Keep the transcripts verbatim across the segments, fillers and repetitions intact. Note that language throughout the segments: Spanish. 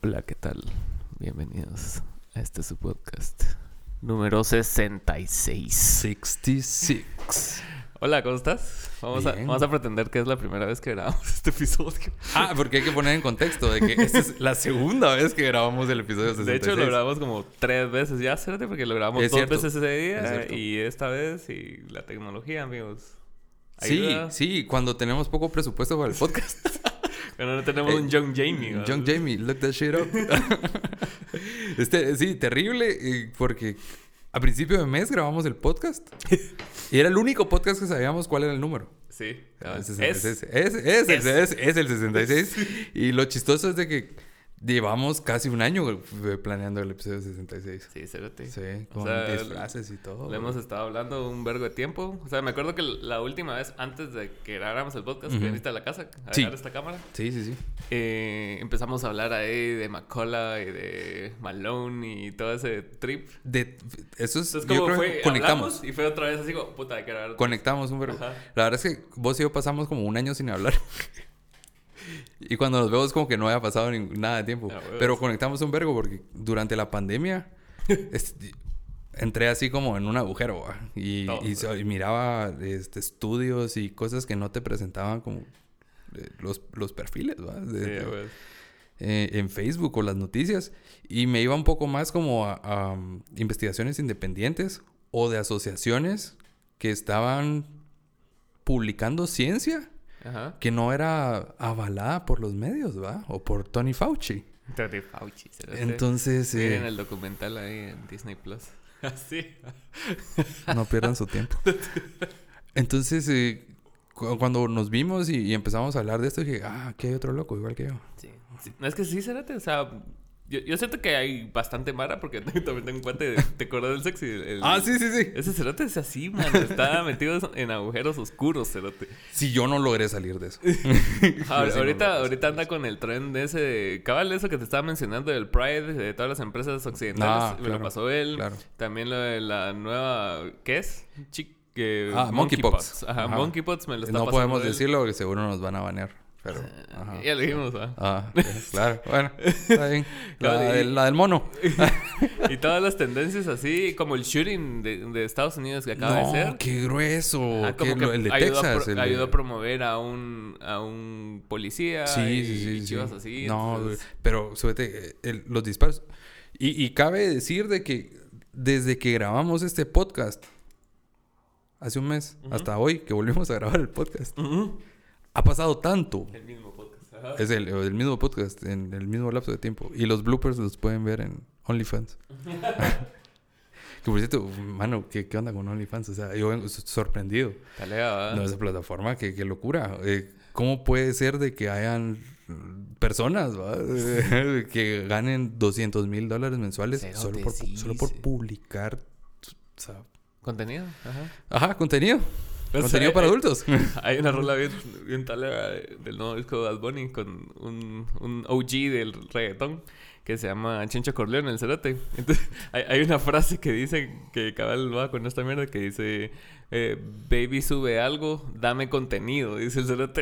Hola, ¿qué tal? Bienvenidos a este su podcast número sesenta y seis. sesenta y seis. Hola, ¿cómo estás? Vamos a, Bien. vamos a pretender que es la primera vez que grabamos este episodio. Ah, porque hay que poner en contexto de que esta es la segunda vez que grabamos el episodio sesenta y seis. De hecho, lo grabamos como tres veces ya, espérate, porque lo grabamos Es dos cierto. veces ese día. Es cierto. Y esta vez, y la tecnología, amigos. Sí, Ayuda. sí, cuando tenemos poco presupuesto para el podcast. Pero no tenemos Eh, un Young Jamie. ¿no? Young Jamie, look that shit up. este, sí, terrible, eh, porque a principio de mes grabamos el podcast. Y era el único podcast que sabíamos cuál era el número. Sí. Ah, el Es, sesenta y seis. Es, es, es. es, es, es el sesenta y seis. Y lo chistoso es de que llevamos casi un año eh, planeando el episodio sesenta y seis. Sí, espérate. Sí, O con sea, disfraces y todo. Lo hemos estado hablando un vergo de tiempo. O sea, me acuerdo que la última vez, antes de que grabáramos el podcast, Ujú. que viniste a la casa a Sí. dejar esta cámara, Sí, sí, sí. eh, empezamos a hablar ahí de McCullough y de Malone y todo ese trip. De, eso es, Entonces, yo como creo fue, que conectamos. hablamos y fue otra vez así como, puta, hay que grabar. Conectamos un verbo. Ajá. La verdad es que vos y yo pasamos como un año sin hablar. Y cuando nos vemos como que no había pasado ni- nada de tiempo. Ah, huevos. Pero conectamos un vergo porque durante la pandemia es- entré así como en un agujero, ¿va? Y, Todo. y, so- y miraba este, estudios y cosas que no te presentaban como eh, los, los perfiles, ¿va? De- Sí, de- pues. eh, en Facebook o las noticias. Y me iba un poco más como a, a, um, investigaciones independientes o de asociaciones que estaban publicando ciencia Ajá. que no era avalada por los medios, ¿va? O por Tony Fauci. Tony Fauci. ¿sí? Entonces, eh, Miren el documental ahí en Disney Plus. Así. no pierdan su tiempo. Entonces, eh, cu- cuando nos vimos y, y empezamos a hablar de esto, dije, ah, aquí hay otro loco, igual que yo. Sí, sí. No, es que sí, cérate, o sea, yo, yo siento que hay bastante mara porque también tengo un cuate, de- ¿te acuerdas del sexy? El- Ah, sí, sí, sí. Ese cerote es así, man, está metido en agujeros oscuros, cerote. Si yo no logré salir de eso. Ah, Yo sí no ahorita, logré ahorita anda con el tren de ese, cabal, eso que te estaba mencionando del Pride de todas las empresas occidentales, Ah, me claro, lo pasó él. claro. También lo de la nueva, ¿qué es? Chic, eh, Ah, Monkeypox. Ajá, Ajá. Monkeypox me lo está No pasando podemos él. decirlo porque seguro nos van a banear. Pero, ajá. Ya lo dijimos, ¿va? Ah, claro. Bueno, está bien. La, Claro, y- del- la del mono. Y todas las tendencias así, como el shooting de, de Estados Unidos que acaba de No, ser. qué grueso. Ajá, Qué- como que lo- el de ayudó, a Texas. pro- el de- ayudó a promover a un, a un policía Sí, y, sí, sí. y sí. chivas así. No, entonces- güey, pero súbete, eh, el- los disparos. Y, y cabe decir de que desde que grabamos este podcast, hace un mes, Ujú. hasta hoy, que volvimos a grabar el podcast, Ujú. ha pasado tanto. El mismo podcast. Ajá. Es el, el mismo podcast, en el mismo lapso de tiempo. Y los bloopers los pueden ver en OnlyFans. Que por cierto, mano, ¿qué, qué onda con OnlyFans? O sea, yo vengo s- sorprendido. Talea, ¿va? No, esa plataforma, qué, qué locura. Eh, ¿Cómo puede ser de que hayan personas, ¿va? que ganen doscientos mil dólares mensuales Cerote, solo por, pu- sí, solo por sí. publicar? O sea, Contenido. Ajá. ajá, contenido. O Contenido sea, para eh, adultos. Hay una rola bien, bien talea del nuevo disco de Bad Bunny con un, un O G del reggaetón que se llama Chencho Corleone, el cerote. Entonces, hay, hay una frase que dice que cabal va con esta mierda que dice eh, baby sube algo, dame contenido, dice el cerote.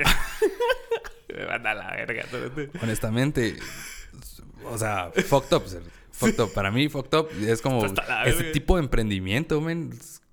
Me manda a la verga, cerote. Honestamente, o sea, fucked up. ser- Fucked up. Para mí, fucked up es como Hasta la ese verga. tipo de emprendimiento, men.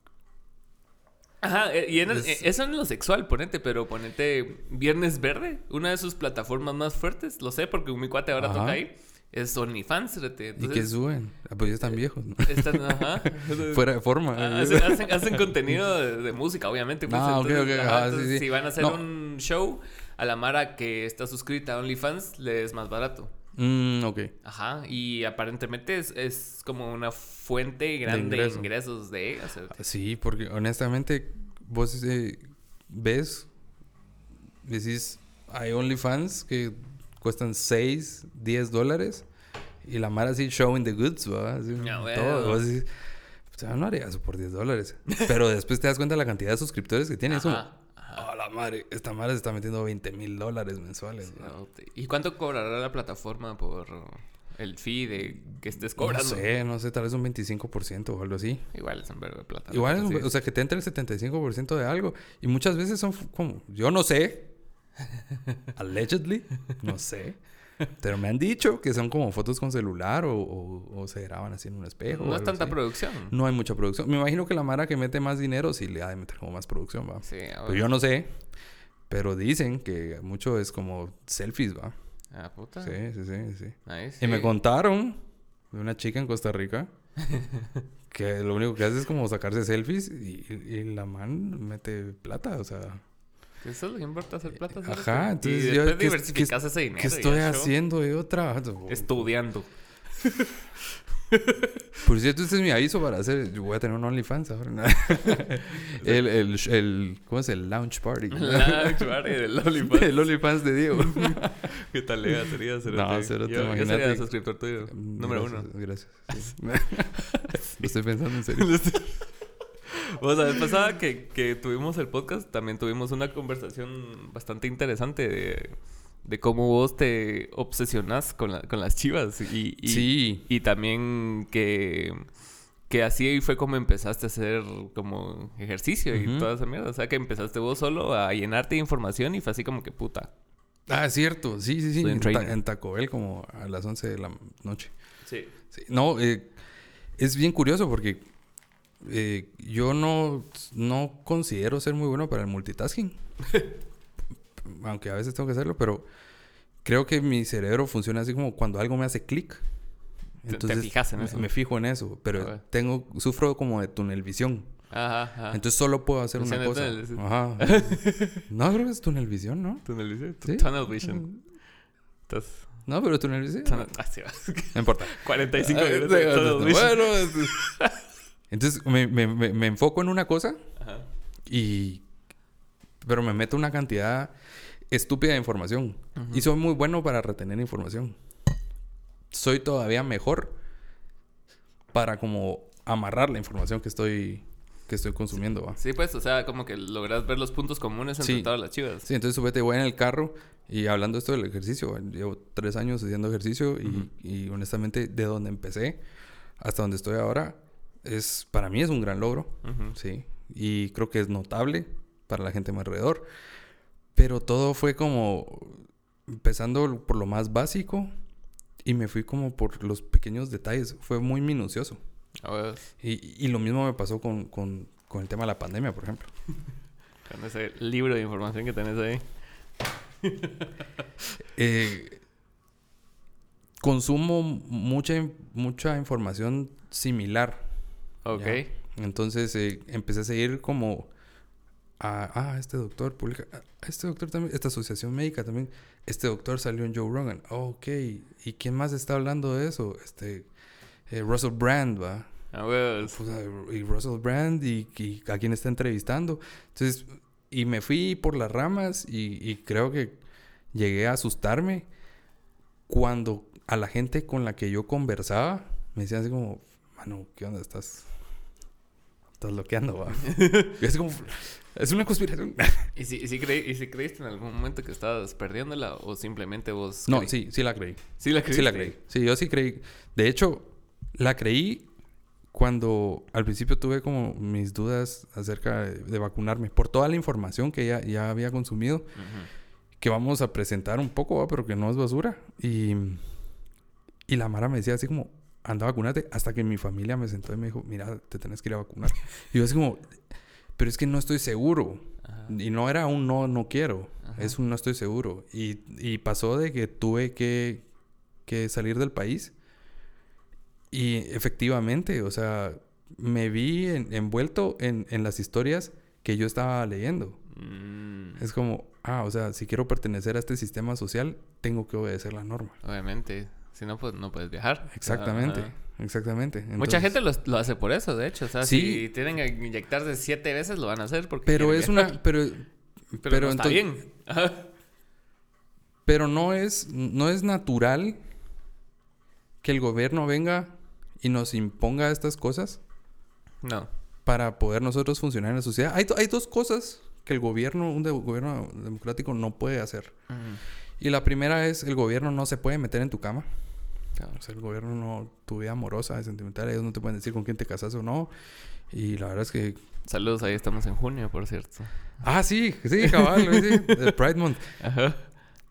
Ajá, eh, y en el- Es- eh, eso en lo sexual, ponete, pero ponete Viernes Verde, una de sus plataformas más fuertes, lo sé porque mi cuate ahora Ajá. toca ahí, es OnlyFans, cerote. ¿Y Entonces, qué suben? Ah, pues ya están viejos, ¿no? están, ajá. Fuera de forma. Ah, Hacen, hacen, hacen contenido de, de música, obviamente. Pues, Ah, ok, entonces, ok, ajá, ah, sí, entonces, sí. si van a hacer No. un show, a la Mara que está suscrita a OnlyFans le es más barato. Mm, ok. Ajá, y aparentemente es, es como una fuente grande de, ingreso. ingresos de ella. O sea, Sí, porque honestamente, vos eh, ves, decís, hay OnlyFans que cuestan seis, diez dólares y la mara así showing the goods, ¿va? Así, Ya, bueno. todo. Vos decís, o sea, no haría eso por diez dólares. Pero después te das cuenta de la cantidad de suscriptores que tiene eso. ajá, ajá. Oh, la madre, esta madre se está metiendo veinte mil dólares mensuales. ¿va? No, te- ¿Y cuánto cobrará la plataforma por el fee de que estés cobrando? No sé, no sé, tal vez un veinticinco por ciento o algo así. Igual es un verbo de plata. Igual, ¿no? es un- Sí. o sea, que te entre el setenta y cinco por ciento de algo. Y muchas veces son f- como, yo no sé. Allegedly, no sé. Pero me han dicho que son como fotos con celular o, o, o se graban así en un espejo. No es tanta así. producción. No hay mucha producción. Me imagino que la mara que mete más dinero sí le ha de meter como más producción, ¿va? Sí, Pero yo no sé. Pero dicen que mucho es como selfies, ¿va? Ah, puta. Sí, sí, sí, sí. Nice, Y me sí. contaron de una chica en Costa Rica que lo único que hace es como sacarse selfies y, y la man mete plata, o sea... Eso es lo que importa, hacer plata. ¿sabes? Ajá, entonces y yo... después ¿qué, diversificas qué- ese dinero. ¿Qué y estoy ya, show. haciendo yo trabajo? Estudiando. Por cierto, este es mi aviso para hacer... Yo voy a tener un OnlyFans ahora. el, el, el... ¿Cómo es? El lounge party. La chuare del OnlyFans. El OnlyFans de Diego. ¿Qué tal lega sería? Cerote? No, cerote, yo, yo imagínate. sería suscriptor tuyo. Número Gracias, uno. Gracias. Sí. Lo estoy pensando en serio. Vos la vez pasada que, que tuvimos el podcast, también tuvimos una conversación bastante interesante de, de cómo vos te obsesionás con, la, con las chivas. Y, y, Sí. y también que, que así fue como empezaste a hacer como ejercicio y Ujú. toda esa mierda. O sea, que empezaste vos solo a llenarte de información y fue así como que puta. Ah, cierto. Sí, sí, sí. Soy un En, Ta- trainer. en Taco Bell como a las once de la noche. Sí. Sí. No, eh, es bien curioso porque eh, yo no, no considero ser muy bueno para el multitasking. Aunque a veces tengo que hacerlo, pero creo que mi cerebro funciona así como cuando algo me hace clic. Te- te fijas en me- eso. Me fijo en eso, pero Ah, bueno. tengo sufro como de tunnelvisión. Ajá, ajá. Entonces solo puedo hacer Funciona una cosa. túnel, sí. Ajá. No, creo que es tunnelvisión, ¿no? Tunnel vision. ¿Sí? Tunnel vision. Estás... No, pero tunnelvisión. Tunnel... Ah, sí, va. No importa. cuarenta y cinco Ah, minutos de sí, tunnel vision. bueno, es- entonces me, me, me, me enfoco en una cosa Ajá. y... Pero me meto una cantidad estúpida de información. Ujú. Y soy muy bueno para retener información. Soy todavía mejor para como amarrar la información que estoy, que estoy consumiendo. ¿va? Sí, pues, o sea, como que logras ver los puntos comunes entre Sí. todas las chivas. Sí, entonces súbete, voy en el carro y hablando esto del ejercicio. Llevo tres años haciendo ejercicio y, Ujú. y honestamente de donde empecé hasta donde estoy ahora, es para mí es un gran logro. Ujú. Sí, y creo que es notable para la gente a mi alrededor. Pero todo fue como empezando por lo más básico y me fui como por los pequeños detalles. Fue muy minucioso. A ver, Y, y lo mismo me pasó con, con, con el tema de la pandemia, por ejemplo. con ese libro de información que tenés ahí. Eh, consumo mucha, mucha información similar. Ok. Ya. Entonces eh, empecé a seguir como... a, ah, este doctor publica... ah, este doctor también... Esta asociación médica también... Este doctor salió en Joe Rogan. Oh, ok. ¿Y quién más está hablando de eso? Este... eh, Russell Brand, ¿va? A ver, Pues, ah, y Russell Brand y, y a quién está entrevistando. Entonces... Y me fui por las ramas y, y creo que llegué a asustarme cuando a la gente con la que yo conversaba me decían así como... Mano, ¿qué onda? Estás... Estás bloqueando, ¿va? Y es como... Es una conspiración. ¿y si, y, si creí, ¿y si creíste en algún momento que estabas perdiéndola o simplemente vos... No, creí- sí, sí la creí. ¿Sí la creíste? Sí la creí. Sí, yo sí creí. De hecho, la creí cuando al principio tuve como mis dudas acerca de, de vacunarme. Por toda la información que ya, ya había consumido. Ujú. Que vamos a presentar un poco, ¿va? Pero que no es basura. Y, y la Mara me decía así como... Anda, vacúnate. Hasta que mi familia me sentó y me dijo... Mira, te tenés que ir a vacunar. Y yo así como... Pero es que no estoy seguro. Ajá. Y no era un no, no quiero. Ajá. Es un no estoy seguro. Y, y pasó de que tuve que, que salir del país. Y efectivamente, o sea, me vi en- envuelto en, en las historias que yo estaba leyendo. Mm, Es como, ah, o sea, si quiero pertenecer a este sistema social, tengo que obedecer la norma. obviamente. Si no, pues no puedes viajar. Exactamente, Ajá. exactamente. Mucha Entonces- gente lo, lo hace por eso, de hecho. O sea, Sí. si tienen que inyectarse siete veces, lo van a hacer porque Pero quieren es viajar. una... Pero, Pero, pero no está entonces- bien. Ajá. Pero no es, no es natural que el gobierno venga y nos imponga estas cosas No. para poder nosotros funcionar en la sociedad. Hay, do- hay dos cosas que el gobierno, un de- gobierno democrático no puede hacer. Ujú. Y la primera es, el gobierno no se puede meter en tu cama. Claro. O sea, el gobierno no, tu vida amorosa, sentimental, ellos no te pueden decir con quién te casas o no. Y la verdad es que... Saludos, ahí estamos en junio, por cierto. Ah, sí, sí, cabal, sí, el Pride Month. Ajá.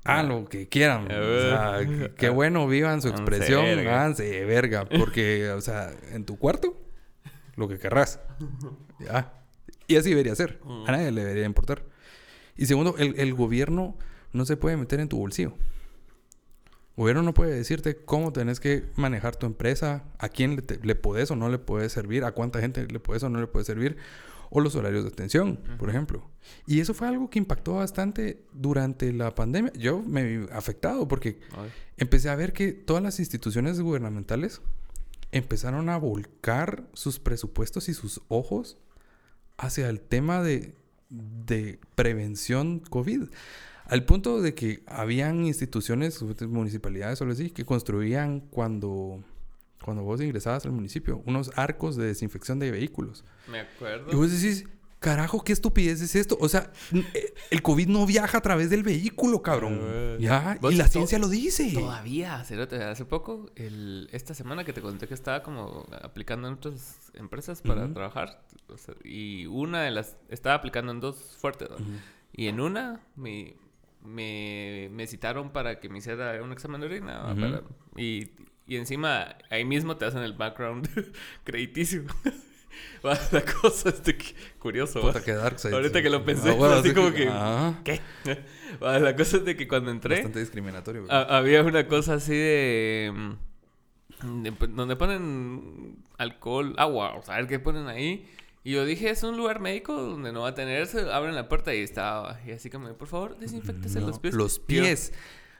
hagan lo que quieran. O sea, qué, qué bueno, vivan su expresión, háganse de verga. Porque, o sea, en tu cuarto, lo que querrás. Ya. Y así debería ser. A nadie le debería importar. Y segundo, el, el gobierno no se puede meter en tu bolsillo. El gobierno no puede decirte cómo tenés que manejar tu empresa, a quién le, te, le podés o no le podés servir, a cuánta gente le podés o no le podés servir, o los horarios de atención, uh-huh. por ejemplo. Y eso fue algo que impactó bastante durante la pandemia. Yo me vi afectado porque Ay. empecé a ver que todas las instituciones gubernamentales empezaron a volcar sus presupuestos y sus ojos hacia el tema de, de prevención COVID. Al punto de que habían instituciones, municipalidades o algo así, que construían cuando, cuando vos ingresabas al municipio, unos arcos de desinfección de vehículos. Me acuerdo. Y vos decís, carajo, ¿qué estupidez es esto? O sea, el COVID no viaja a través del vehículo, cabrón. Uh, ya, y la ciencia lo dice. Todavía, cerote, hace poco, el, esta semana que te conté que estaba como aplicando en otras empresas para uh-huh. trabajar. O sea, y una de las, estaba aplicando en dos fuertes, ¿no? Uh-huh. Y en una, mi... Me, me citaron para que me hiciera un examen de orina. Uh-huh. para, y, y encima, ahí mismo te hacen el background crediticio. La cosa es de que, curioso. Puta, que dark side. Ahorita que lo pensé, ah, bueno, así como que... que ah. ¿Qué? La cosa es de que cuando entré... Bastante discriminatorio. A, había una cosa así de, de... Donde ponen alcohol, agua, o sea, a ver qué ponen ahí... Y yo dije, es un lugar médico donde no va a tener... Se abren la puerta y estaba... Y así como, por favor, desinféctese no, los pies. Los pies.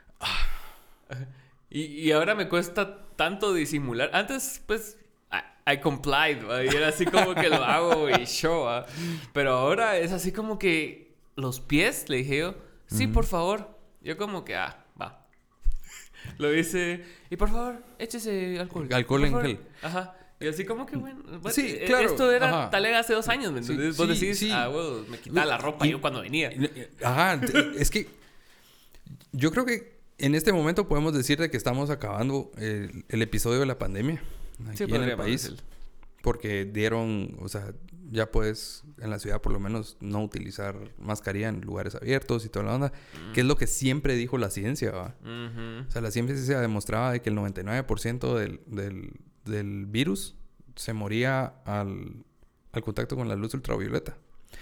Y, y ahora me cuesta tanto disimular. Antes, pues, I, I complied, ¿va? Y era así como que lo hago y show, ¿va? Pero ahora es así como que... Los pies, le dije yo, sí, mm. por favor. Yo como que, ah, va. Lo hice... Y por favor, échese alcohol. Alcohol en gel. Ajá. Y así como que, bueno, bueno sí, claro. Esto era Ajá. talega hace dos años, ¿me entiendes? Sí, Vos decís, sí, sí. ah, bueno, me quitaba la ropa y, yo cuando venía. Ajá, es que yo creo que en este momento podemos decir de que estamos acabando el, el episodio de la pandemia aquí sí, en el país. Decirlo. Porque dieron, o sea, ya puedes en la ciudad por lo menos no utilizar mascarilla en lugares abiertos y toda la onda, mm. que es lo que siempre dijo la ciencia, ¿va? Uh-huh. O sea, la ciencia demostraba de que el noventa y nueve por ciento del... del del virus se moría al, al contacto con la luz ultravioleta.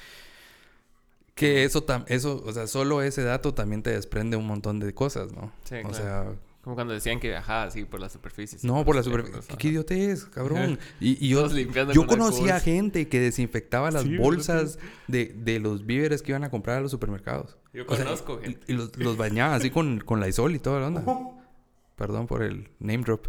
Que eso, tam, eso, o sea, solo ese dato también te desprende un montón de cosas, ¿no? Sí, o claro. sea... Como cuando decían que viajaba así por la superficie. No, por, por la superficie. ¿Qué, ¿Qué idiotez, cabrón? y, y yo, yo conocía gente que desinfectaba las sí, bolsas de, de los víveres que iban a comprar a los supermercados. Yo o conozco sea, gente. Y, y los, los bañaba así con, con Lysol y toda la onda. Perdón por el name drop.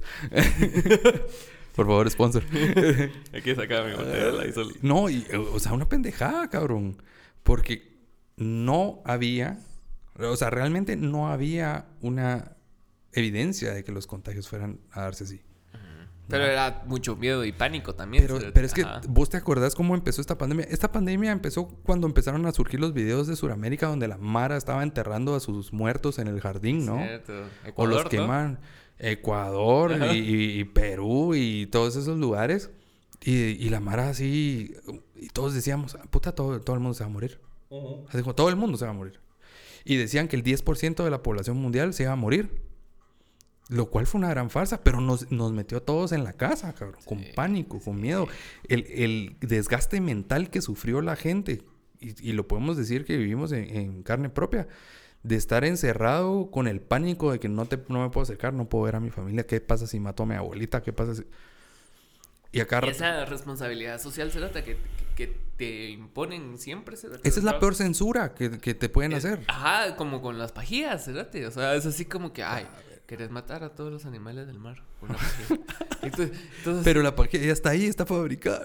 Por favor, sponsor. Hay que sacar mi botella de Lysol. No, y, o sea, una pendejada, cabrón. Porque no había... O sea, realmente no había una evidencia de que los contagios fueran a darse así. Pero ¿no? Era mucho miedo y pánico también. Pero, pero es que Ajá. vos te acordás cómo empezó esta pandemia. Esta pandemia empezó cuando empezaron a surgir los videos de Sudamérica donde la Mara estaba enterrando a sus muertos en el jardín, ¿no? Cierto. Ecuador, o los queman. ¿No? Ecuador y, y Perú y todos esos lugares. Y, y la Mara así... Y todos decíamos, puta, todo, todo el mundo se va a morir. Uh-huh. Así como, todo el mundo se va a morir. Y decían que el diez por ciento de la población mundial se iba a morir. Lo cual fue una gran farsa, pero nos, nos metió a todos en la casa, cabrón. Sí, con pánico, con sí. miedo. El, el desgaste mental que sufrió la gente, y, y lo podemos decir que vivimos en, en carne propia, de estar encerrado con el pánico de que no, te, no me puedo acercar, no puedo ver a mi familia. ¿Qué pasa si mato a mi abuelita? ¿Qué pasa si...? Y acá... Y esa responsabilidad social, Cerata, que, que, que te imponen siempre, Cerata. Esa es la peor censura que, que te pueden es, hacer. Ajá, como con las pajillas, Cerata. O sea, es así como que, ay... ¿Querés matar a todos los animales del mar? Una entonces, entonces... Pero la pajilla ya está ahí, está fabricada.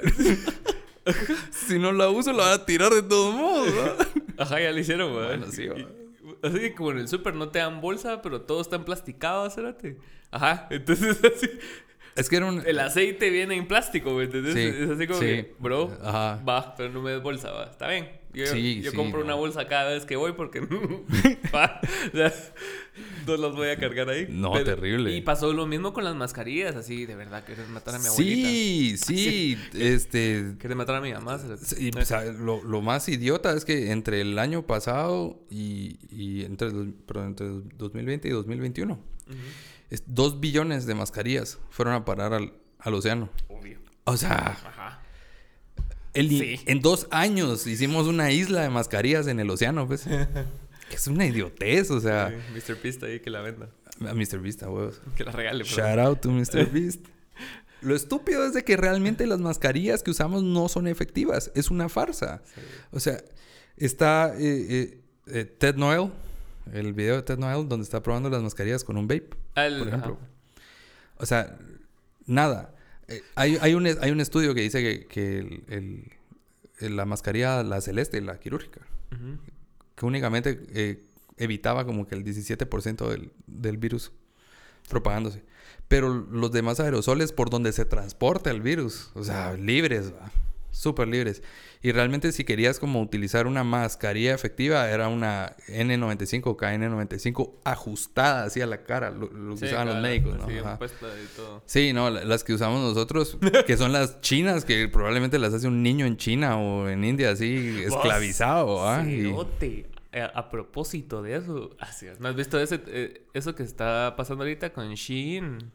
Si no la uso, la van a tirar de todos modos, ¿no? Ajá, ya lo hicieron, güey. Bueno, sí, y, así que como en el súper no te dan bolsa, pero todo está emplasticado, acérate. Ajá, entonces así... Es que era un... El aceite viene en plástico, güey. Entonces sí, es así como sí. que, bro, Ajá. va, pero no me des bolsa, va. Está bien. Yo, sí, yo sí, compro no. una bolsa cada vez que voy porque pa, o sea, no las voy a cargar ahí. No, terrible. Y pasó lo mismo con las mascarillas, así, de verdad, quieres matar a mi abuelita. Sí, sí, este... Quieres matar a mi mamá. Y, o sea, lo, lo más idiota es que entre el año pasado y, y entre, los- perdón, entre dos mil veinte y dos mil veintiuno, Uh-huh. es, dos billones de mascarillas fueron a parar al, al océano. Obvio. O sea, Ajá. el, Sí. en dos años hicimos una isla de mascarillas en el océano, pues. Es una idiotez, o sea. Sí, mister Beast ahí que la venda. A mister Beast, a huevos. Que la regale. Shout out to mister Beast. Lo estúpido es de que realmente las mascarillas que usamos no son efectivas. Es una farsa. Sí. O sea, está eh, eh, eh, Ted Noel, el video de Ted Noel, donde está probando las mascarillas con un vape, Al- por ejemplo. ajá. O sea, nada. Eh, hay, hay, un, hay un estudio que dice que, que el, el- el- la mascarilla, la celeste, la quirúrgica, Ujú. que únicamente eh, evitaba como que el diecisiete por ciento del, del virus propagándose. Pero los demás aerosoles por donde se transporta el virus, o sea, libres, va, súper libres. Y realmente si querías como utilizar una mascarilla efectiva, era una N noventa y cinco o K N noventa y cinco ajustada así a la cara, lo, lo que Sí, usaban claro, los médicos, ¿no? sí, Ajá. puesta y todo. Sí, no, la- las que usamos nosotros, que son las chinas, que probablemente las hace un niño en China o en India así, esclavizado, ¿ah? Y- Cerote. A, a propósito de eso, así es. ¿No has visto ese, eh, eso que está pasando ahorita con Shein?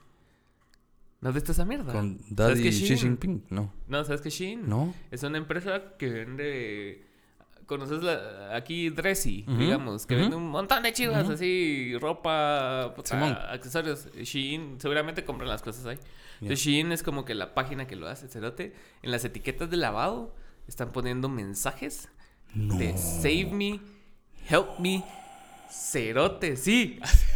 ¿No has visto esa mierda? Con ¿Sabes Daddy qué Xi Shein? Jinping, no. No, ¿sabes qué Shein? ¿No? Es una empresa que vende... ¿Conoces la, aquí Dressy, Ujú, digamos? Que ujú. vende un montón de chivas, Ujú. así, ropa, puta, Simón. accesorios. Shein, seguramente compran las cosas ahí. Ya. Entonces Shein es como que la página que lo hace, cerote. En las etiquetas de lavado están poniendo mensajes No. de Save Me, Help Me, cerote, sí.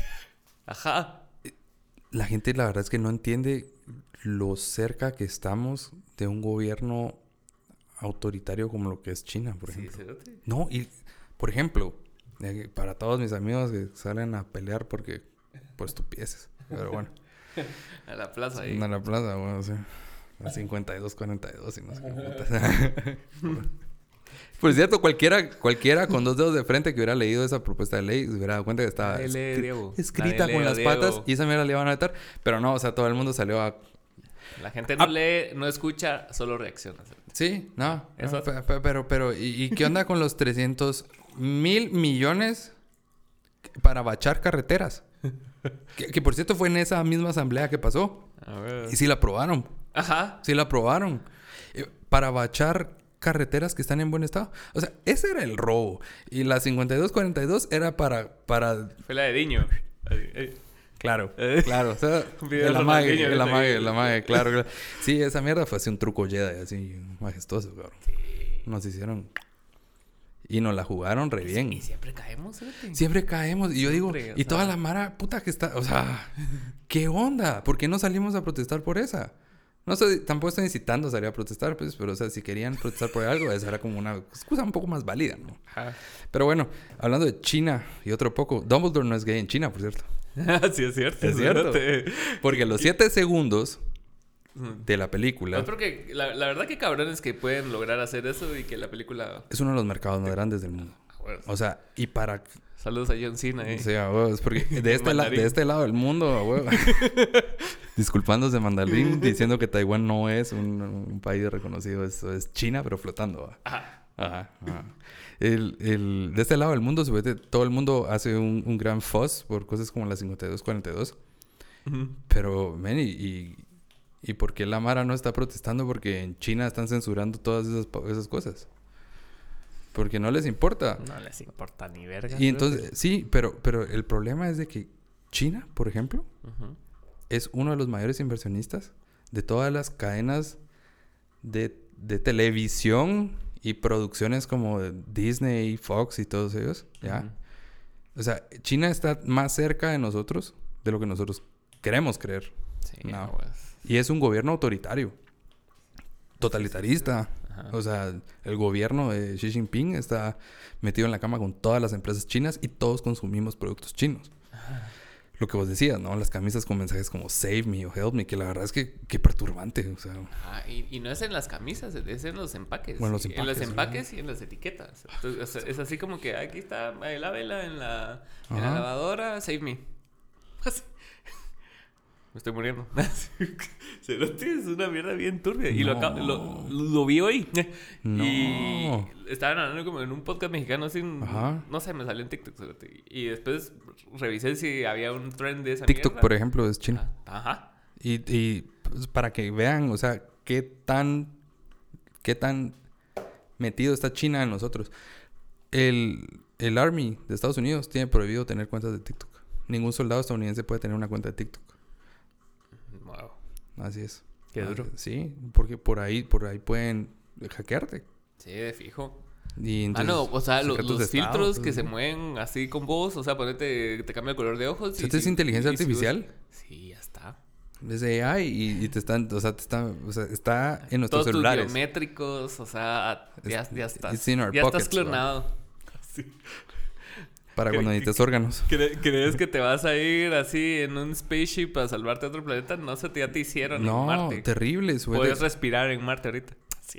Ajá. La gente la verdad es que no entiende lo cerca que estamos de un gobierno autoritario como lo que es China, por Sí, ejemplo. cerote. No, y por ejemplo, eh, para todos mis amigos que salen a pelear porque por estupideces, pero bueno, A la plaza ahí. en la plaza, bueno, sí, la cincuenta y dos cuarenta y dos y no sé qué putas. Por cierto, cualquiera, cualquiera con dos dedos de frente que hubiera leído esa propuesta de ley se hubiera dado cuenta que estaba Nadie lee, escri- Diego. escrita Nadie con lee, las Diego. patas y esa mierda le iban a vetar. Pero no, o sea, todo el mundo salió a... La gente no Ah. lee, no escucha, solo reacciona. cerote. Sí, no. Eso- no, pe- pe- pero, pero, ¿y, y qué onda con los trescientos mil millones para bachar carreteras? Que, que por cierto fue en esa misma asamblea que pasó. A ver. Y sí la aprobaron. Ajá. Sí la aprobaron. Eh, Para bachar carreteras que están en buen estado. O sea, ese era el robo. Y la cincuenta y dos cuarenta y dos era para... para... Fue la de Diño. Ahí, ahí. Claro, Eh. claro. O sea, Un video el de amague, Ronaldinho, el ¿viste? amague, el amague, claro, claro. Sí, esa mierda fue así un truco Jedi, así majestuoso, cabrón. Nos hicieron... Y nos la jugaron re bien. Y siempre caemos, cerote. Siempre caemos. Y yo digo, Siempre, o y toda sea. la mara puta que está... O sea, ¿qué onda? ¿Por qué no salimos a protestar por esa? No estoy, tampoco estoy incitando a salir a protestar, pues, pero o sea, si querían protestar por algo, esa era como una excusa un poco más válida, ¿no? Ajá. Pero bueno, hablando de China y otro poco, Dumbledore no es gay en China, por cierto. Sí, es cierto. Es cierto. cerote. Porque a los siete segundos Mm. de la película Pues porque la, la verdad que cabrones que pueden lograr hacer eso y que la película... es uno de los mercados más grandes del mundo. Ah, bueno. O sea, y para... Saludos a John Cena, eh. O sea, huevo, es porque de este, la- Mandarín. de este lado del mundo, a huevo. Disculpándose mandarín, diciendo que Taiwán no es un, un país reconocido, es, es China, pero flotando. ¿va? Ajá. Ajá, ajá. El, el, de este lado del mundo, supuestamente, todo el mundo hace un, un gran fuss por cosas como la cincuenta y dos cuarenta y dos. Ujú. Pero, men, y, y, ¿y por qué la Mara no está protestando? Porque en China están censurando todas esas, pa- esas cosas. Porque no les importa. No les importa ni verga. Y entonces, sí, pero, pero el problema es de que China, por ejemplo, Ujú. es uno de los mayores inversionistas de todas las cadenas de, de televisión y producciones como Disney, Fox y todos ellos, ¿ya? Ujú. O sea, China está más cerca de nosotros de lo que nosotros queremos creer. Sí, No. pues. Y es un gobierno autoritario, totalitarista. Ajá. O sea, el gobierno de Xi Jinping está metido en la cama con todas las empresas chinas y todos consumimos productos chinos. lo que vos decías, ¿no? Las camisas con mensajes como save me o help me, que la verdad es que qué perturbante, o sea. Ah, y, y no es en las camisas, es en los empaques. Bueno, los en empaques, los empaques ¿verdad? y en las etiquetas. Entonces, o sea, es así como que aquí está eh, la vela en la, en Ajá. la lavadora, save me. Así. Me estoy muriendo. Cerote, es una mierda bien turbia. Y lo, No. acabo- lo, lo vi hoy. No. Y estaban hablando como en un podcast mexicano así. Ajá. No sé, me salió en TikTok. Cerote. Y después revisé si había un trend de esa TikTok, mierda. por ejemplo, es chino. Ah, Ajá. Y, y pues, para que vean, o sea, qué tan, qué tan metido está China en nosotros. El, el Army de Estados Unidos tiene prohibido tener cuentas de TikTok. Ningún soldado estadounidense puede tener una cuenta de TikTok. Wow. Así es. Qué duro. Ah, sí, porque por ahí, por ahí pueden hackearte. Sí, de fijo. Y Ah, entonces, no, o sea, lo- secretos los de Estado, filtros que pues, se ¿no? mueven así con vos, o sea, ponete, te cambia el color de ojos. ¿Esto es inteligencia y si artificial? us- sí, ya está. Es A I y, y te están, o sea, te está, o sea, está en nuestros Todos celulares. tus biométricos, o sea, ya, Es- ya estás. it's in our ya pockets, estás clonado. Sí. Para ¿Qué- cuando qué- necesites órganos. ¿Cre- ¿Crees que te vas a ir así en un spaceship a salvarte a otro planeta? No sé, ya te hicieron en No, Marte. terrible. suele- Puedes respirar en Marte ahorita. Sí.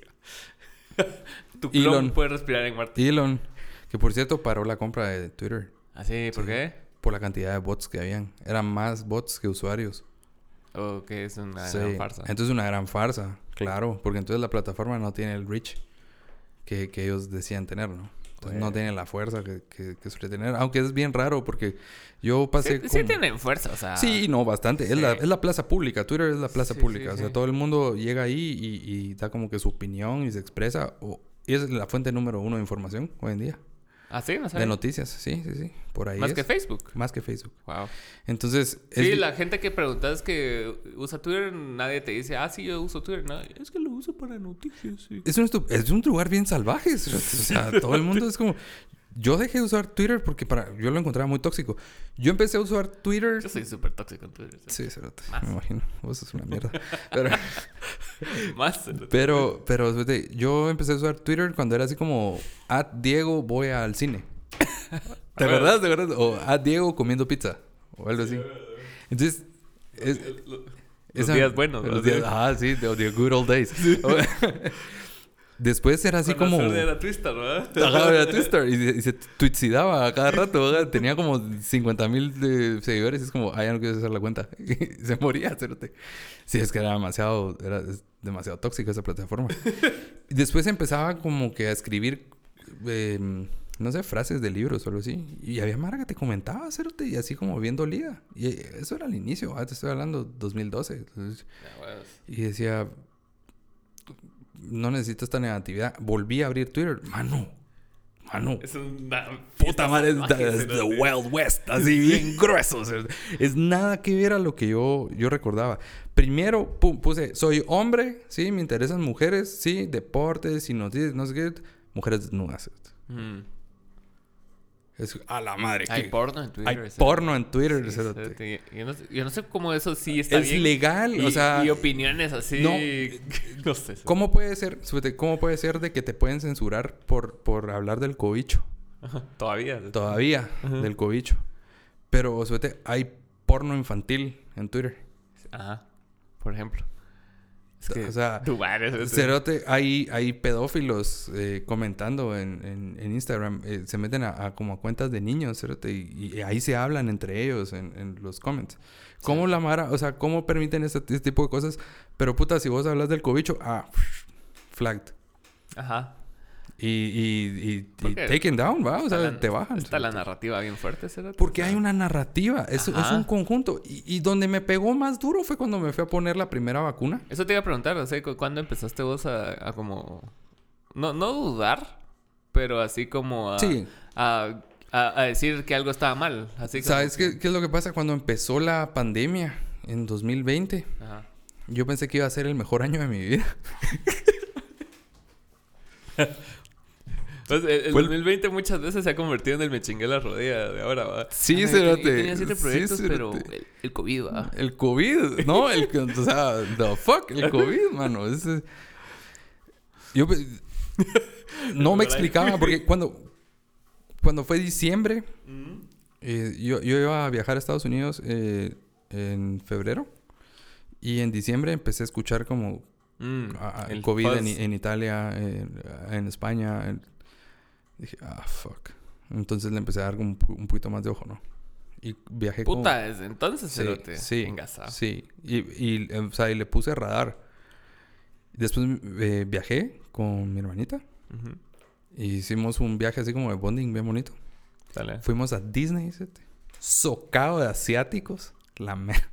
Tu clon Elon. puede respirar en Marte. Elon, que por cierto paró la compra de Twitter ¿Así? ¿Por Sí. qué? por la cantidad de bots que habían. Eran más bots que usuarios. O que es una Sí. gran farsa. Entonces una gran farsa, claro, porque entonces la plataforma no tiene el reach que, que ellos decían tener, ¿no? Entonces no Bueno. tiene la fuerza que, que, que suele tener. Aunque es bien raro porque yo pasé... Sí, sí como- tienen fuerza, o sea... Sí, no, bastante. Es, Sí. la, es la plaza pública. Twitter es la plaza Sí, pública. sí, o sea, sí. todo el mundo llega ahí y, y da como que su opinión y se expresa. O, y es la fuente número uno de información hoy en día. ¿Ah, sí? No De sabía. noticias, sí, sí, sí. Por ahí Más es. que Facebook. Más que Facebook. Wow. Entonces... Sí, es- la gente que preguntas que usa Twitter, nadie te dice, ah, sí, yo uso Twitter. No, es que lo uso para noticias, sí. Es un, estu- es un lugar bien salvaje. O sea, todo el mundo es como... Yo dejé de usar Twitter porque para yo lo encontraba muy tóxico. Yo empecé a usar Twitter... Yo soy súper tóxico en Twitter. ¿sí? Sí, cerote, Más. me imagino. Vos sos una mierda. Pero, Más. pero, pero cerote, yo empecé a usar Twitter cuando era así como... At Diego voy al cine. ¿Te acuerdas? ¿Te acuerdas? O At Diego comiendo pizza. O algo así. Entonces... Es, Los esa- días buenos. Los los días, días- ah, sí, the, the good old days. Después era así Cuando como... Azul era Twister, ¿verdad? Ajá, era Twister y, se- y se tuitsidaba a cada rato, ¿verdad? Tenía como cincuenta mil seguidores y es como, ah, ya no quiero hacer la cuenta. Y se moría, cerote. Sí, es que era demasiado, era es demasiado tóxica esa plataforma. Y después empezaba como que a escribir, eh, no sé, frases de libros o algo así. Y había Mara que te comentaba, cerote, y así como bien dolida. Y eso era al inicio, ah, te estoy hablando dos mil doce. Entonces, Ya, bueno. y decía, no necesito esta negatividad. Volví a abrir Twitter. Mano, mano. Es una... Puta madre, es, salvaje, es the cerote. Wild West. Así bien grueso. O sea, es nada que ver a lo que yo, yo recordaba. Primero pu- puse, soy hombre, sí, me interesan mujeres, sí, deportes y noticias, no sé qué. Mujeres desnudas. Mm. Es a la madre. Hay que- porno en Twitter. Hay cerote. porno en Twitter. Sí, cerote. cerote. Yo no, sé, yo no sé cómo eso sí está Es bien. legal, Y, o sea... y opiniones así. no, No, sé. cerote. ¿Cómo puede ser, suerte, cómo puede ser de que te pueden censurar por, por hablar del cobicho? Ajá, Todavía. Todavía, Ajá. del cobicho. Pero, suerte, hay porno infantil en Twitter. Ajá. Por ejemplo. Es que O sea, tu madre, cerote. Cerote, hay, hay pedófilos eh, comentando en, en, en Instagram. Eh, se meten a, a como a cuentas de niños, cerote, y, y ahí se hablan entre ellos en, en los comments. ¿Cómo Sí. la Mara, o sea, cómo permiten este, este tipo de cosas? Pero puta, si vos hablas del cobicho, ah, flagged. Ajá. Y, y, y, ¿Por y qué? taken down, ¿va? O Está sea, la- te bajan. Está la cerote. narrativa bien fuerte, cerote. Porque O sea, hay una narrativa, es, es Ajá. un conjunto. Y, y donde me pegó más duro fue cuando me fui a poner la primera vacuna. Eso te iba a preguntar, o sea, cu- ¿cuándo empezaste vos a, a como... No, no dudar, pero así como a... Sí. A, a, a decir que algo estaba mal. Así como ¿Sabes que- qué, qué es lo que pasa? Cuando empezó la pandemia en dos mil veinte, Ajá. yo pensé que iba a ser el mejor año de mi vida. Pues el, el Fue el- dos mil veinte muchas veces se ha convertido en el me chingué la rodilla de ahora, ¿va? Sí, Ay, cerote. ten- Tenía siete Sí, proyectos, pero cerote. el, el COVID, ¿va? El COVID, ¿no? El, o sea, the fuck, el COVID, mano. Es, es- yo pe- no me explicaba porque cuando, cuando fue diciembre, Mm. Eh, yo, yo iba a viajar a Estados Unidos eh, en febrero. Y en diciembre empecé a escuchar como Mm, a- a- el COVID en, fuzz. en Italia, en, en España. en- Dije, ah, fuck. Entonces le empecé a dar como un, pu- un poquito más de ojo, ¿no? Y viajé con... Puta, desde entonces Sí, cerote. sí, Engasado. sí. Y, y, eh, o sea, y le puse radar. Después eh, viajé con mi hermanita. Ujú. Y hicimos un viaje así como de bonding bien bonito. Dale. Fuimos a Disney, ¿sete? Socao de asiáticos. La mierda.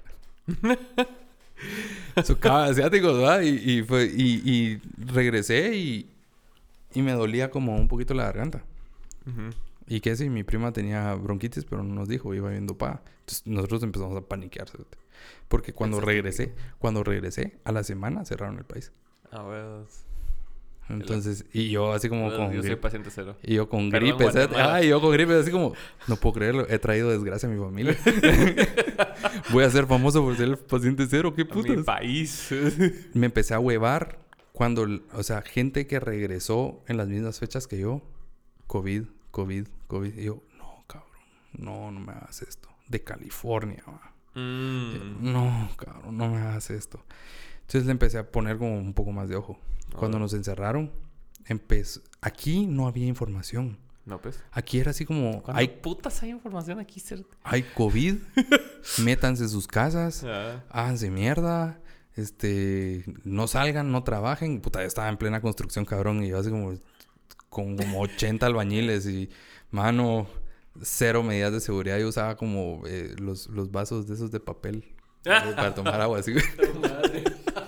Socao de asiáticos, ¿verdad? Y, y, fue, y, y regresé y, y me dolía como un poquito la garganta. Ujú. Y que si mi prima tenía bronquitis, pero no nos dijo, iba bien dopada. Entonces nosotros empezamos a paniquear, ¿sete? Porque cuando Eso es regresé, típico. cuando regresé, a la semana cerraron el país. Ah, huevos. Entonces, y yo así como Huevos, con Yo soy gripe. paciente cero. Y yo con Perdón, gripe, ¿sabes? Guatemala. Ay, yo con gripe, así como, no puedo creerlo, he traído desgracia a mi familia. Voy a ser famoso por ser el paciente cero, qué A mi putas. país. Me empecé a huevar cuando, o sea, gente que regresó en las mismas fechas que yo, COVID, COVID, COVID. Y yo, no, cabrón, no, no me hagas esto. De California, va. Mm. No, cabrón, no me hagas esto. Entonces le empecé a poner como un poco más de ojo. Cuando Ah. nos encerraron, empezó... Aquí no había información. No, pues. Aquí era así como... ¿Cuándo Hay, putas hay información aquí, cerote? hay COVID. Métanse en sus casas. Ah. Háganse mierda. Este... No salgan, no trabajen. Puta, yo estaba en plena construcción, cabrón. Y yo así como... Con como ochenta albañiles. Y... Mano... Cero medidas de seguridad. Yo usaba como... eh, los, los vasos de esos de papel. eh, para tomar agua, así. Madre.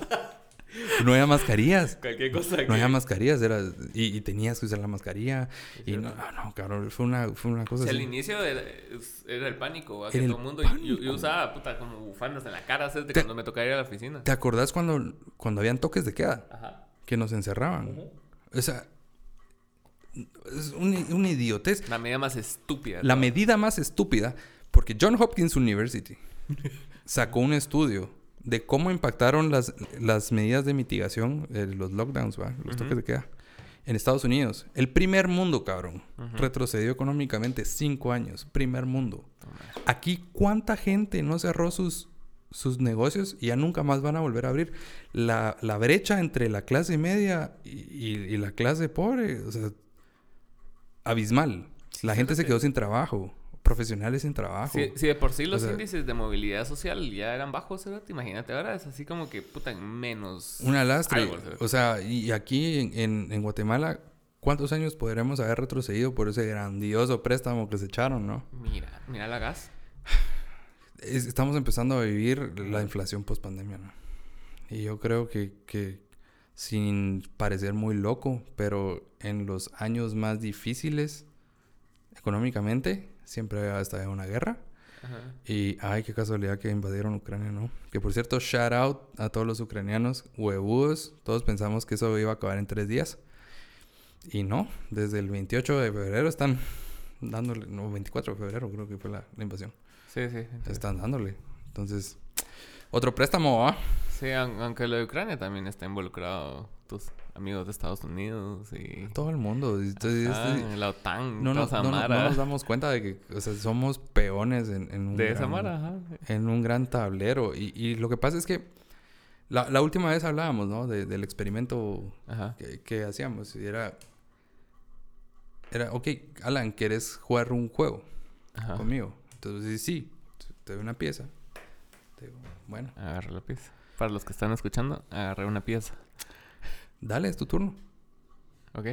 No había mascarillas. Cualquier cosa que... No había mascarillas, era... Y, y tenías que usar la mascarilla. Sí, Y no, no, no, cabrón, fue una, fue una O cosa sea, así. al inicio era, es- era el pánico, ¿va? Era Que el todo el mundo... Yo, yo pánico. usaba, puta, como bufandas en la cara, ¿sabes? De Te- cuando me tocaba ir a la oficina. ¿Te acordás cuando, cuando habían toques de queda? Ajá. Que nos encerraban. O sea, es un, una idiotez. La medida más estúpida. La ¿no? medida más estúpida, porque John Hopkins University sacó un estudio de cómo impactaron las, las medidas de mitigación, eh, los lockdowns, ¿va? Los Ujú. toques de queda, en Estados Unidos. El primer mundo, cabrón. Ujú. Retrocedió económicamente cinco años. Primer mundo. Toma. Aquí, ¿cuánta gente no cerró sus, sus negocios y ya nunca más van a volver a abrir? La, la brecha entre la clase media y, y- y la clase pobre, o sea, abismal. La Sí, gente se fíjate. quedó sin trabajo. Profesionales sin trabajo. Si, si de por sí los O sea- índices de movilidad social ya eran bajos, ¿verdad? Imagínate ahora, es así como que, puta, en menos... Una lastre. algo, ¿sabes? O sea, y aquí en, en- en Guatemala, ¿cuántos años podremos haber retrocedido por ese grandioso préstamo que se echaron, no? Mira, mira la gas. Es- estamos empezando a vivir la inflación post pandemia, ¿no? Y yo creo que, que sin parecer muy loco, pero en los años más difíciles económicamente, siempre ha estado una guerra. Ajá. Y ay, qué casualidad que invadieron Ucrania, ¿no? Que por cierto, shout out a todos los ucranianos, huevudos. Todos pensamos que eso iba a acabar en tres días. Y no, desde el veintiocho de febrero están dándole, no, veinticuatro de febrero creo que fue la, la invasión. Sí, sí. sí. Están dándole. Entonces, otro préstamo, ¿ah? Sí, aun- aunque lo de Ucrania también está involucrado tus amigos de Estados Unidos y... Todo el mundo. Entonces, Ajá, este- la OTAN, no, toda no, esa no, no, mara. no nos damos cuenta de que, o sea, somos peones en, en un De esa gran- mara, ajá. en un gran tablero. Y, y lo que pasa es que la, la última vez hablábamos, ¿no? De- del experimento Ajá. que, que hacíamos. Y era... Era, ok, Alan, ¿quieres jugar un juego Ajá. conmigo? Entonces, sí, te doy una pieza. Te digo, bueno, Agarra la pieza. Para los que están escuchando, agarré una pieza. dale, es tu turno. ¿Ok?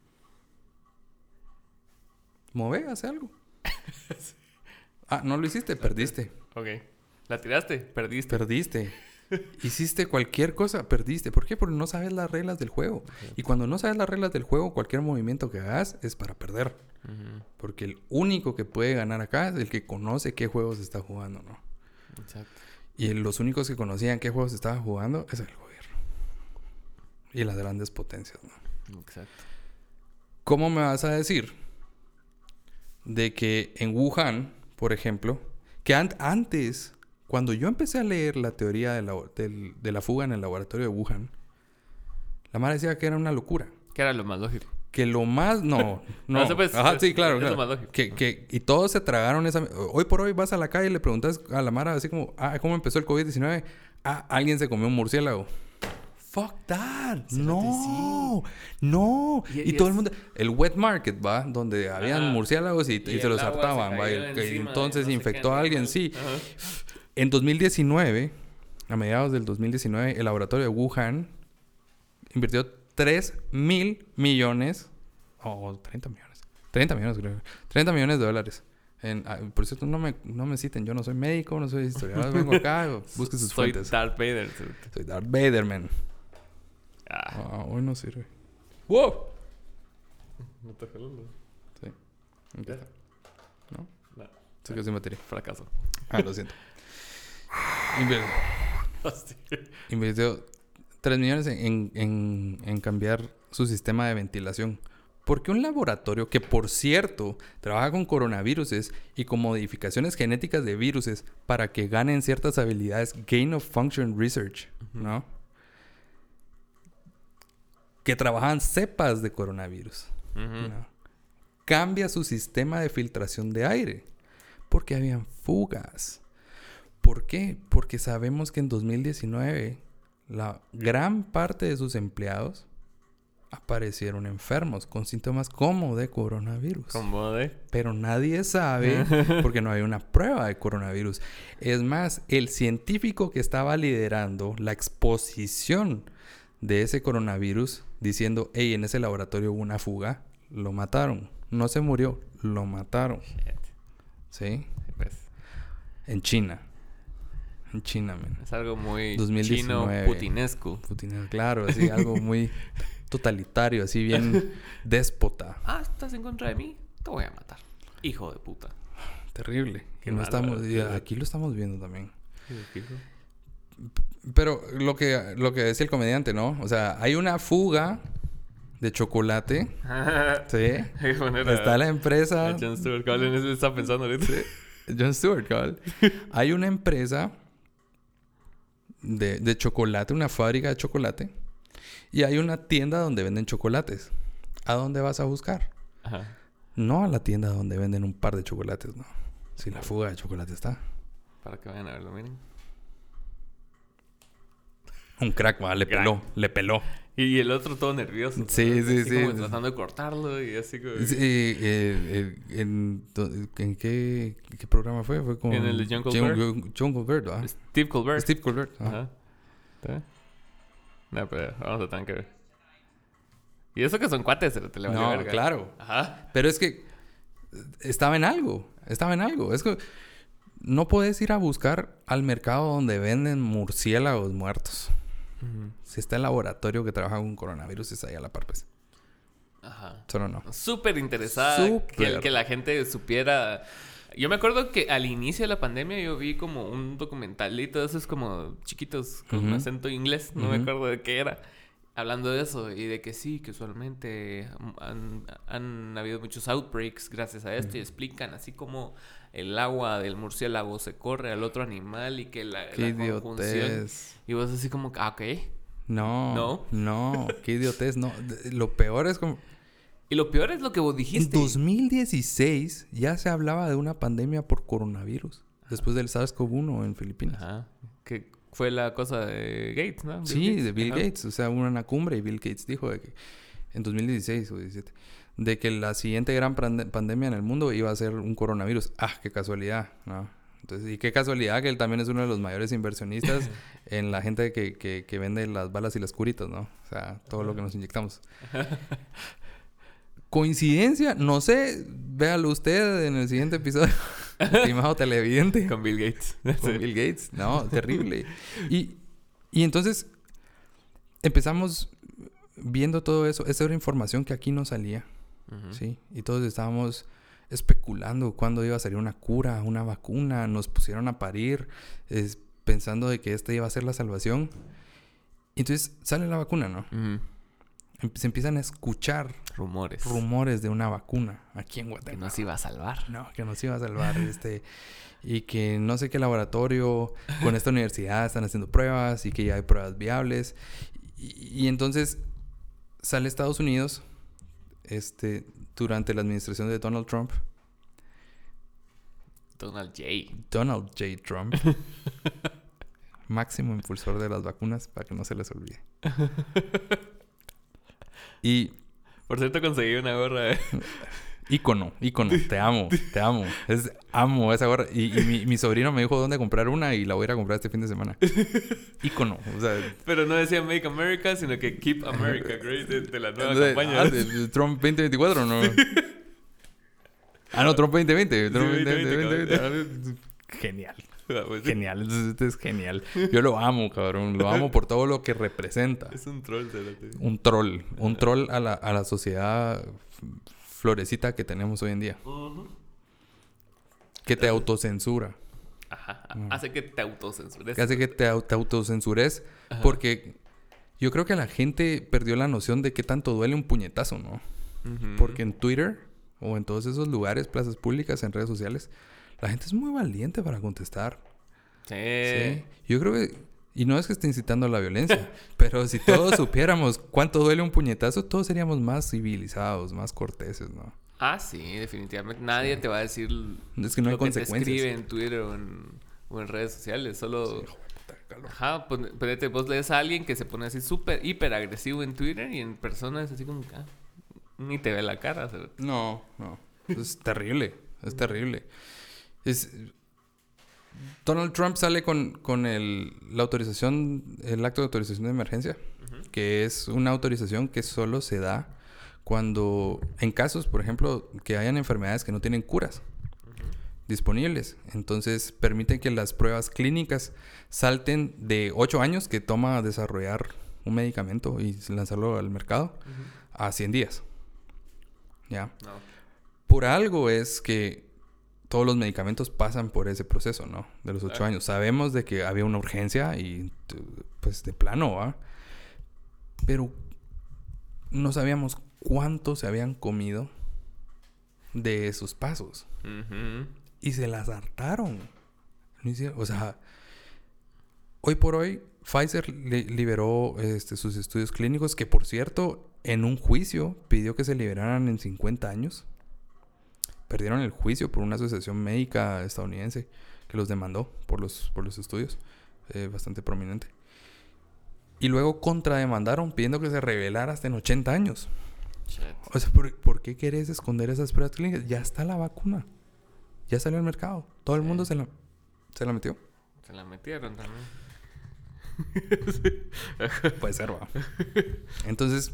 Move, hace algo. Ah, no lo hiciste, perdiste. Ok. ¿La tiraste? Perdiste. Perdiste. Hiciste cualquier cosa, perdiste. ¿Por qué? Porque no sabes las reglas del juego. Y cuando no sabes las reglas del juego, cualquier movimiento que hagas es para perder. Ujú. Porque el único que puede ganar acá es el que conoce qué juegos está jugando, ¿no? Exacto. Y los únicos que conocían qué juegos estaba jugando es el gobierno. Y las grandes potencias, ¿no? Exacto. ¿Cómo me vas a decir de que en Wuhan, por ejemplo, que an- antes, cuando yo empecé a leer la teoría de la, del- de la fuga en el laboratorio de Wuhan, la madre decía que era una locura, ¿Qué era lo más lógico? que lo más... No, no. Eso pues, Ajá, es- sí, claro, eso claro. es más lógico. Que, que, y todos se tragaron esa... Hoy por hoy vas a la calle y le preguntas a la Mara así como... Ah, ¿cómo empezó el covid diecinueve? Ah, alguien se comió un murciélago. Fuck that. No. No. Y- Y, y todo es- el mundo... El wet market, ¿va? Donde habían Ajá. murciélagos y, y Y se el los agua hartaban, se ¿va? Y, cayó y encima de entonces no sé infectó qué a alguien, animal. sí. Ajá. En dos mil diecinueve, a mediados del dos mil diecinueve, el laboratorio de Wuhan invirtió tres mil millones... O treinta millones. treinta millones, creo. treinta millones de dólares. En, ah, por cierto, no me, no me citen. Yo no soy médico, no soy historiador. Vengo acá, busque sus Soy fuentes. Darth Vader. Soy Darth Vader, man. Ah, Ah, hoy no sirve. ¡Wow! no te jalando. Sí. Empieza. ¿No? No, Se quedó sin batería. fracaso. Ah, lo siento. Inver- Hostia. Invirtió tres millones en, en, en, en cambiar su sistema de ventilación. Porque un laboratorio que, por cierto, trabaja con coronaviruses y con modificaciones genéticas de viruses para que ganen ciertas habilidades, gain of function research, ¿no? Que trabajan cepas de coronavirus, Ujú. ¿no? Cambia su sistema de filtración de aire porque habían fugas. ¿Por qué? Porque sabemos que en dos mil diecinueve la gran parte de sus empleados aparecieron enfermos con síntomas como de coronavirus. Como de... Pero nadie sabe porque no hay una prueba de coronavirus. Es más, el científico que estaba liderando la exposición de ese coronavirus diciendo, hey, en ese laboratorio hubo una fuga, lo mataron. No se murió, lo mataron. Shit. ¿Sí? Sí, pues. En China. En China, man. Es algo muy dos mil diecinueve. chino putinesco. Putin, claro, así, algo muy totalitario, así bien déspota. Ah, ¿estás en contra de mí? Te voy a matar. Hijo de puta. Terrible. Qué Y no malo, estamos, y sí. aquí lo estamos viendo también. ¿Qué dijo? Pero lo que, lo que decía el comediante, ¿no? O sea, hay una fuga de chocolate. Sí. Hay que poner a- Está la empresa. a Jon Stewart. ¿Cuál en eso está pensando ahorita? Jon Stewart, cabal. Hay una empresa de, de chocolate, una fábrica de chocolate. Y hay una tienda donde venden chocolates. ¿A dónde vas a buscar? Ajá. No a la tienda donde venden un par de chocolates, no. Si la fuga de chocolate está. Para que vayan a verlo, miren. Un crack, va, le Crack. peló, le peló. Y el otro todo nervioso. Sí, ¿sabes? sí, Así sí. como tratando de cortarlo y así como... Sí, eh, eh, en, ¿en qué, qué programa fue? Fue con... En el de John John, John Colbert, ¿ah? Steve Colbert. Steve Colbert. ah. Ajá. ¿Está bien? No, pero vamos a tener que ver. Y eso que son cuates, se te le valió No, verga. claro. Ajá. Pero es que estaba en algo. Estaba en algo. Es que no puedes ir a buscar al mercado donde venden murciélagos muertos. Ujú. Si está el laboratorio que trabaja con coronavirus, está ahí a la par, pues. Ajá. Solo no. Súper interesada Súper. Que, que la gente supiera. Yo me acuerdo que al inicio de la pandemia yo vi como un documentalito de esos como chiquitos con Ujú. acento inglés, no me Ujú. acuerdo de qué era, hablando de eso y de que sí, que usualmente han, han habido muchos outbreaks gracias a esto y explican así como el agua del murciélago se corre al otro animal y que la, Qué la conjunción. idiotez. Y vos así como, ah, ok. No. ¿No? No. Qué idiotez. No. De- Lo peor es como... Y lo peor es lo que vos En dijiste. dos mil dieciséis ya se hablaba de una pandemia por coronavirus. Después del SARS-CoV uno en Filipinas. Ajá. Que fue la cosa de Gates, ¿no? Bill Sí, Gates. de Bill Ajá. Gates. O sea, hubo una cumbre y Bill Gates dijo de que en dos mil dieciséis o diecisiete de que la siguiente gran pande- pandemia en el mundo iba a ser un coronavirus. Ah, qué casualidad, ¿no? Entonces, y qué casualidad que él también es uno de los mayores inversionistas en la gente que, que, que vende las balas y las curitas, ¿no? O sea, todo lo que nos inyectamos. ¿Coincidencia? No sé. Véalo usted en el siguiente episodio. Estimado televidente. Con Bill Gates. Con Sí. Bill Gates. No, terrible. Y, y entonces empezamos viendo todo eso. Esa era información que aquí no salía. Ujú. ¿Sí? Y todos estábamos especulando cuándo iba a salir una cura, una vacuna. Nos pusieron a parir es, pensando de que esta iba a ser la salvación. Y entonces sale la vacuna, ¿no? Ujú. Em- Se empiezan a escuchar Rumores. rumores de una vacuna aquí en Que Guatemala. nos iba a salvar. No, que nos iba a salvar. este Y que no sé qué laboratorio con esta universidad están haciendo pruebas y que ya hay pruebas viables. Y, y entonces sale Estados Unidos este, durante la administración de Donald Trump. Donald J. Donald J. Trump. Máximo impulsor de las vacunas, para que no se les olvide. Y... Por cierto, conseguí una gorra. ¿eh? Ícono, ícono. Te amo, te amo. Es, amo esa gorra. Y, y mi, mi sobrino me dijo dónde comprar una y la voy a ir a comprar este fin de semana. Ícono. O sea... Pero no decía Make America, sino que Keep America Great de, de la nueva de, campaña. Ah, de, de Trump veinte veinticuatro, ¿no? Ah, no, Trump veinte veinte. Trump Sí, veinte veinte. veinte veinte, veinte, veinte. Genial. Ah, pues sí. Genial. Este es genial. Yo lo amo, cabrón. Lo amo por todo lo que representa. Es un troll, cerote. Un troll. Un troll a la, a la sociedad florecita que tenemos hoy en día. Uh-huh. Que te autocensura. Ajá. Mm. Hace que te autocensures. Que hace que te, au- te autocensures. Ajá. Porque yo creo que la gente perdió la noción de qué tanto duele un puñetazo, ¿no? Uh-huh. Porque en Twitter o en todos esos lugares, plazas públicas, en redes sociales, la gente es muy valiente para contestar. Sí. Sí. Yo creo que... Y no es que esté incitando a la violencia, pero si todos supiéramos cuánto duele un puñetazo, todos seríamos más civilizados, más corteses, ¿no? Ah, sí, definitivamente. Nadie Sí. te va a decir Es que no hay lo que te consecuencias. escribe en Twitter o en, o en redes sociales. Solo... Sí, hijo de puta, qué calor. Ajá, pon- ponete, vos lees a alguien que se pone así súper, hiper agresivo en Twitter y en persona es así como que... ah, ni te ve la cara. cerote. No, no. Es terrible. Es terrible. Es... Donald Trump sale con, con el, la autorización, el acto de autorización de emergencia, Ujú. que es una autorización que solo se da cuando, en casos, por ejemplo, que hayan enfermedades que no tienen curas Ujú. disponibles. Entonces, permiten que las pruebas clínicas salten de ocho años que toma desarrollar un medicamento y lanzarlo al mercado Ujú. a cien días. ¿Ya? No. Por algo es que todos los medicamentos pasan por ese proceso, ¿no? De los ocho Claro. años. Sabemos de que había una urgencia y, t- pues, de plano, ¿va? Pero no sabíamos cuánto se habían comido de esos pasos. Ujú. Y se las hartaron. No hicieron- O sea, hoy por hoy, Pfizer li- liberó este, sus estudios clínicos, que por cierto, en un juicio pidió que se liberaran en cincuenta años. Perdieron el juicio por una asociación médica estadounidense que los demandó por los, por los estudios. Eh, bastante prominente. Y luego contrademandaron pidiendo que se revelara hasta en ochenta años. Shit. O sea, ¿por, por qué querés esconder esas pruebas clínicas? Ya está la vacuna. Ya salió al mercado. Todo el Sí. mundo se la, se la metió. Se la metieron también. Puede ser, va. Entonces,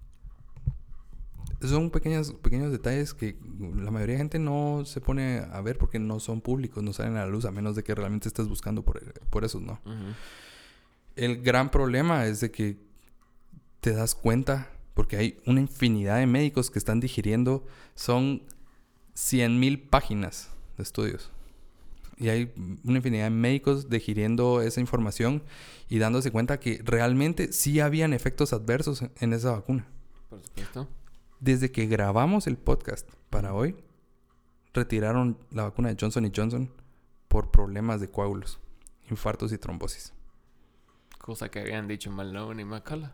son pequeños, pequeños detalles que la mayoría de gente no se pone a ver porque no son públicos, no salen a la luz, a menos de que realmente estés buscando por, por esos, ¿no? Ujú. El gran problema es de que te das cuenta, porque hay una infinidad de médicos que están digiriendo, son cien mil páginas de estudios. Y hay una infinidad de médicos digiriendo esa información y dándose cuenta que realmente sí habían efectos adversos en- en esa vacuna. Por supuesto. Desde que grabamos el podcast para hoy, retiraron la vacuna de Johnson y Johnson por problemas de coágulos, infartos y trombosis. Cosa que habían dicho Malone y McCullough.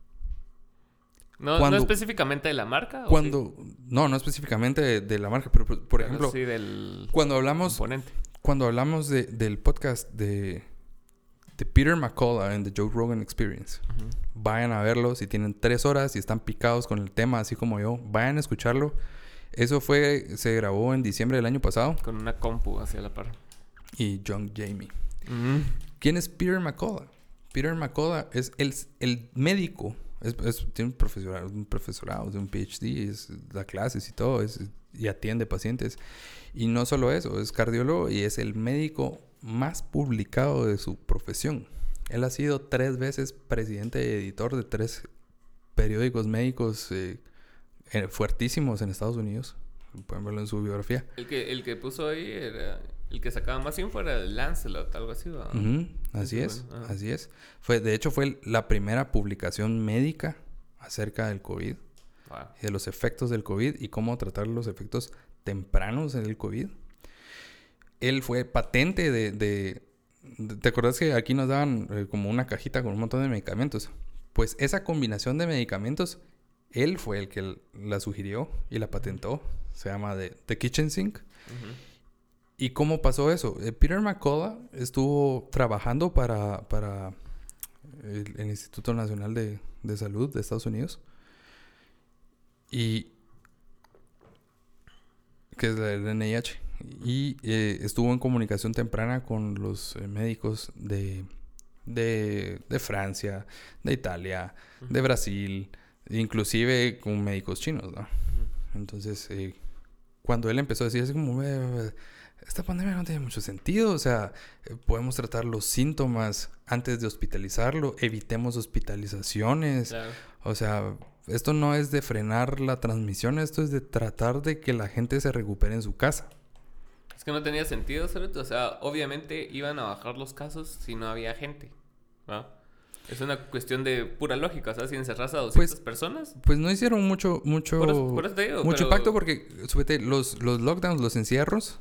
No, Cuando- no específicamente de la marca. ¿o Cuando, no, no específicamente de, de la marca, pero por, por sí? ejemplo, Pero sí del cuando hablamos, componente. cuando hablamos de, del podcast de, de Peter McCullough en The Joe Rogan Experience, Ujú. vayan a verlo. Si tienen tres horas y están picados con el tema, así como yo, vayan a escucharlo. Eso fue, se grabó en diciembre del año pasado. Con una compu hacia la par. Y John Jamie. Ujú. ¿Quién es Peter McCullough? Peter McCullough es el, el médico. Es, es- tiene un profesorado, un profesorado, un P H D, es, da clases y todo, es, y atiende pacientes. Y no solo eso, es cardiólogo y es el médico más publicado de su profesión. Él ha sido tres veces presidente y editor de tres periódicos médicos eh, eh, fuertísimos en Estados Unidos. Pueden verlo en su biografía. El que, el que puso ahí era... El que sacaba más info era el Lancelot, algo así, ¿verdad? Ujú, así Ese es, bueno, ajá. así es. Fue, de hecho, fue la primera publicación médica acerca del COVID Wow. y de los efectos del COVID y cómo tratar los efectos tempranos del COVID. Él fue patente de... de- de- ¿te acuerdas que aquí nos daban eh, como una cajita con un montón de medicamentos? Pues esa combinación de medicamentos Él fue el que la sugirió y la patentó. Se llama The, The Kitchen Sink. Uh-huh. ¿Y cómo pasó eso? Eh, Peter McCullough estuvo trabajando para, para el, el Instituto Nacional de, de Salud de Estados Unidos. Y... que es el N I H. Y eh, estuvo en comunicación temprana con los eh, médicos de, de, de Francia, de Italia, uh-huh. de Brasil, inclusive con médicos chinos, ¿no? Uh-huh. Entonces, eh, cuando él empezó a decir así como, esta pandemia no tiene mucho sentido, o sea, eh, podemos tratar los síntomas antes de hospitalizarlo, evitemos hospitalizaciones, claro. O sea... Esto no es de frenar la transmisión, esto es de tratar de que la gente se recupere en su casa. Es que no tenía sentido, ¿sabes? O sea, obviamente iban a bajar los casos si no había gente, ¿no? Es una cuestión de pura lógica, o sea, si encerras a doscientas pues, personas... Pues no hicieron mucho mucho, por eso, por eso te digo, mucho pero... impacto porque, súbete, los, los lockdowns, los encierros,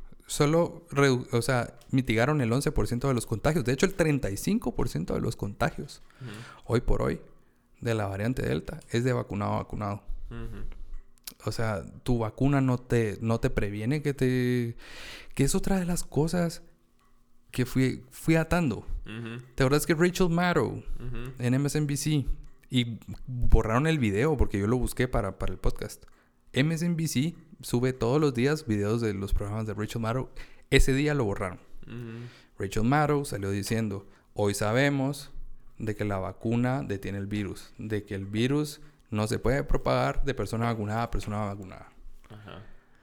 solo, redu- o sea, mitigaron el once por ciento de los contagios. De hecho, el treinta y cinco por ciento de los contagios, uh-huh. hoy por hoy, de la variante Delta es de vacunado a vacunado. Uh-huh. O sea, tu vacuna no te, no te previene que te... Que es otra de las cosas que fui, fui atando. Uh-huh. ¿Te acuerdas que Rachel Maddow uh-huh. en M S N B C y borraron el video porque yo lo busqué para, para el podcast? M S N B C sube todos los días videos de los programas de Rachel Maddow. Ese día lo borraron. Uh-huh. Rachel Maddow salió diciendo, hoy sabemos... de que la vacuna detiene el virus, de que el virus no se puede propagar de persona vacunada a persona vacunada. Ajá.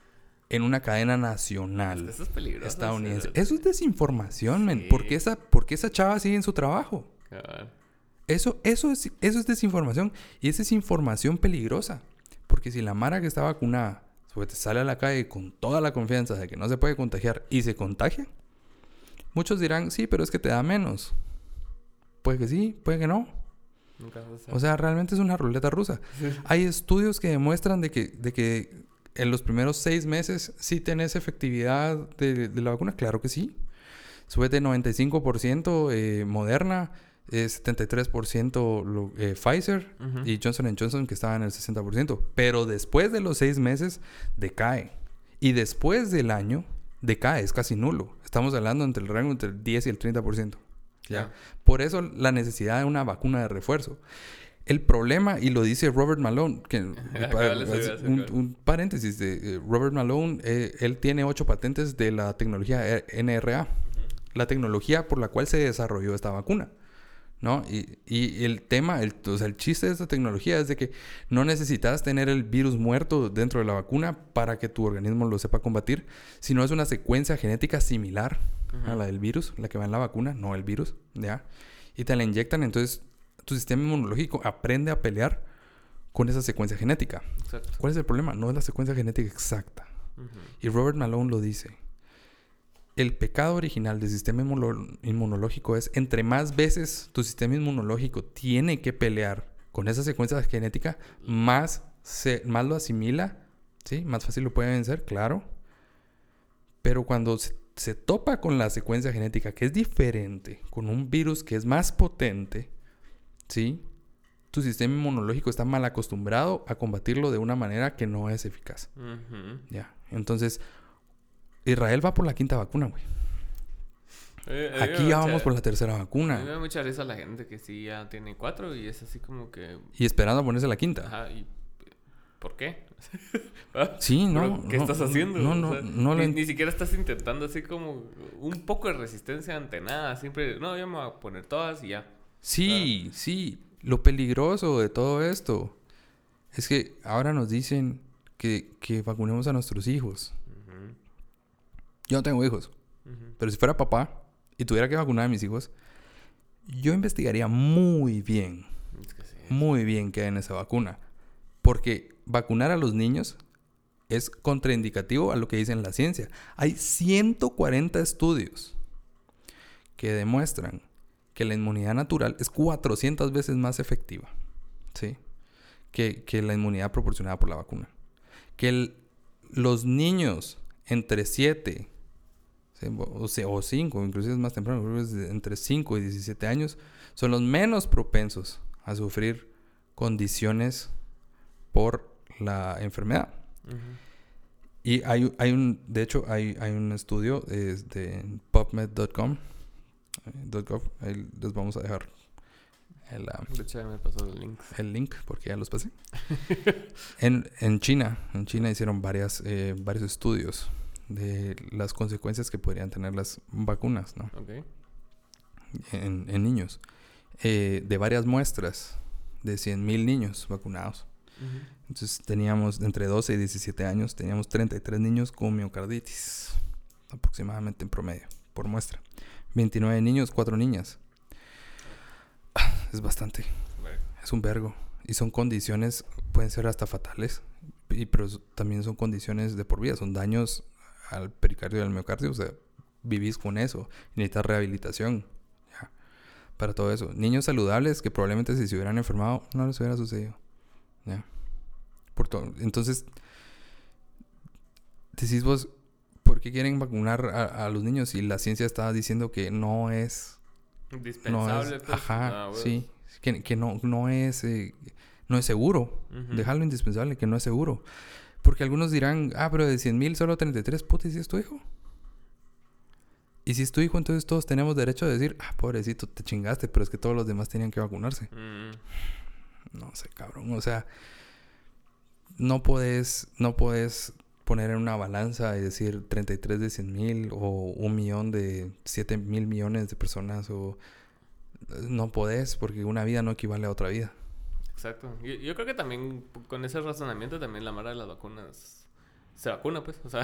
En una cadena nacional. Eso es peligroso. Estadounidense. Pero... Eso es desinformación, sí. men. ¿Por qué esa, por qué esa chava sigue en su trabajo? Claro. Eso, eso, es, eso es desinformación. Y esa es información peligrosa. Porque si la mara que está vacunada te sale a la calle con toda la confianza de que no se puede contagiar y se contagia, muchos dirán, sí, pero es que te da menos. Puede que sí, puede que no. Nunca se sabe. O sea, realmente es una ruleta rusa. Sí. Hay estudios que demuestran de que, de que en los primeros seis meses sí tenés efectividad de, de la vacuna. Claro que sí. Sube de noventa y cinco por ciento eh, Moderna, eh, setenta y tres por ciento lo, eh, Pfizer uh-huh. y Johnson and Johnson que estaba en el sesenta por ciento. Pero después de los seis meses decae. Y después del año decae, es casi nulo. Estamos hablando entre el rango entre el diez y el treinta por ciento. ¿Ya? Yeah. Por eso la necesidad de una vacuna de refuerzo. El problema, y lo dice Robert Malone, que un, un paréntesis de uh, Robert Malone, eh, él tiene ocho patentes de la tecnología N R A, uh-huh. la tecnología por la cual se desarrolló esta vacuna, ¿no? Y, y el tema, el, o sea, el chiste de esta tecnología es de que no necesitas tener el virus muerto dentro de la vacuna para que tu organismo lo sepa combatir, sino es una secuencia genética similar uh-huh. a la del virus, la que va en la vacuna, no el virus, ¿ya? Y te la inyectan, entonces tu sistema inmunológico aprende a pelear con esa secuencia genética. Exacto. ¿Cuál es el problema? No es la secuencia genética exacta. Uh-huh. Y Robert Malone lo dice. El pecado original del sistema inmuno- inmunológico es entre más veces tu sistema inmunológico tiene que pelear con esa secuencia genética, más, se, más lo asimila, ¿sí? Más fácil lo puede vencer, claro. Pero cuando se, se topa con la secuencia genética que es diferente, con un virus que es más potente, ¿sí? Tu sistema inmunológico está mal acostumbrado a combatirlo de una manera que no es eficaz. Uh-huh. Ya. Entonces, Israel va por la quinta vacuna, güey. Eh, eh, Aquí ya vamos mucha, por la tercera vacuna. Me da mucha risa la gente que sí ya tiene cuatro y es así como que... Y esperando a ponerse la quinta. Ajá, y... ¿Por qué? Sí, no. ¿Qué no, estás haciendo? No, no, o sea, no. Ni, le... ni siquiera estás intentando así como un poco de resistencia ante nada. Siempre, no, yo me voy a poner todas y ya. Sí, uh, sí. Lo peligroso de todo esto es que ahora nos dicen que, que vacunemos a nuestros hijos. Uh-huh. Yo no tengo hijos. Uh-huh. Pero si fuera papá y tuviera que vacunar a mis hijos, yo investigaría muy bien. Es que sí. Muy bien qué hay en esa vacuna. Porque vacunar a los niños es contraindicativo a lo que dice la ciencia. Hay ciento cuarenta estudios que demuestran que la inmunidad natural es cuatrocientas veces más efectiva, ¿sí? Que, que la inmunidad proporcionada por la vacuna. Que el, los niños entre siete ¿sí? o, o cinco, inclusive es más temprano, creo que es entre cinco y diecisiete años, son los menos propensos a sufrir condiciones por la enfermedad. Uh-huh. Y hay, hay un, de hecho, hay, hay un estudio de pubmed punto com, .gov, ahí les vamos a dejar el, uh, de hecho, ya me pasó el link. el link porque ya los pasé. en, en China, en China hicieron varias, eh, varios estudios de las consecuencias que podrían tener las vacunas, ¿no? Okay. En, en niños. Eh, de varias muestras de cien mil niños vacunados. Uh-huh. Entonces teníamos entre doce y diecisiete años, teníamos treinta y tres niños con miocarditis, aproximadamente en promedio, por muestra. veintinueve niños, cuatro niñas. Es bastante. Es un vergo. Y son condiciones, pueden ser hasta fatales, y, pero también son condiciones de por vida, son daños al pericardio y al miocardio, o sea, vivís con eso, necesitas rehabilitación. Ya. Para todo eso. Niños saludables que probablemente si se hubieran enfermado no les hubiera sucedido. Ya. Por todo. Entonces, decís vos, ¿por qué quieren vacunar a, a los niños? Y la ciencia está diciendo que no es... Indispensable. No es, pues. ajá, Ah, bueno. sí. Que, que no, no es... Eh, no es seguro. Uh-huh. Dejarlo indispensable, que no es seguro. Porque algunos dirán, ah, pero de cien mil solo treinta y tres, puta, ¿y si es tu hijo? Y si es tu hijo, entonces todos tenemos derecho a decir, ah, pobrecito, te chingaste, pero es que todos los demás tenían que vacunarse. Uh-huh. No sé, cabrón. O sea, no puedes, no puedes poner en una balanza y decir treinta y tres de cien mil o un millón de siete mil millones de personas o... No podés, porque una vida no equivale a otra vida. Exacto. Yo, yo creo que también con ese razonamiento también la mara de las vacunas se vacuna, pues. O sea,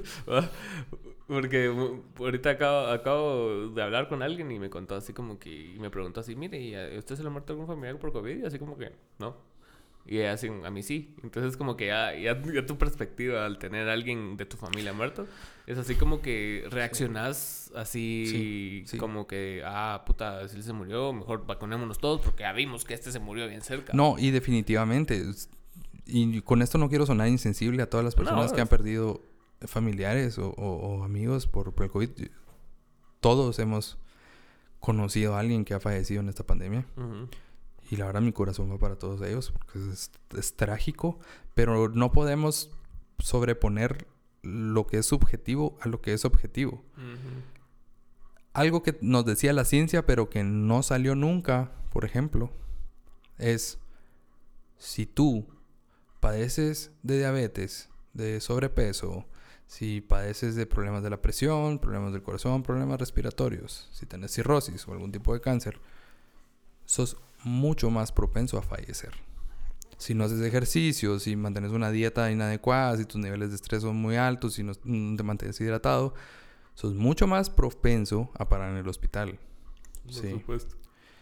porque ahorita acabo, acabo de hablar con alguien y me contó así como que... Y me preguntó así, mire, ¿y a usted se le ha muerto algún familiar por COVID? Y así como que, no. Y así, a mí sí. Entonces como que ya, ya, ya tu perspectiva al tener a alguien de tu familia muerto es así como que reaccionás así Sí, sí. como que, ah, puta, si él se murió, mejor vacunémonos todos porque ya vimos que este se murió bien cerca. No, y definitivamente. Y con esto no quiero sonar insensible a todas las personas No, que han perdido familiares o, o, o amigos por, por el COVID. Todos hemos conocido a alguien que ha fallecido en esta pandemia. Uh-huh. Y la verdad mi corazón va para todos ellos porque es, es trágico. Pero no podemos sobreponer lo que es subjetivo a lo que es objetivo. Uh-huh. Algo que nos decía la ciencia pero que no salió nunca, por ejemplo, es si tú padeces de diabetes, de sobrepeso, si padeces de problemas de la presión, problemas del corazón, problemas respiratorios, si tienes cirrosis o algún tipo de cáncer, sos mucho más propenso a fallecer. Si no haces ejercicio, si mantienes una dieta inadecuada, si tus niveles de estrés son muy altos, si no te mantienes hidratado, sos mucho más propenso a parar en el hospital. Por sí. supuesto.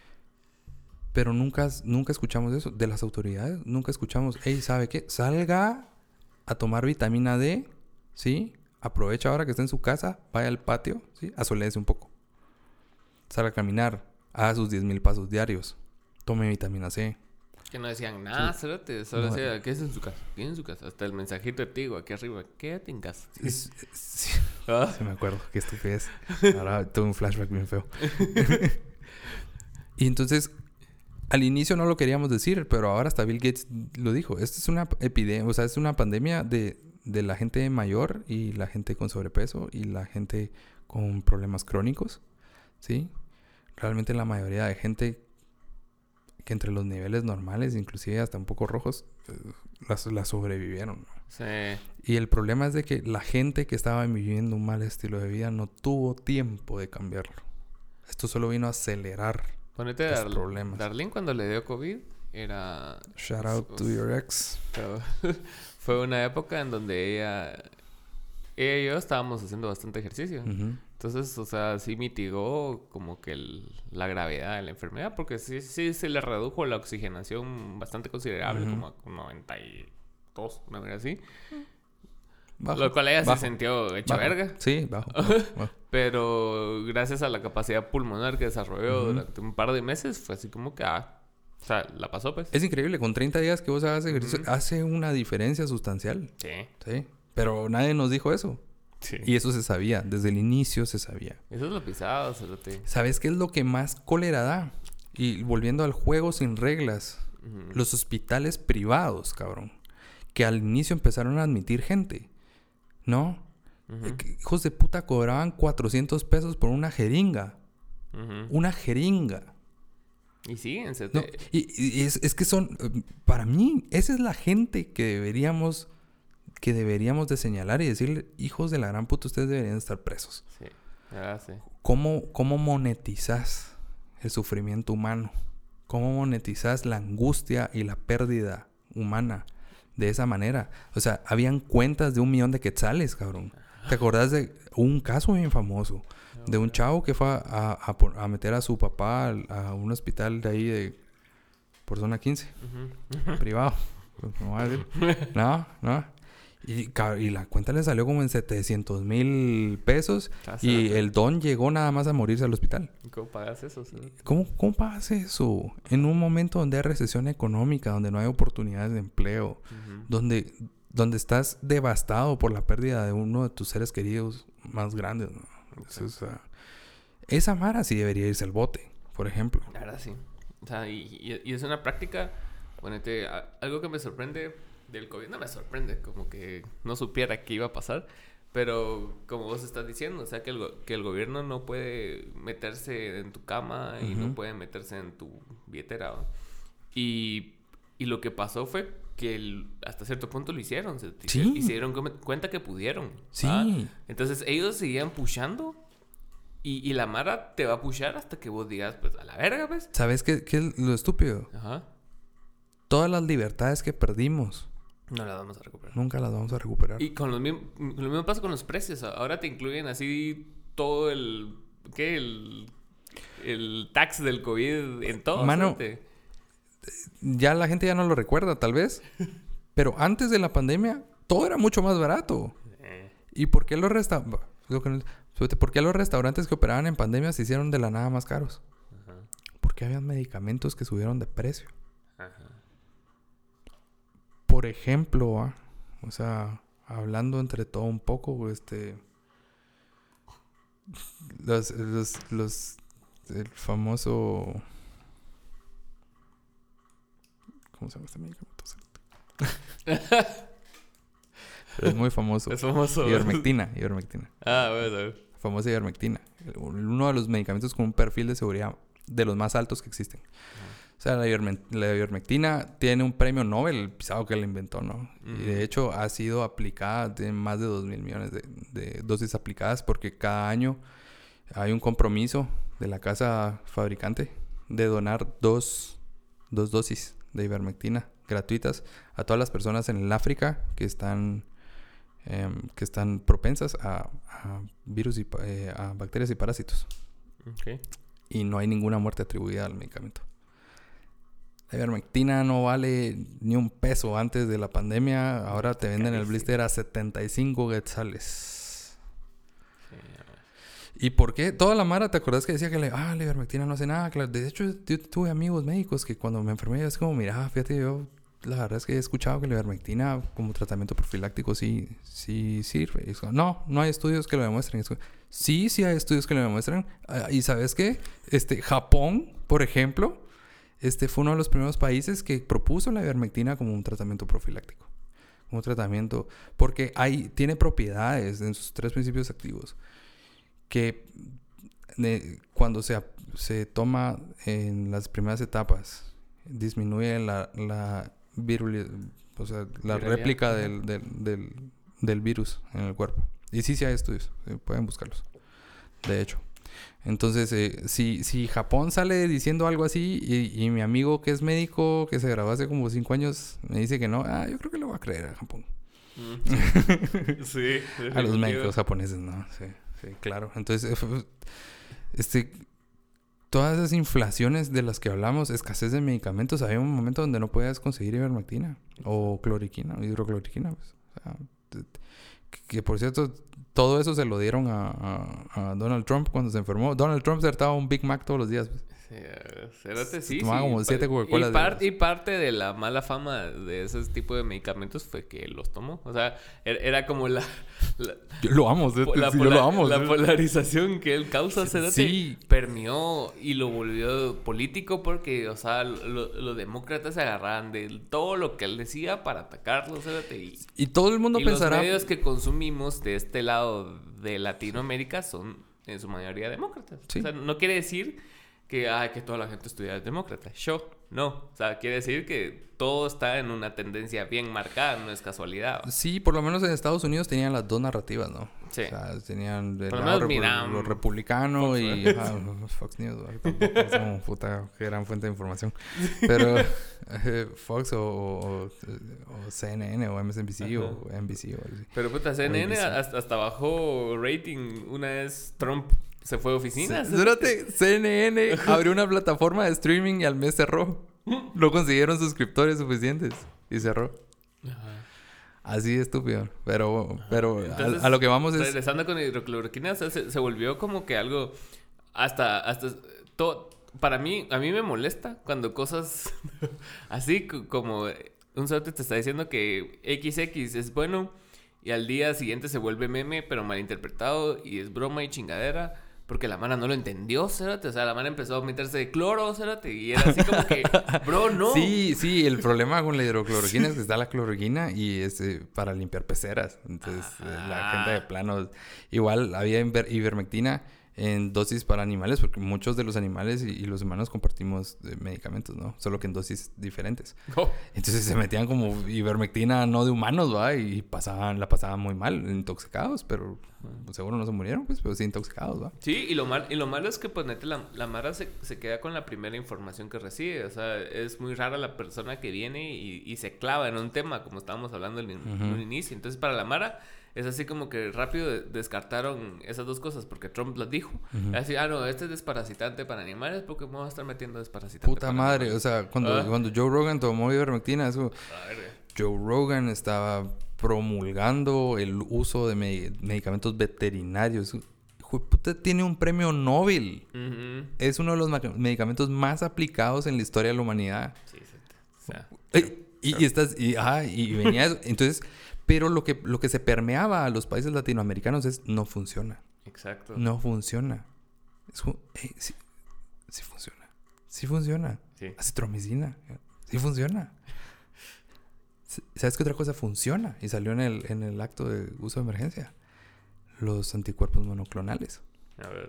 Pero nunca, nunca escuchamos eso de las autoridades. Nunca escuchamos, hey, ¿sabe qué? Salga a tomar vitamina D, ¿sí? Aprovecha ahora que está en su casa, vaya al patio, ¿sí? Asoléese un poco. Salga a caminar, haga sus diez mil pasos diarios. Tome vitamina C. Que no decían nada, Sí. cerote. Solo No. decía, ¿qué es en su casa? ¿Qué en su casa? Hasta el mensajito de Tigo aquí arriba. Quédate en casa. Es- sí, ¿Ah? sí me acuerdo. Qué estupidez. Ahora tuve un flashback bien feo. Y entonces, al inicio no lo queríamos decir, pero ahora hasta Bill Gates lo dijo. Esta es una epidemia, o sea, es una pandemia de, de la gente mayor y la gente con sobrepeso y la gente con problemas crónicos, ¿sí? Realmente la mayoría de gente que entre los niveles normales, inclusive hasta un poco rojos, eh, las, las sobrevivieron, ¿no? Sí. Y el problema es de que la gente que estaba viviendo un mal estilo de vida no tuvo tiempo de cambiarlo. Esto solo vino a acelerar Ponete los Dar problemas. Darlene cuando le dio COVID era... Shout out to your ex. Pero fue una época en donde ella... Ella y yo estábamos haciendo bastante ejercicio. Ujú. Entonces, o sea, sí mitigó como que el- la gravedad de la enfermedad. Porque sí, sí se le redujo la oxigenación bastante considerable. Ujú. Como a noventa y dos, una vez así. Bajo, Lo cual ella bajo, se sintió hecho bajo. verga. Sí, bajo. bajo, bajo. Pero gracias a la capacidad pulmonar que desarrolló Ujú. durante un par de meses, fue así como que, ah, o sea, la pasó pues. Es increíble, con treinta días que vos hagas ejercicio, Ujú. hace una diferencia sustancial. Sí, Sí. Pero nadie nos dijo eso. sí. Y eso se sabía, desde el inicio se sabía. Eso es lo pisado, cerote. ¿Sabes qué es lo que más cólera da? Y volviendo al juego sin reglas, Uh-huh. Los hospitales privados, cabrón. Que al inicio empezaron a admitir gente. ¿No? Uh-huh. Hijos de puta cobraban cuatrocientos pesos por una jeringa. Uh-huh. Una jeringa. Y sí, en no, y, y es, es que son... Para mí, esa es la gente que deberíamos... Que deberíamos de señalar y decirle... Hijos de la gran puta, ustedes deberían estar presos. Sí. Ah, sí. ¿Cómo, cómo monetizas el sufrimiento humano? ¿Cómo monetizas la angustia y la pérdida humana de esa manera? O sea, habían cuentas de un millón de quetzales, cabrón. ¿Te acordás de un caso bien famoso? De un chavo que fue a, a, a meter a su papá a, a un hospital de ahí de... Por zona quince. Uh-huh. Privado. No, no. Y, y la cuenta le salió como en setecientos mil pesos. Casa, y el don llegó nada más a morirse al hospital. ¿Cómo pagas eso? Sí? ¿Cómo, ¿Cómo pagas eso? En un momento donde hay recesión económica, donde no hay oportunidades de empleo, uh-huh. donde, donde estás devastado por la pérdida de uno de tus seres queridos más grandes, ¿no? Okay. O sea, esa mara sí debería irse al bote, por ejemplo. Ahora sí. O sea, y, y, y es una práctica... Bueno, te, a, algo que me sorprende... del COVID no me sorprende, como que no supiera qué iba a pasar, pero como vos estás diciendo, o sea, que el, que el gobierno no puede meterse en tu cama y uh-huh. no puede meterse en tu billetera, ¿no? y, y lo que pasó fue que el, hasta cierto punto lo hicieron, se, ¿Sí? y se dieron cuenta que pudieron. Sí. ¿Ah? Entonces ellos seguían pushando y, y la mara te va a pushar hasta que vos digas, pues a la verga, pues. ¿Sabes qué, qué es lo estúpido? Ajá. Todas las libertades que perdimos no las vamos a recuperar. Nunca las vamos a recuperar. Y con lo mismo, lo mismo pasa con los precios. Ahora te incluyen así todo el... ¿Qué? El, el tax del COVID en todo. Mano, ¿sí? Ya la gente ya no lo recuerda, tal vez. Pero antes de la pandemia, todo era mucho más barato. Eh. ¿Y por qué los resta... ¿Por qué los restaurantes que operaban en pandemia se hicieron de la nada más caros? Ajá. Porque había medicamentos que subieron de precio. Ajá. Por ejemplo, ¿eh? O sea, hablando entre todo un poco, este... Los... los, los el famoso... ¿Cómo se llama este medicamento? Es muy famoso. Es famoso. Ivermectina. Ivermectina. Ah, bueno, a ver. Famosa ivermectina. Uno de los medicamentos con un perfil de seguridad de los más altos que existen. Uh-huh. O sea, la, iverme- la ivermectina tiene un premio Nobel, el pisado que la inventó, ¿no? Uh-huh. Y de hecho ha sido aplicada, tiene más de dos mil millones de, de dosis aplicadas porque cada año hay un compromiso de la casa fabricante de donar dos, dos dosis de ivermectina gratuitas a todas las personas en el África que están eh, que están propensas a, a virus y eh, a bacterias y parásitos. Okay. Y no hay ninguna muerte atribuida al medicamento. La ivermectina no vale ni un peso antes de la pandemia. Ahora te venden el blister a setenta y cinco quetzales. ¿Y por qué? Toda la mara, ¿te acordás que decía que le, ah, la ivermectina no hace nada? Claro, de hecho, yo tuve amigos médicos que cuando me enfermé, yo es como, mira, fíjate, yo la verdad es que he escuchado que la ivermectina como tratamiento profiláctico sí, sí sirve. Y es como, no, no hay estudios que lo demuestren. Es como, sí, sí hay estudios que lo demuestran. Uh, y ¿sabes qué? Este, Japón, por ejemplo, este fue uno de los primeros países que propuso la ivermectina como un tratamiento profiláctico. Como un tratamiento, porque hay, tiene propiedades en sus tres principios activos que de, cuando se, se toma en las primeras etapas disminuye la, la, viruli- o sea, la réplica del, del, del, del virus en el cuerpo. Y sí, sí hay estudios, eh, pueden buscarlos. De hecho. Entonces, eh, si, si Japón sale diciendo algo así y, y mi amigo que es médico, que se graduó hace como cinco años, me dice que no, ah, yo creo que le voy a creer a Japón. Mm. Sí. A los médicos japoneses, no, sí. Sí, claro. Entonces, este, todas esas inflaciones de las que hablamos, escasez de medicamentos, había un momento donde no podías conseguir ivermectina o cloriquina, hidrocloriquina. Pues. O sea, que, que por cierto, todo eso se lo dieron a, a, a Donald Trump cuando se enfermó. Donald Trump se hartaba un Big Mac todos los días. Pues. Sí, cerote, sí, Tomaba sí. como siete Coca-Colas Y, par- diarias. y parte de la mala fama de ese tipo de medicamentos fue que él los tomó. O sea, er- era como la... la Yo lo amo, ¿sí? po- la, Sí, yo lo pola- amo. la ¿sí? polarización que él causa, cerote, Sí. permeó y lo volvió político porque, o sea, lo- los demócratas se agarraban de todo lo que él decía para atacarlo, cerote, y, Y todo el mundo y pensará... los medios que consumimos de este lado de Latinoamérica son en su mayoría demócratas. Sí. O sea, no quiere decir que, ay, que toda la gente estudia es demócrata. Yo, no. O sea, quiere decir que todo está en una tendencia bien marcada, no es casualidad. Sí, por lo menos en Estados Unidos tenían las dos narrativas, ¿no? Sí. O sea, tenían el Por lo lado menos repu- miran lo republicano Fox, y ¿verdad? ajá, Fox News, ¿verdad? Tampoco es como puta gran fuente de información. Pero eh, Fox o, o, o C N N o M S N B C Ajá. o N B C o algo así. Pero puta, C N N O A B C. hasta, hasta bajó rating una vez Trump se fue de oficina. ¿sí? Durante C N N abrió una plataforma de streaming y al mes cerró. No consiguieron suscriptores suficientes y cerró. Ajá. Así de estúpido. Pero, pero a- Entonces, a, lo que vamos es... regresando con hidrocloroquina, o sea, se, se volvió como que algo hasta hasta to- para mí a mí me molesta cuando cosas así co- como un cerote te está diciendo que equis equis es bueno y al día siguiente se vuelve meme pero malinterpretado y es broma y chingadera. Porque la mara no lo entendió, cerote. O sea, la mara empezó a meterse de cloro, cerote. Y era así como que, bro, no. Sí, sí, el problema con la hidrocloroquina es que está la cloroquina y es eh, para limpiar peceras. Entonces, eh, la gente de plano... Igual había iver- ivermectina en dosis para animales, porque muchos de los animales y, y los humanos compartimos eh, medicamentos, ¿no? Solo que en dosis diferentes. Oh. Entonces se metían como ivermectina no de humanos, ¿va? Y pasaban, la pasaban muy mal, intoxicados, pero seguro no se murieron, pues, pero sí intoxicados, ¿va? Sí, y lo, mal, y lo malo es que, pues, neta, la, la Mara se, se queda con la primera información que recibe. O sea, es muy rara la persona que viene y, y se clava en un tema, como estábamos hablando en, en Ujú. un inicio. Entonces, para la Mara, es así como que rápido de- descartaron esas dos cosas, porque Trump las dijo. Ujú. Así, ah, no, este es desparasitante para animales, porque me voy a estar metiendo desparasitante Puta para madre, animales. o sea, cuando, Ah. cuando Joe Rogan tomó ivermectina, eso... A ver, Joe Rogan estaba promulgando el uso de me- medicamentos veterinarios. Hijo de puta, tiene un premio Nobel. ujú. Es uno de los ma- medicamentos más aplicados en la historia de la humanidad. Sí, sí, o sea, Eh, y, y estás, y, ajá, y venía eso. Entonces, pero lo que, lo que se permeaba a los países latinoamericanos es no funciona. exacto. No funciona. Es como, "Ey, sí, sí funciona. Sí funciona. Sí. Acitromicina. Sí funciona. ¿Sabes qué otra cosa funciona? Y salió en el, en el acto de uso de emergencia. Los anticuerpos monoclonales. A ver.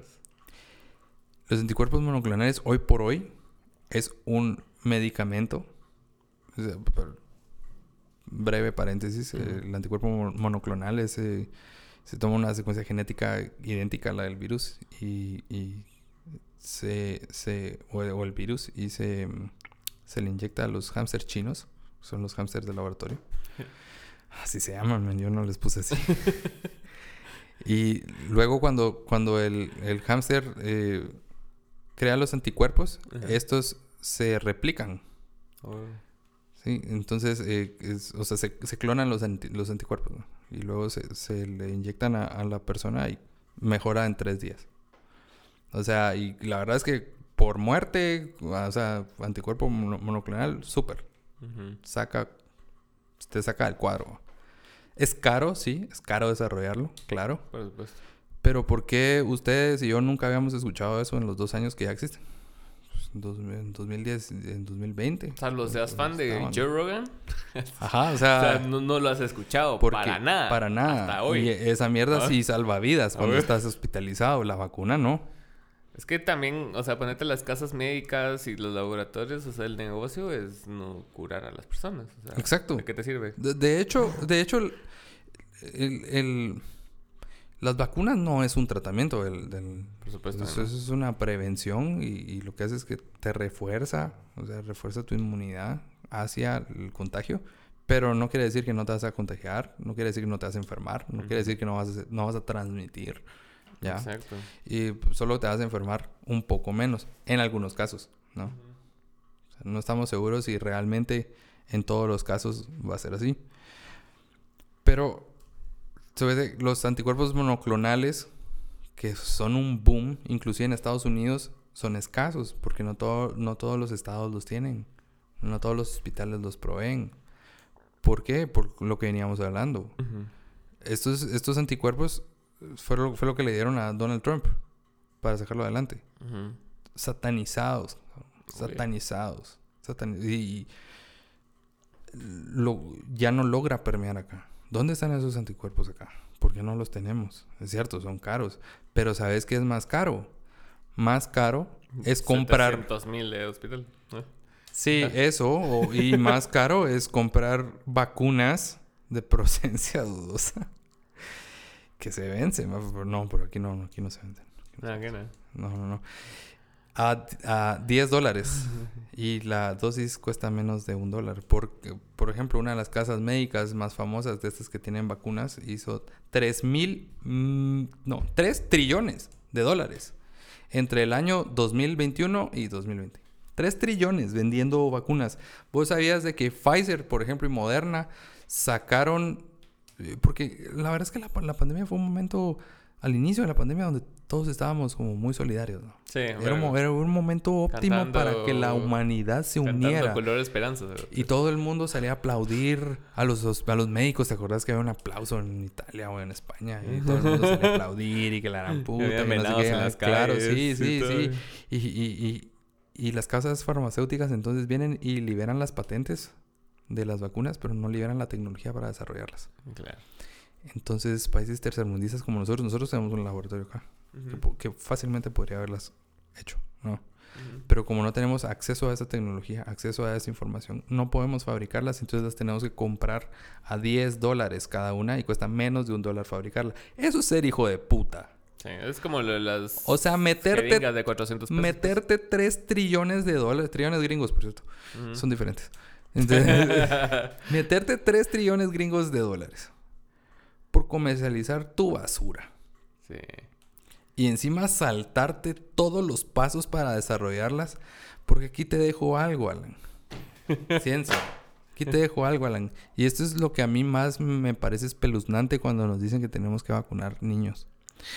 Los anticuerpos monoclonales hoy por hoy es un medicamento. O sea, por- breve paréntesis. Ujú. eh, el anticuerpo mo- monoclonal es, eh, se toma una secuencia genética idéntica a la del virus y, y se, se o, o el virus y se, mm, se le inyecta a los hámsters chinos. Son los hámsters de laboratorio. Así se llaman, man, yo no les puse así. Y luego cuando, cuando el, el hámster eh, crea los anticuerpos, Ajá. estos se replican. Oh. ¿Sí? Entonces, eh, es- o sea, se, se clonan los, anti- los anticuerpos, ¿no? Y luego se, se le inyectan a, a la persona y mejora en tres días. O sea, y la verdad es que por muerte, o sea, anticuerpo mono- monoclonal, súper. Ujú. Saca, te saca del cuadro. Es caro, sí, es caro desarrollarlo, claro. Por supuesto. Pero ¿por qué ustedes y yo nunca habíamos escuchado eso en los dos años que ya existen? Pues, en dos- en dos mil diez, en dos mil veinte. O sea, lo seas fan de Estaban- Joe Rogan. Ajá, o O sea... sea, no, no lo has escuchado porque- para nada. Para nada. Hasta hoy. Y esa mierda Ah. sí salva vidas A cuando ver. estás hospitalizado. La vacuna no. Es que también, o sea, ponerte las casas médicas y los laboratorios, o sea, el negocio es no curar a las personas. O sea, Exacto. ¿de qué te sirve? De, de hecho, de hecho, el, el- el- las vacunas no es un tratamiento. Del, del- Por supuesto. eso, ¿no? eso es una prevención y, y lo que hace es que te refuerza, o sea, refuerza tu inmunidad hacia el contagio. Pero no quiere decir que no te vas a contagiar, no quiere decir que no te vas a enfermar, no Ujú. quiere decir que no vas a, no vas a transmitir. ¿Ya? Exacto. Y solo te vas a enfermar un poco menos, en algunos casos, ¿no? O sea, no estamos seguros si realmente en todos los casos va a ser así. Pero sobre los anticuerpos monoclonales, que son un boom, inclusive en Estados Unidos, son escasos porque no, todo, no todos los estados los tienen. No todos los hospitales los proveen. ¿Por qué? Por lo que veníamos hablando. Ujú. Estos, estos anticuerpos fue lo, fue lo que le dieron a Donald Trump para sacarlo adelante. Ujú. Satanizados. Satanizados. Satani- y lo, ya no logra permear acá. ¿Dónde están esos anticuerpos acá? ¿Por qué no los tenemos? Es cierto, son caros. Pero ¿sabes qué es más caro? Más caro es comprar... setecientos mil de hospital, ¿no? Sí, eso. O, y más caro es comprar vacunas de procedencia dudosa. Que se vencen. No, pero aquí no, aquí no se venden. Nada, que nada. No, no, no. A, a diez dólares. Y la dosis cuesta menos de un dólar. Por, por ejemplo, una de las casas médicas más famosas de estas que tienen vacunas hizo tres mil... Mmm, no, tres trillones de dólares. Entre el año dos mil veintiuno y dos mil veinte. tres trillones vendiendo vacunas. ¿Vos sabías de que Pfizer, por ejemplo, y Moderna sacaron... Porque la verdad es que la, la pandemia fue un momento... Al inicio de la pandemia donde todos estábamos como muy solidarios, ¿no? Sí, Era un, era un momento óptimo cantando, para que la humanidad se uniera. Color de esperanza. ¿Verdad? Y todo el mundo salía a aplaudir a los, a los médicos. ¿Te acordás que había un aplauso en Italia o en España? Y todo el mundo salía a aplaudir y que la gran puta. Había y no sé menados qué. en las Claro, calles sí, sí, y todo. sí. Y, y, y, y las casas farmacéuticas entonces vienen y liberan las patentes de las vacunas, pero no liberan la tecnología para desarrollarlas. Claro. Entonces, países tercermundistas como nosotros, nosotros tenemos un laboratorio acá, Uh-huh. que, que fácilmente podría haberlas hecho, ¿no? Uh-huh. Pero como no tenemos acceso a esa tecnología, acceso a esa información, no podemos fabricarlas, entonces las tenemos que comprar a diez dólares cada una y cuesta menos de un dólar fabricarla. Eso es ser hijo de puta. Sí, es como lo de las... O sea, meterte, de cuatrocientos pesos, meterte tres trillones de dólares, trillones gringos, por cierto, uh-huh. son diferentes. Entonces, meterte tres trillones gringos de dólares por comercializar tu basura. Sí. Y encima saltarte todos los pasos para desarrollarlas. Porque aquí te dejo algo, Alan. Ciencia. Aquí te dejo algo, Alan. Y esto es lo que a mí más me parece espeluznante cuando nos dicen que tenemos que vacunar niños.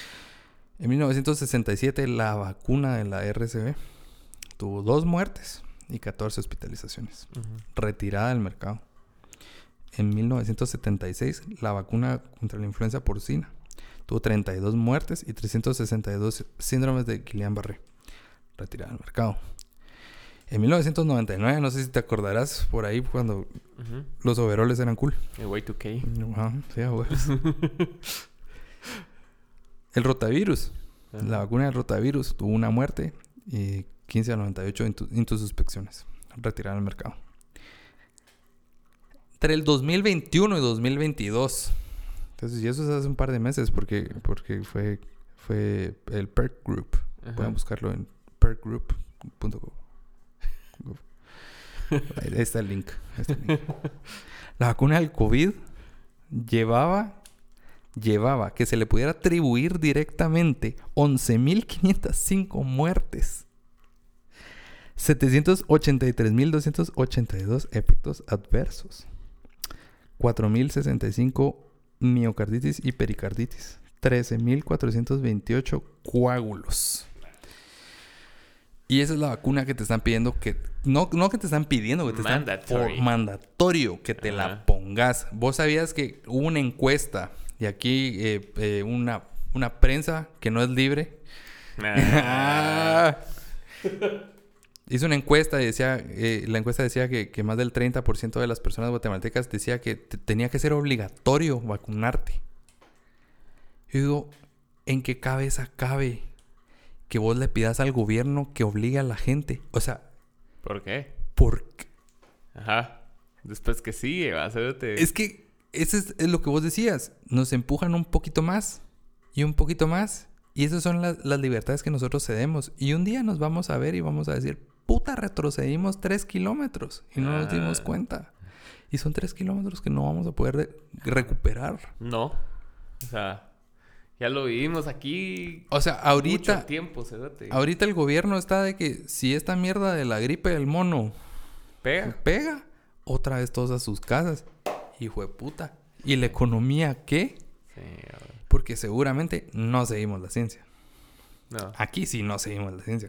En mil novecientos sesenta y siete, la vacuna de la R S V tuvo dos muertes y catorce hospitalizaciones. Uh-huh. Retirada del mercado. En mil novecientos setenta y seis, la vacuna contra la influenza porcina tuvo treinta y dos muertes y trescientos sesenta y dos síndromes de Guillain-Barré. Retirada del mercado. En mil novecientos noventa y nueve, no sé si te acordarás, por ahí cuando Uh-huh. los overoles eran cool. El Y dos K. Ajá, sí, a huevos. El rotavirus. Uh-huh. La vacuna del rotavirus tuvo una muerte y quince a noventa y ocho intu- intususpecciones. Retirada del mercado. Entre el dos mil veintiuno y dos mil veintidós. Entonces, y eso es hace un par de meses porque, porque fue, fue el PERC Group. Ajá. Pueden buscarlo en perk group punto com. Ahí está el link. Ahí está el link. La vacuna del COVID llevaba, llevaba que se le pudiera atribuir directamente once mil quinientas cinco muertes. setecientos ochenta y tres mil doscientos ochenta y dos efectos adversos. cuatro mil sesenta y cinco miocarditis y pericarditis. trece mil cuatrocientos veintiocho coágulos. Y esa es la vacuna que te están pidiendo que... No, no que te están pidiendo, que te Mandatory. están... Por mandatorio que te Ajá. la pongas. Vos sabías que hubo una encuesta. Y aquí eh, eh, una, una prensa que no es libre. Ah. Hizo una encuesta y decía... Eh, la encuesta decía que, que más del treinta por ciento de las personas guatemaltecas decía que te- tenía que ser obligatorio vacunarte. Yo digo, ¿en qué cabeza cabe que vos le pidas al gobierno que obligue a la gente? O sea, ¿Por qué? ¿por qué? Ajá. Después que sigue, va a hacerte... Es que eso es, es lo que vos decías. Nos empujan un poquito más y un poquito más. Y esas son las, las libertades que nosotros cedemos. Y un día nos vamos a ver y vamos a decir, puta, retrocedimos tres kilómetros y no nos dimos Ah. cuenta. Y son tres kilómetros que no vamos a poder de- recuperar. No. O sea... Ya lo vivimos aquí... O sea, ahorita... Mucho tiempo, cerote. Ahorita el gobierno está de que si esta mierda de la gripe del mono Pega. pega, otra vez todos a sus casas. Hijo de puta. ¿Y la economía qué? Sí, a ver. Porque seguramente no seguimos la ciencia. No. Aquí sí no seguimos la ciencia, cabrón.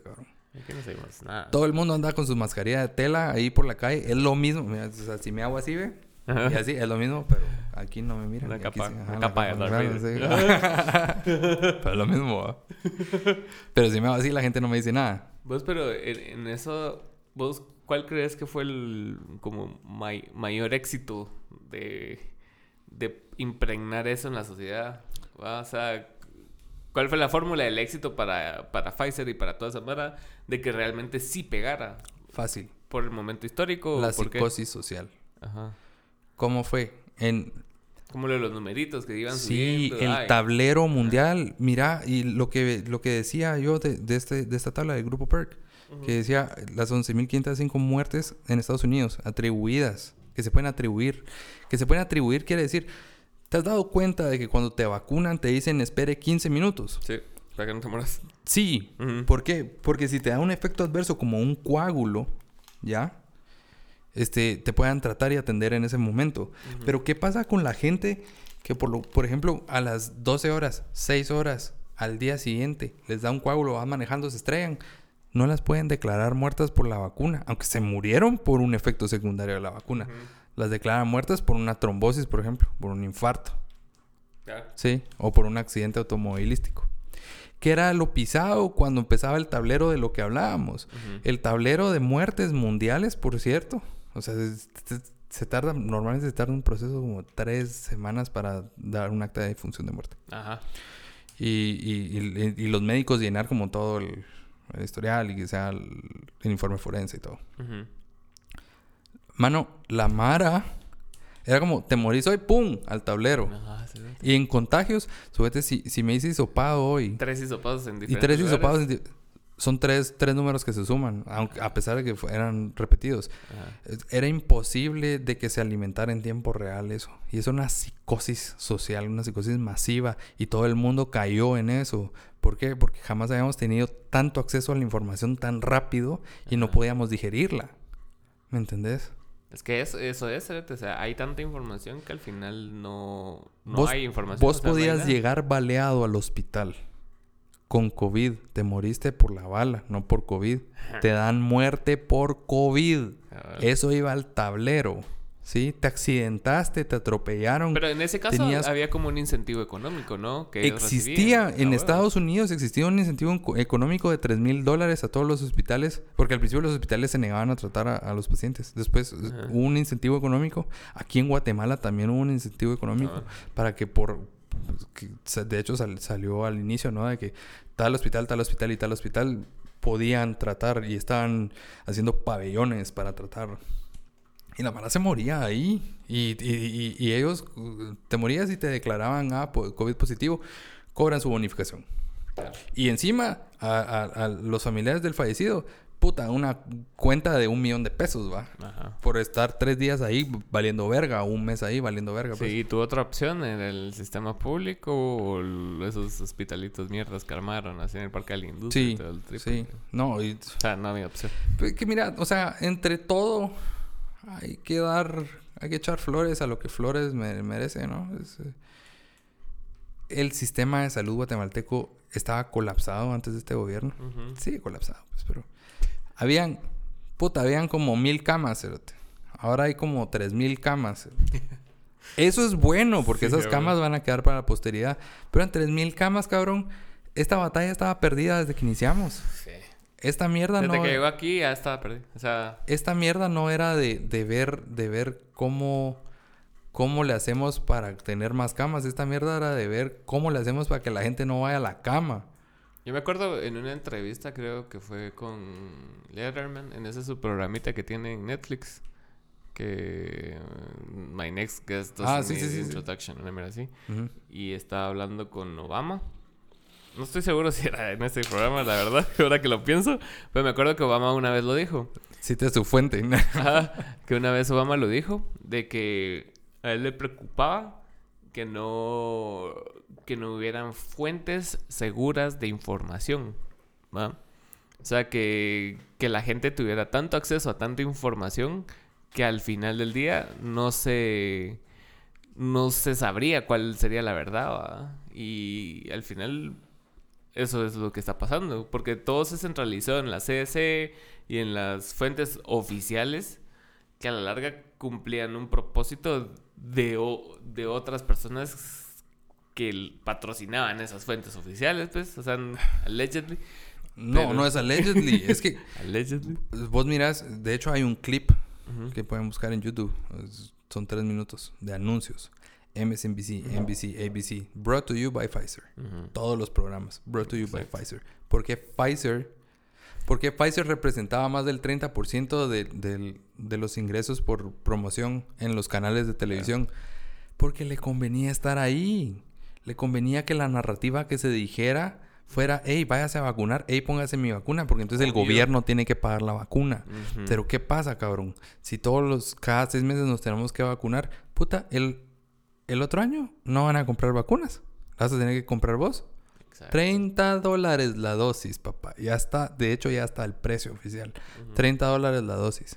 Aquí no seguimos nada. Todo el mundo anda con su mascarilla de tela ahí por la calle. Es lo mismo. Mira, o sea, si me hago así, ve. Y así, es lo mismo, pero aquí no me miran. Una capa, sí, ajá, una la capa de capa, Darth claro, sí. Pero es lo mismo, ¿va? Pero si me hago así, la gente no me dice nada. Vos, pero en, en eso, vos, ¿cuál crees que fue el como may, mayor éxito de, de impregnar eso en la sociedad? ¿Va? O sea, ¿cuál fue la fórmula del éxito para, para Pfizer y para toda esa manera de que realmente sí pegara? Fácil. ¿Por el momento histórico? La o por psicosis social. Ajá. ¿Cómo fue? En... Como lo de los numeritos que iban Sí, subiendo. el Ay. tablero mundial. Mira, y lo que, lo que decía yo de, de, este, de esta tabla del grupo PERC, uh-huh. que decía las once mil quinientas cinco muertes en Estados Unidos atribuidas, que se pueden atribuir. Que se pueden atribuir quiere decir, ¿te has dado cuenta de que cuando te vacunan te dicen espere quince minutos? Sí, para que no te mueras. Sí. Uh-huh. ¿Por qué? Porque si te da un efecto adverso como un coágulo, ¿ya? Este, te puedan tratar y atender en ese momento. Uh-huh. Pero ¿qué pasa con la gente que, por, lo, por ejemplo, a las doce horas, seis horas, al día siguiente, les da un coágulo, van manejando, se estrellan? No las pueden declarar muertas por la vacuna, aunque se murieron por un efecto secundario de la vacuna. Uh-huh. Las declaran muertas por una trombosis, por ejemplo, por un infarto. Yeah. Sí, o por un accidente automovilístico. Que era lo pisado cuando empezaba el tablero de lo que hablábamos. Uh-huh. El tablero de muertes mundiales, por cierto. O sea, se, se tarda, normalmente se tarda un proceso como tres semanas para dar un acta de defunción de muerte. Ajá. Y, y, y, y los médicos llenar como todo el, el historial y que sea el, el informe forense y todo. Uh-huh. Mano, la mara era como, te morís hoy, ¡pum! Al tablero. Ajá, sí, sí. Y en contagios, súbete, si, si me hice hisopado hoy. Tres hisopados en diferentes Y tres lugares. hisopados en son tres, tres números que se suman, aunque, a pesar de que eran repetidos. Ajá. Era imposible de que se alimentara en tiempo real eso. Y es una psicosis social, una psicosis masiva. Y todo el mundo cayó en eso. ¿Por qué? Porque jamás habíamos tenido tanto acceso a la información tan rápido y Ajá. no podíamos digerirla. ¿Me entendés? Es que eso, eso es, o sea, hay tanta información que al final no, no vos, hay información. Vos o sea, podías no llegar baleado al hospital. Con COVID. Te moriste por la bala, no por COVID. Te dan muerte por COVID. Eso iba al tablero. ¿Sí? Te accidentaste, te atropellaron. Pero en ese caso tenías... había como un incentivo económico, ¿no? Que existía. En ah, Estados bueno. Unidos existía un incentivo económico de tres mil dólares a todos los hospitales. Porque al principio los hospitales se negaban a tratar a, a los pacientes. Después Ajá. hubo un incentivo económico. Aquí en Guatemala también hubo un incentivo económico. Ajá. Para que por... Que de hecho sal, salió al inicio, ¿no? De que tal hospital, tal hospital y tal hospital podían tratar y estaban haciendo pabellones para tratar. Y la mala se moría ahí. Y, y, y, y ellos, te morías y te declaraban ah, COVID positivo, cobran su bonificación. Y encima, a, a, a los familiares del fallecido, puta, una cuenta de un millón de pesos, ¿va? Ajá. Por estar tres días ahí valiendo verga, o un mes ahí valiendo verga. Sí, pues. ¿Y tu otra opción en el sistema público o esos hospitalitos mierdas que armaron así en el Parque de la Industria? Sí, y todo el triple? Sí, no. Y, o sea, no había opción. Que mira, o sea, entre todo hay que dar, hay que echar flores a lo que flores me, merece, ¿no? Es, eh, el sistema de salud guatemalteco estaba colapsado antes de este gobierno. Uh-huh. Sí, colapsado, pues, pero... Habían, puta, habían como mil camas, cerote. Ahora hay como tres mil camas. Eso es bueno, porque sí, esas cabrón. camas van a quedar para la posteridad. Pero en tres mil camas, cabrón, esta batalla estaba perdida desde que iniciamos. Sí. Esta mierda desde no... Desde que llegó aquí ya estaba perdida. O sea... Esta mierda no era de, de ver, de ver cómo, cómo le hacemos para tener más camas. Esta mierda era de ver cómo le hacemos para que la gente no vaya a la cama. Yo me acuerdo en una entrevista, creo que fue con Letterman, en ese su programita que tiene en Netflix, que uh, My Next Guest Doesn't ah, sí, Need sí, sí, Introduction, sí. una manera así. Uh-huh. Y estaba hablando con Obama. No estoy seguro si era en este programa, la verdad, ahora que lo pienso. Pero me acuerdo que Obama una vez lo dijo. Cita su fuente. Ajá, que una vez Obama lo dijo, de que a él le preocupaba que no... que no hubieran fuentes seguras de información, ¿va? O sea, que, que la gente tuviera tanto acceso a tanta información que al final del día no se, no se sabría cuál sería la verdad, ¿va? Y al final eso es lo que está pasando. Porque todo se centralizó en la C D C y en las fuentes oficiales que a la larga cumplían un propósito de, o, de otras personas que patrocinaban esas fuentes oficiales, pues, o sea, allegedly. No, pero... no es allegedly, es que... Allegedly. Vos mirás, de hecho hay un clip uh-huh. que pueden buscar en YouTube, son tres minutos de anuncios. M S N B C, uh-huh. N B C, A B C, brought to you by Pfizer. Uh-huh. Todos los programas, brought to you Exacto. by Pfizer. Porque Pfizer... Porque Pfizer representaba más del treinta por ciento de, de, de los ingresos por promoción en los canales de televisión. Yeah. Porque le convenía estar ahí. Le convenía que la narrativa que se dijera fuera, hey, váyase a vacunar, hey, póngase mi vacuna, porque entonces Obvio. el gobierno tiene que pagar la vacuna. Uh-huh. Pero ¿qué pasa, cabrón? Si todos los, cada seis meses nos tenemos que vacunar, puta, el, el otro año no van a comprar vacunas. Las vas a tener que comprar vos. Exacto. treinta dólares la dosis, papá. Ya está, de hecho ya está el precio oficial. Uh-huh. treinta dólares la dosis.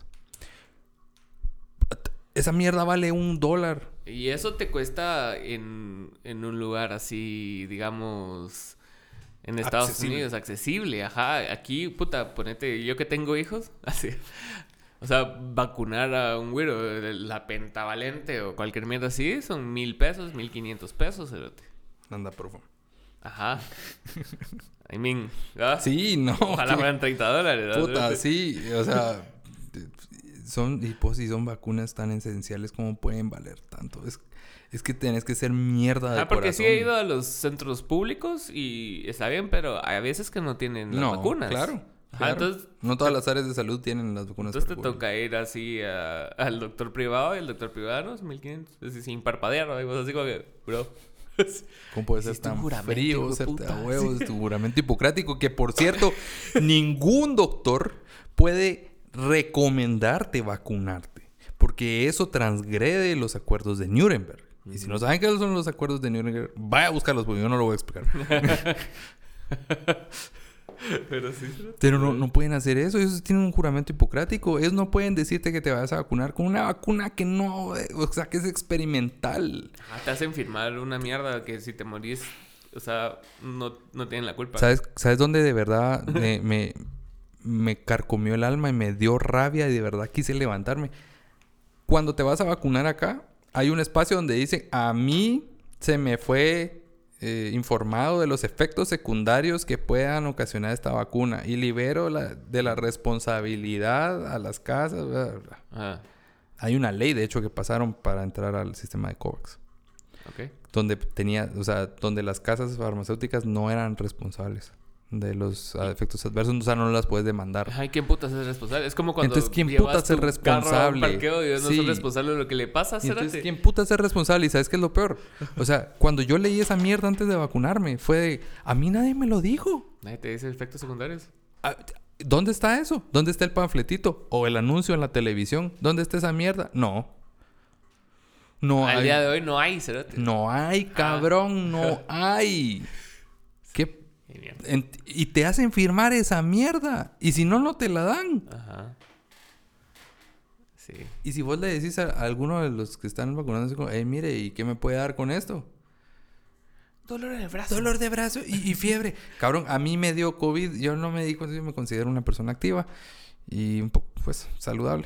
Esa mierda vale un dólar. Y eso te cuesta en, en un lugar así, digamos, en Estados accesible. Unidos, accesible. Ajá, aquí, puta, ponete, yo que tengo hijos, así. O sea, vacunar a un güiro, la pentavalente o cualquier mierda así, son mil pesos, mil quinientos pesos, cerote. Anda, profundo. Ajá. I mean, ¿ah? Sí, no. Ojalá fueran treinta dólares. ¿no? Puta, sí. O sea, son, y pues si son vacunas tan esenciales, ¿cómo pueden valer tanto? Es, es que tenés que ser mierda de ah, porque corazón. sí he ido a los centros públicos y está bien, pero hay veces que no tienen las no, vacunas. claro. Ajá, claro. Entonces, no todas las áreas de salud tienen las vacunas. Entonces te toca ir así a, al doctor privado y el doctor privado, ¿no? mil quinientos. Así, sin parpadear, ¿no? Así como que, bro... ¿Cómo puede ser tan frío, ser a huevos? Tu juramento hipocrático, que por cierto, ningún doctor puede recomendarte vacunarte, porque eso transgrede los acuerdos de Nuremberg. Uh-huh. Y si no saben qué son los acuerdos de Nuremberg, vaya a buscarlos, porque yo no lo voy a explicar. Pero sí. Pero no, no pueden hacer eso. Ellos tienen un juramento hipocrático. Ellos no pueden decirte que te vas a vacunar con una vacuna que no... O sea, que es experimental. Ah, te hacen firmar una mierda que si te morís... O sea, no, no tienen la culpa. ¿Sabes, ¿sabes dónde de verdad me, me, me carcomió el alma y me dio rabia y de verdad quise levantarme? Cuando te vas a vacunar acá, hay un espacio donde dice... A mí se me fue... Eh, informado de los efectos secundarios que puedan ocasionar esta vacuna y libero la, de la responsabilidad a las casas. Bla, bla. Ah. Hay una ley, de hecho, que pasaron para entrar al sistema de COVAX. Okay. Donde tenía, o sea, donde las casas farmacéuticas no eran responsables de los efectos adversos, o sea, no las puedes demandar. Ay, ¿quién putas es responsable? Es como cuando entonces, ¿quién putas es responsable? Parqueo y no sí. soy responsable de lo que le pasa. Y entonces, ¿quién putas es responsable? ¿Y sabes qué es lo peor? O sea, cuando yo leí esa mierda antes de vacunarme, fue de... A mí nadie me lo dijo. ¿Nadie te dice efectos secundarios? ¿Dónde está eso? ¿Dónde está el panfletito? ¿O el anuncio en la televisión? ¿Dónde está esa mierda? No. No Al hay. día de hoy no hay, cerote. No hay, cabrón. No hay. ¿Qué? En, y te hacen firmar esa mierda. Y si no, no te la dan. Ajá. Sí. Y si vos le decís a, a alguno de los que están vacunándose, como, hey, mire, ¿y qué me puede dar con esto? Dolor de brazo. Dolor de brazo y, y fiebre. Cabrón, a mí me dio COVID. Yo no me di cuenta, yo me considero una persona activa. Y un poco, pues, saludable.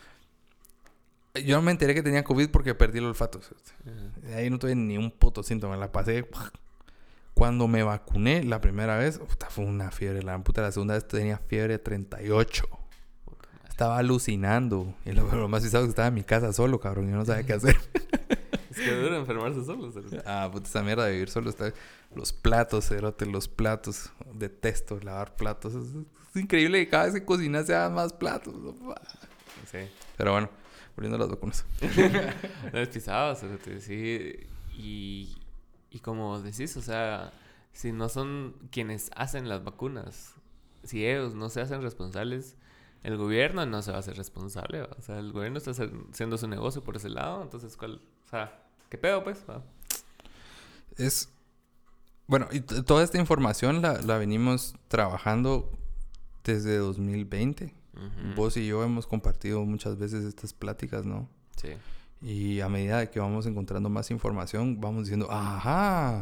Yo no me enteré que tenía COVID porque perdí el olfato. Uh-huh. Ahí no tuve ni un puto síntoma. La pasé... Cuando me vacuné la primera vez, puta, fue una fiebre. La puta, la segunda vez tenía fiebre treinta y ocho. Estaba alucinando. Y lo, lo más pisado es que estaba en mi casa solo, cabrón. Yo no sabía qué hacer. Es que duro enfermarse solo. Ah, puta, esa mierda de vivir solo. Está... Los platos, cerote, los platos. Detesto lavar platos. Es, es increíble que cada vez que cocinas se hagan más platos. Sí. Pero bueno, volviendo a las vacunas. No es pisado, cerote, sí. Y... Y como decís, o sea, si no son quienes hacen las vacunas, si ellos no se hacen responsables, el gobierno no se va a hacer responsable. ¿Va? O sea, el gobierno está haciendo su negocio por ese lado. Entonces, ¿cuál? O sea, ¿qué pedo, pues? ¿Va? Es... Bueno, y t- toda esta información la, la venimos trabajando desde dos mil veinte. Uh-huh. Vos y yo hemos compartido muchas veces estas pláticas, ¿no? Sí. Y a medida que vamos encontrando más información, vamos diciendo, ajá,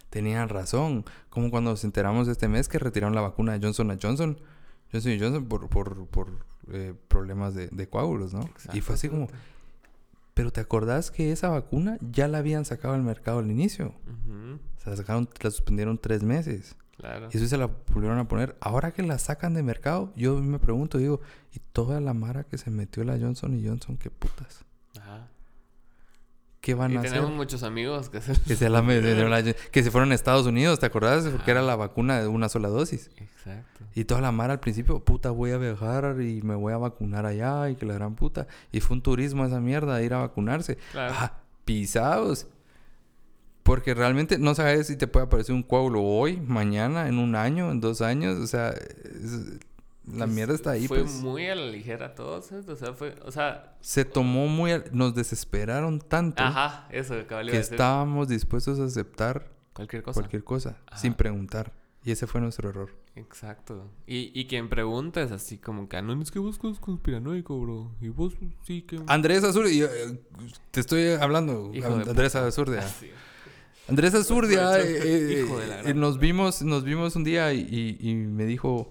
tenían razón. Como cuando nos enteramos este mes que retiraron la vacuna de Johnson and Johnson. Johnson y Johnson por, por, por eh, problemas de, de coágulos, ¿no? Exacto. Y fue así como... Pero ¿te acordás que esa vacuna ya la habían sacado al mercado al inicio? Uh-huh. Se la sacaron, la suspendieron tres meses. Claro. Y eso se la volvieron a poner. Ahora que la sacan de mercado, yo me pregunto, digo, ¿y toda la mara que se metió la Johnson y Johnson, qué putas? Ajá. ¿Qué van y a hacer? Y tenemos muchos amigos que se... que, se la la, que se fueron a Estados Unidos, ¿te acordás? Ajá. Porque era la vacuna de una sola dosis. Exacto. Y toda la mara al principio, puta, voy a viajar y me voy a vacunar allá y que la gran puta. Y fue un turismo esa mierda de ir a vacunarse. Claro. Ah, pisados. Porque realmente no sabes si te puede aparecer un coágulo hoy, mañana, en un año, en dos años. O sea, es, la pues mierda está ahí. Fue pues. muy a la ligera todo, ¿sabes? O sea, fue... O sea... Se tomó muy... A, nos desesperaron tanto. Ajá, eso que, que estábamos dispuestos a aceptar... Cualquier cosa. Cualquier cosa, ajá. Sin preguntar. Y ese fue nuestro error. Exacto. Y, y quien pregunta es así como que... No, es que vos sos conspiranoico, bro. Y vos sí que... Andrés Azurdia. Eh, te estoy hablando. Hijo Andrés Azurdia. Ah, sí. Andrés Azurdia. eh, Hijo de la eh, nos vimos nos vimos un día y, y, y me dijo...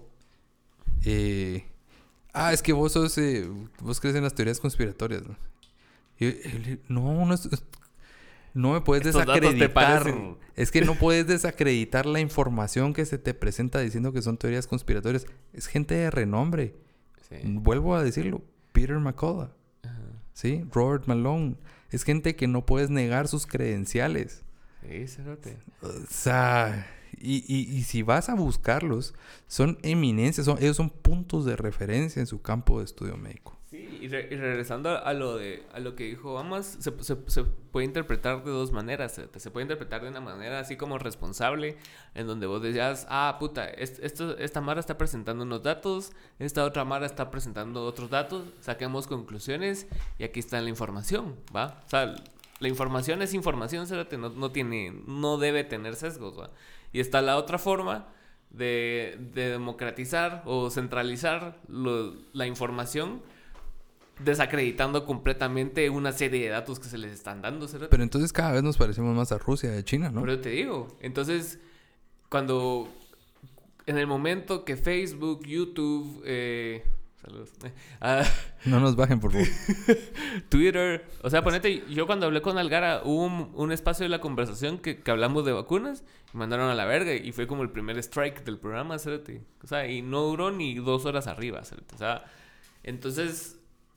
Eh, ah, es que vos sos... Eh, vos crees en las teorías conspiratorias, ¿no? Y, y, no, no es... No me puedes Estos desacreditar. Es que no puedes desacreditar la información que se te presenta diciendo que son teorías conspiratorias. Es gente de renombre. Sí. Vuelvo a decirlo. Peter McCullough. Ajá. ¿Sí? Robert Malone. Es gente que no puedes negar sus credenciales. Sí, cérate. O sea... Y, y, y si vas a buscarlos, son eminencias. Son, ellos son puntos de referencia en su campo de estudio médico. Sí, y, re, y regresando a lo de a lo que dijo Bamas, se, se, se puede interpretar de dos maneras. Se, se puede interpretar de una manera así como responsable, en donde vos decías, ah, puta, es, esto, esta Mara está presentando unos datos, esta otra Mara está presentando otros datos, saquemos conclusiones y aquí está la información, ¿va? O sea, la información es información, no, no, tiene, no debe tener sesgos, ¿va? Y está la otra forma de, de democratizar o centralizar lo, la información, desacreditando completamente una serie de datos que se les están dando. ¿Cierto? Pero entonces cada vez nos parecemos más a Rusia y a China, ¿no? Pero te digo, entonces, cuando... En el momento que Facebook, YouTube... Eh, saludos. Uh, no nos bajen, por favor. Twitter... O sea, ponete... Yo cuando hablé con Algara, hubo un, un espacio de la conversación que, que hablamos de vacunas. Me mandaron a la verga y fue como el primer strike del programa, ¿cierto? O sea, y no duró ni dos horas arriba, ¿cierto? O sea, entonces...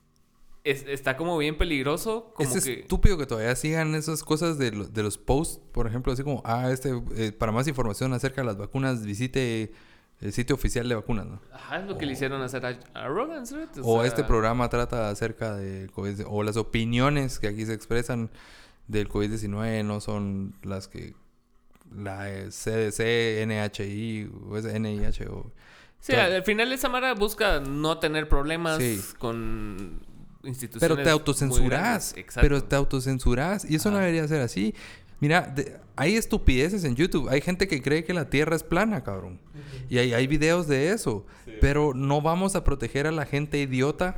Es, está como bien peligroso. Como es que... estúpido que todavía sigan esas cosas de, lo, de los posts, por ejemplo, así como, ah, este, eh, para más información acerca de las vacunas, visite el sitio oficial de vacunas, ¿no? Ajá, es lo que o, le hicieron hacer a, a Rogan, ¿cierto? O, o sea... este programa trata acerca de COVID, o las opiniones que aquí se expresan del covid diecinueve no son las que la C D C, N H I, o es N I H, o... Sí, todo. Al final esa Mara busca no tener problemas sí. con... Pero te autocensurás. Pero te autocensurás. Y eso ah. no debería ser así. Mira, de, hay estupideces en YouTube. Hay gente que cree que la Tierra es plana, cabrón. Uh-huh. Y hay, hay videos de eso. Sí. Pero no vamos a proteger a la gente idiota.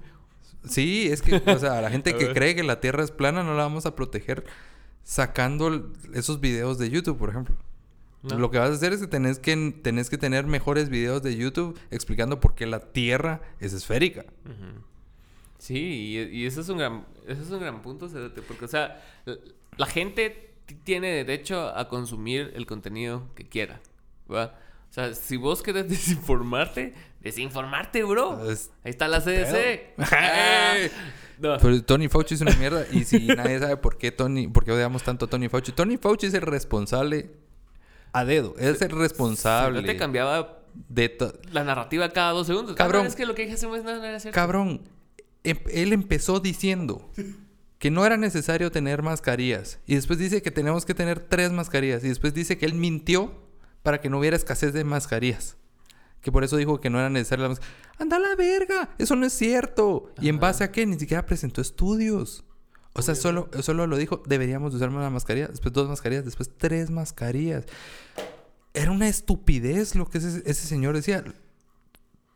Sí, es que, o sea, a la gente que cree que la Tierra es plana no la vamos a proteger sacando esos videos de YouTube, por ejemplo. No. Lo que vas a hacer es que tenés que, tenés que tener mejores videos de YouTube explicando por qué la Tierra es esférica. Uh-huh. Sí, y, y eso es un gran, eso es un gran punto, porque, o sea, la, la gente t- tiene derecho a consumir el contenido que quiera, ¿verdad? O sea, si vos querés desinformarte, desinformarte, bro. Es Ahí está la C D C. ah, no. Pero Tony Fauci es una mierda. Y si nadie sabe por qué Tony, por qué odiamos tanto a Tony Fauci. Tony Fauci es el responsable a dedo. Es el responsable. Si no te cambiaba de to- la narrativa cada dos segundos. Cabrón. Es que lo que dije hace un mes no era cierto. Cabrón. Él empezó diciendo que no era necesario tener mascarillas. Y después dice que tenemos que tener tres mascarillas. Y después dice que él mintió para que no hubiera escasez de mascarillas. Que por eso dijo que no era necesario la mascarilla. ¡Anda a la verga! Eso no es cierto. Ajá. ¿Y en base a qué? Ni siquiera presentó estudios. O sea, solo, solo lo dijo, deberíamos usar una mascarilla. Después dos mascarillas. Después tres mascarillas. Era una estupidez lo que ese, ese señor decía.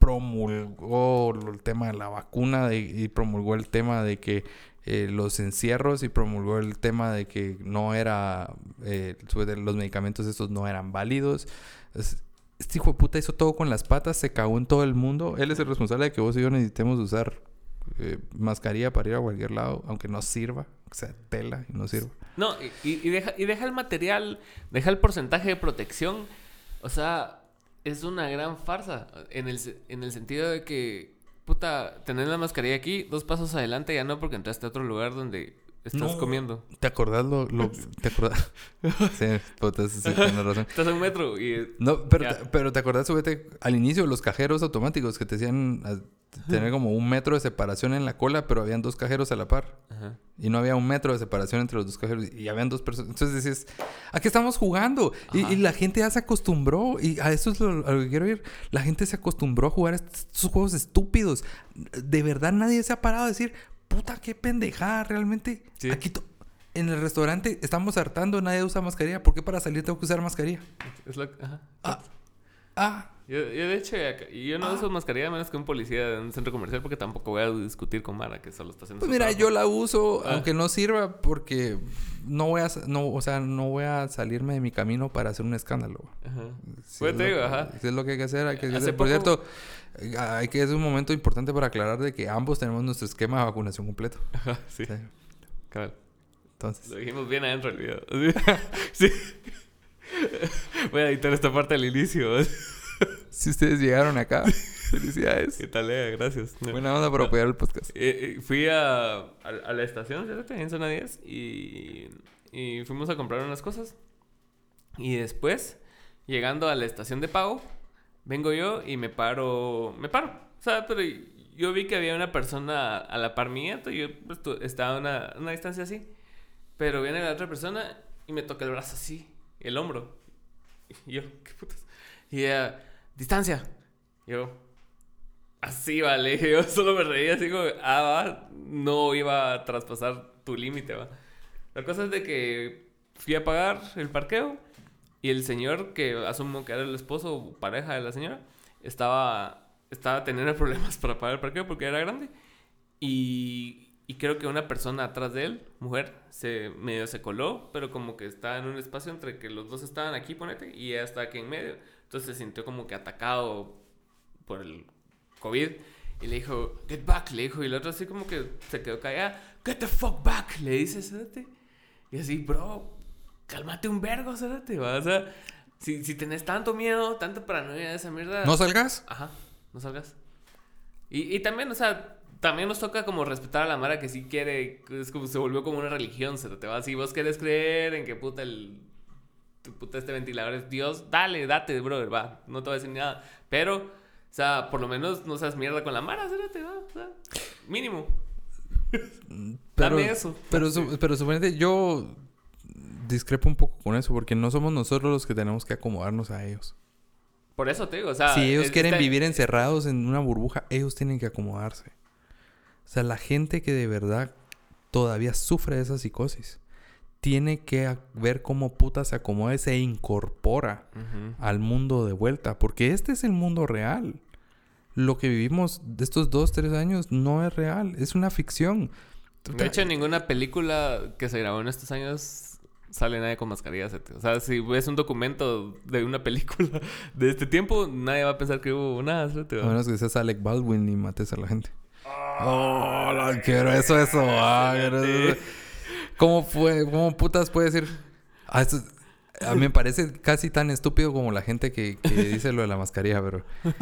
promulgó el tema de la vacuna de, y promulgó el tema de que eh, los encierros y promulgó el tema de que no era... Eh, los medicamentos estos no eran válidos. Es, este hijo de puta hizo todo con las patas, se cagó en todo el mundo. Él es el responsable de que vos y yo necesitemos usar eh, mascarilla para ir a cualquier lado, aunque no sirva, o sea, tela y no sirva. No, y, y, deja, y deja el material, deja el porcentaje de protección. O sea, es una gran farsa en el, en el sentido de que, puta, tener la mascarilla aquí, dos pasos adelante ya no, porque entraste a otro lugar donde estás no, comiendo. ¿Te acordás lo...? lo ¿Te acordás? Sí, puta, sí, tienes razón. Estás a un metro y... No, pero, te, pero ¿te acordás, subete, al inicio los cajeros automáticos que te decían a, tener como un metro de separación en la cola, pero habían dos cajeros a la par. Ajá. Y no había un metro de separación entre los dos cajeros. Y habían dos personas. Entonces decías, ¿a qué estamos jugando? Y, y la gente ya se acostumbró. Y a eso es lo, a lo que quiero ir. La gente se acostumbró a jugar estos juegos estúpidos. De verdad nadie se ha parado a decir... Puta, qué pendejada, realmente. Sí. Aquí to- en el restaurante estamos hartando, nadie usa mascarilla. ¿Por qué para salir tengo que usar mascarilla? Es lo, ajá. Ah. Ah. Yo, yo de hecho, yo no ah. uso mascarilla menos que un policía de un centro comercial porque tampoco voy a discutir con Mara que solo está haciendo pues mira, trabajo. Yo la uso, ah. aunque no sirva, porque no voy a, no, o sea, no voy a salirme de mi camino para hacer un escándalo. Ajá. Si pues te digo, lo, ajá. Si es lo que hay que hacer, hay que hacer. Por poco... cierto, hay que es un momento importante para aclarar de que ambos tenemos nuestro esquema de vacunación completo. Ajá, sí. sí. Claro. Entonces. Lo dijimos bien adentro del video. Sí. Voy a editar esta parte al inicio. Si ustedes llegaron acá, felicidades. ¿Qué tal, Lea? Gracias. Buena onda por apoyar el podcast. Eh, eh, fui a, a, a la estación, ¿cierto? En zona diez. Y, y fuimos a comprar unas cosas. Y después, llegando a la estación de pago, vengo yo y me paro. Me paro. O sea, pero yo vi que había una persona a la par mía. Entonces yo pues, estaba a una, una distancia así. Pero viene la otra persona y me toca el brazo así, el hombro. Y yo, ¿qué putas? Y ella, distancia. Yo, así vale. Yo solo me reía así como, ah, va, no iba a traspasar tu límite, va. La cosa es de que fui a pagar el parqueo y el señor, que asumo que era el esposo o pareja de la señora, estaba, estaba teniendo problemas para pagar el parqueo porque era grande. Y, y creo que una persona atrás de él, mujer, se medio se coló, pero como que estaba en un espacio entre que los dos estaban aquí, ponete, y ella estaba aquí en medio. Entonces se sintió como que atacado por el COVID. Y le dijo, get back, le dijo. Y el otro así como que se quedó callada. Get the fuck back, le dice, cérate. Y así, bro, cálmate un vergo, cérate. O sea, si, si tenés tanto miedo, tanta paranoia de esa mierda. ¿No salgas? Ajá, no salgas. Y, y también, o sea, también nos toca como respetar a la Mara que sí quiere. Es como se volvió como una religión, cérate. Va, si vos querés creer en que puta el... puta este ventilador es Dios, dale, date, brother, va, no te voy a decir nada, pero, o sea, por lo menos no seas mierda con la Mara, cérate, va, o sea, mínimo. Pero, dame eso. Pero, su, pero suponete, yo discrepo un poco con eso, porque no somos nosotros los que tenemos que acomodarnos a ellos. Por eso te digo, o sea... Si ellos es, quieren está... vivir encerrados en una burbuja, ellos tienen que acomodarse. O sea, la gente que de verdad todavía sufre de esa psicosis tiene que ver cómo puta se acomoda y se incorpora uh-huh. al mundo de vuelta. Porque este es el mundo real. Lo que vivimos de estos dos, tres años no es real. Es una ficción. De hecho, en ninguna película que se grabó en estos años sale nadie con mascarilla. O sea, si ves un documento de una película de este tiempo, nadie va a pensar que hubo nada. A menos que seas Alec Baldwin y mates a la gente. Oh, oh no quiero eso, eso. Ah, quiero... ¿Cómo fue? ¿Cómo putas puede decir? Ah, esto, a mí me parece casi tan estúpido como la gente que, que dice lo de la mascarilla, pero...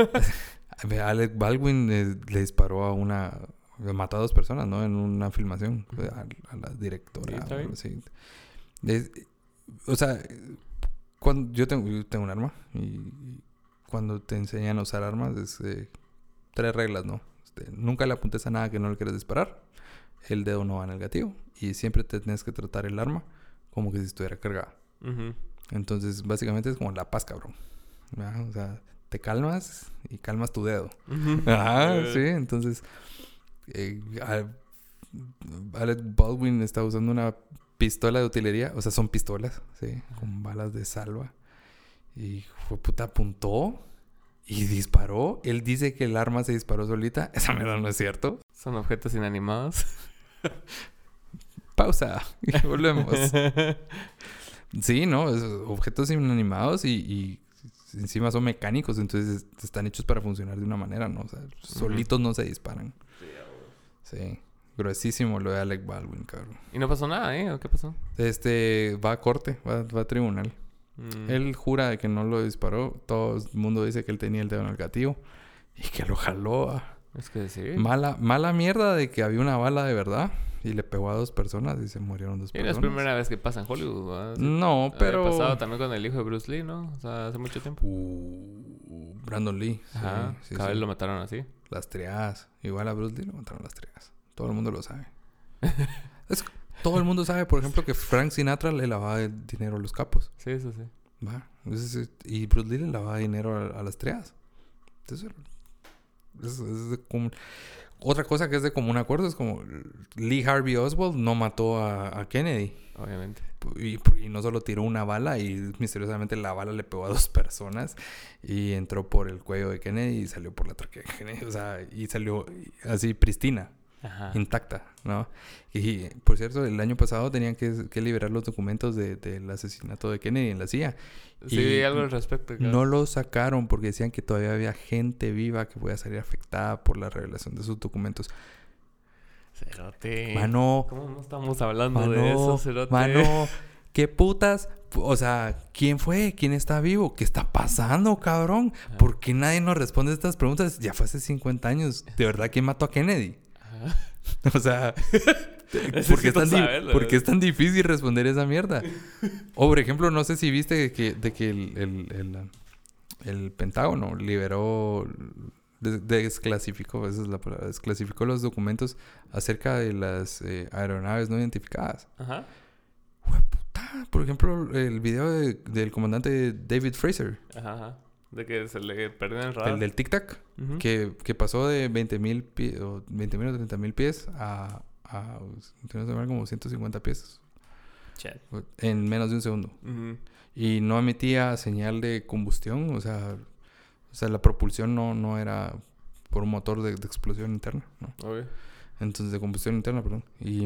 Alec Baldwin eh, le disparó a una... Mató a dos personas, ¿no? En una filmación. A, a la directora. Sí, es, o sea, cuando yo tengo, yo tengo un arma. Y cuando te enseñan a usar armas, es eh, tres reglas, ¿no? Este, nunca le apuntes a nada que no le quieras disparar. El dedo no va en el gatillo. Y siempre te tienes que tratar el arma como que si estuviera cargada. Uh-huh. Entonces, básicamente es como la paz, cabrón. ¿Verdad? O sea, te calmas y calmas tu dedo. Uh-huh. Ajá, uh-huh. Sí. Entonces, eh, Alec Baldwin está usando una pistola de utilería. O sea, son pistolas, sí, con balas de salva. Y fue puta, apuntó Y disparó. Él dice que el arma se disparó solita. Esa mierda no es cierto. Son objetos inanimados. Pausa. Y volvemos. Sí, ¿no? Es objetos inanimados y, y encima son mecánicos. Entonces están hechos para funcionar de una manera, ¿no? O sea, solitos uh-huh. no se disparan. Sí. Gruesísimo lo de Alec Baldwin, cabrón. ¿Y no pasó nada, eh? ¿O qué pasó? Este... Va a corte. Va, va a tribunal. Mm. Él jura de que no lo disparó. Todo el mundo dice que él tenía el dedo en el gatillo. Y que lo jaló a... Es que sí. Mala, mala mierda de que había una bala de verdad. Y le pegó a dos personas y se murieron dos y personas. Y no es primera vez que pasa en Hollywood, ¿verdad? No, había pero... pasado también con el hijo de Bruce Lee, ¿no? O sea, hace mucho tiempo. Uh, Brandon Lee. Ajá. Sí, cada sí, vez sí. lo mataron así. Las triadas. Igual a Bruce Lee lo mataron las triadas. Todo el mundo lo sabe. es, todo el mundo sabe, por ejemplo, que Frank Sinatra le lavaba dinero a los capos. Sí, eso sí. Va. Entonces, y Bruce Lee le lavaba dinero a, a las triadas. Entonces, es, es de común. Otra cosa que es de común acuerdo es como Lee Harvey Oswald no mató a, a Kennedy. Obviamente. Y, y no solo tiró una bala y misteriosamente la bala le pegó a dos personas y entró por el cuello de Kennedy y salió por la tráquea de Kennedy. O sea, y salió así pristina. Ajá. Intacta, ¿no? Y, por cierto, el año pasado tenían que, que liberar los documentos de, del asesinato de Kennedy en la C I A. Sí, y algo al respecto. Claro. No lo sacaron porque decían que todavía había gente viva que podía salir afectada por la revelación de esos documentos. Cerote. Mano. ¿Cómo no estamos hablando mano, de eso, Cerote? Mano, ¿qué putas? O sea, ¿quién fue? ¿Quién está vivo? ¿Qué está pasando, cabrón? Ajá. ¿Por qué nadie nos responde a estas preguntas? Ya fue hace cincuenta años. ¿De verdad quién mató a Kennedy? O sea, ¿por qué, es tan di- ¿por qué es tan difícil responder esa mierda? O, por ejemplo, no sé si viste que, de que el, el, el, el Pentágono liberó, des- desclasificó, esa es la palabra, desclasificó los documentos acerca de las eh, aeronaves no identificadas. Ajá. Hueputa. Por ejemplo, el video de, del comandante David Fraser. Ajá, ajá. De que se le perdió el radar. El del Tic Tac. Uh-huh. Que, que pasó de veinte mil pies, o veinte mil o treinta mil pies a, a como ciento cincuenta pies. Chat. En menos de un segundo. Uh-huh. Y no emitía señal de combustión. O sea, o sea la propulsión no, no era por un motor de, de explosión interna, ¿no? Okay. Entonces, de combustión interna, perdón. Y...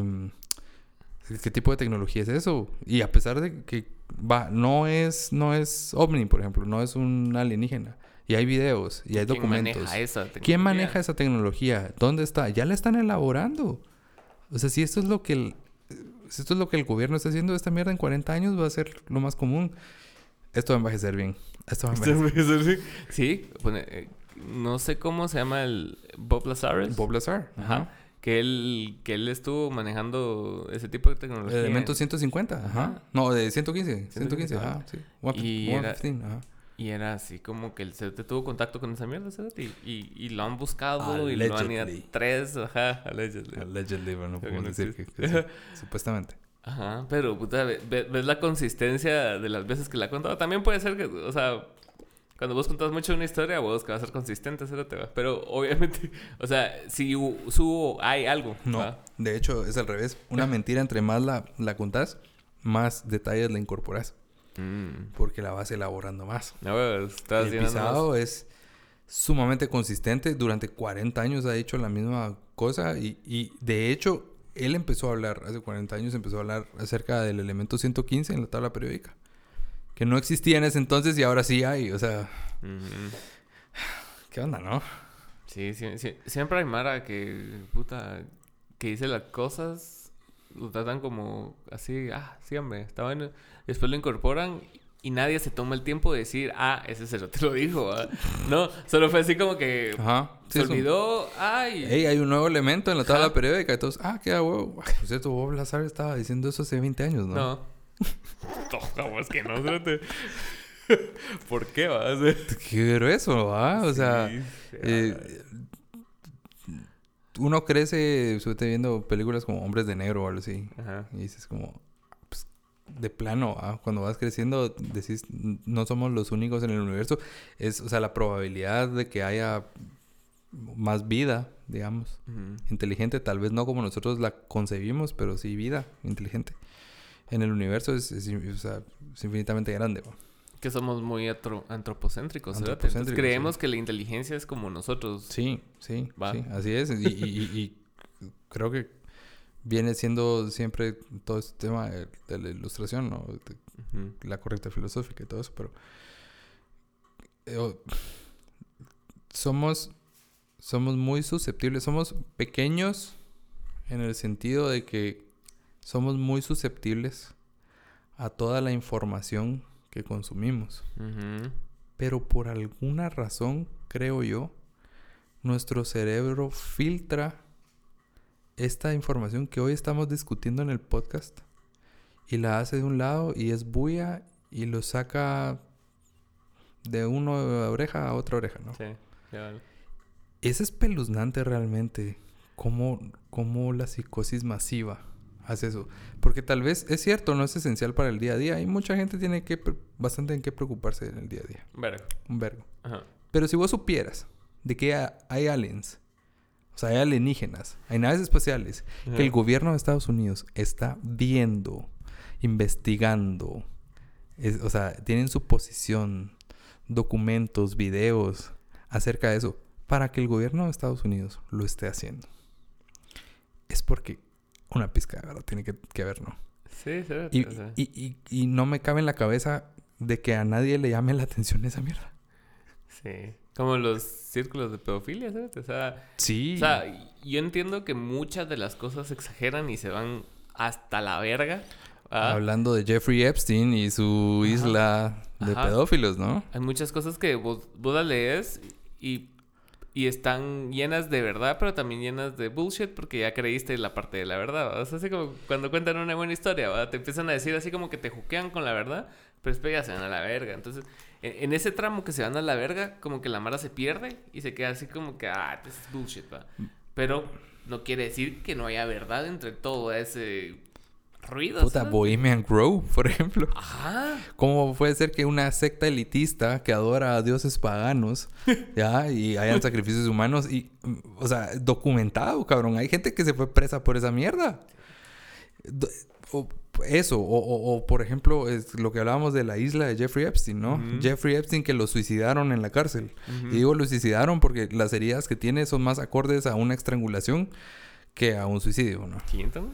¿qué tipo de tecnología es eso? Y a pesar de que va, no es, no es ovni, por ejemplo, no es un alienígena. Y hay videos, y hay ¿Quién documentos. Maneja esa tecnología? ¿Quién maneja esa tecnología? ¿Dónde está? Ya la están elaborando. O sea, si esto es lo que el, si esto es lo que el gobierno está haciendo, esta mierda en cuarenta años va a ser lo más común. Esto va a envejecer bien. Esto va a envejecer bien. Sí, bueno, eh, no sé cómo se llama el Bob Lazar. Bob Lazar. Ajá. Ajá. Que él, que él estuvo manejando ese tipo de tecnología. Elemento ciento cincuenta, ajá. ajá. No, de ciento quince. ciento quince, ajá, sí. Y era, ajá. Y era así como que él se tuvo contacto con esa mierda, ¿sabes? Y, y, y lo han buscado allegedly. Y lo han ido a tres, ajá, allegedly. Allegedly, bueno, no podemos decir que, que sí, supuestamente. Ajá, pero puta, ves, ves la consistencia de las veces que la ha contado. También puede ser que, o sea... Cuando vos contás mucho una historia, vos que va a ser consistente, eso te va. Pero obviamente, o sea, si hubo, hay algo. No, ¿va? De hecho, es al revés. Una mentira, entre más la, la contás, más detalles la incorporás. Mm. Porque la vas elaborando más. No, estás el pisado más. Es sumamente consistente. Durante cuarenta años ha hecho la misma cosa. Y, y de hecho, él empezó a hablar, hace cuarenta años empezó a hablar acerca del elemento ciento quince en la tabla periódica. Que no existía en ese entonces y ahora sí hay, o sea... Uh-huh. ¿Qué onda, no? Sí, sí, sí, siempre hay mara que, puta, que dice las cosas, lo tratan como así, ah, sí, hombre, está bueno. Después lo incorporan y nadie se toma el tiempo de decir, ah, ese se lo te lo dijo, ¿verdad? No, solo fue así como que Ajá. Sí, se olvidó, ay... Ey, hay un nuevo elemento en la tabla Ajá. periódica y todos, ah, qué huevo. Por cierto, Bob Lazar estaba diciendo eso hace veinte años, ¿no? No. No, es que no, ¿sí? ¿Por qué va a ser? Qué grueso, ¿va? O sí, sea, eh, uno crece viendo películas como Hombres de Negro o algo así. Ajá. Y dices como, pues, de plano, ¿ah? Cuando vas creciendo, decís, no somos los únicos en el universo. Es, o sea, la probabilidad de que haya más vida, digamos, uh-huh. inteligente, tal vez no como nosotros la concebimos, pero sí vida inteligente. En el universo es, es, o sea, es infinitamente grande, ¿no? Que somos muy atro- antropocéntricos, ¿verdad? Antropocéntricos, Entonces, creemos sí. que la inteligencia es como nosotros. Sí, sí, Va. sí, así es. Y, y, y, y creo que viene siendo siempre todo este tema de, de la ilustración, ¿no? De Uh-huh. la correcta filosófica y todo eso, pero eh, somos, somos muy susceptibles, somos pequeños en el sentido de que somos muy susceptibles a toda la información que consumimos. Uh-huh. Pero por alguna razón, creo yo, nuestro cerebro filtra esta información que hoy estamos discutiendo en el podcast y la hace de un lado y es bulla y lo saca de una oreja a otra oreja, ¿no? Sí, ya vale. Es espeluznante realmente cómo, cómo la psicosis masiva hace eso. Porque tal vez es cierto, no es esencial para el día a día. Y mucha gente tiene que bastante en qué preocuparse en el día a día. Verga. Un vergo. Ajá. Pero si vos supieras de que hay aliens, o sea, hay alienígenas, hay naves espaciales, Ajá. que el gobierno de Estados Unidos está viendo, investigando, es, o sea, tienen su posición, documentos, videos acerca de eso, para que el gobierno de Estados Unidos lo esté haciendo. Es porque una pizca de verdad tiene que, que haber, ¿no? Sí, sí. Y, o sea. y, y, y no me cabe en la cabeza de que a nadie le llame la atención esa mierda. Sí. Como los círculos de pedofilia, ¿sabes? O sea, Sí. o sea, yo entiendo que muchas de las cosas se exageran y se van hasta la verga. ¿Ah? Hablando de Jeffrey Epstein y su Ajá. isla de Ajá. pedófilos, ¿no? Hay muchas cosas que vos, vos las lees y, y están llenas de verdad, pero también llenas de bullshit porque ya creíste la parte de la verdad, ¿va? O sea, así como cuando cuentan una buena historia, ¿va? Te empiezan a decir así como que te juquean con la verdad, pero después ya se van a la verga. Entonces, en, en ese tramo que se van a la verga, como que la mara se pierde y se queda así como que, ah, this is bullshit, ¿va? Pero no quiere decir que no haya verdad entre todo ese ruido. Puta, ¿sabes? Bohemian Grove, por ejemplo. Ajá. ¿Cómo puede ser que una secta elitista que adora a dioses paganos, ya, y hayan sacrificios humanos y, o sea, documentado, cabrón? Hay gente que se fue presa por esa mierda. Do- o, eso, o, o, o, por ejemplo, es lo que hablábamos de la isla de Jeffrey Epstein, ¿no? Uh-huh. Jeffrey Epstein que lo suicidaron en la cárcel. Uh-huh. Y digo lo suicidaron porque las heridas que tiene son más acordes a una estrangulación que a un suicidio, ¿no? ¿Quién entonces?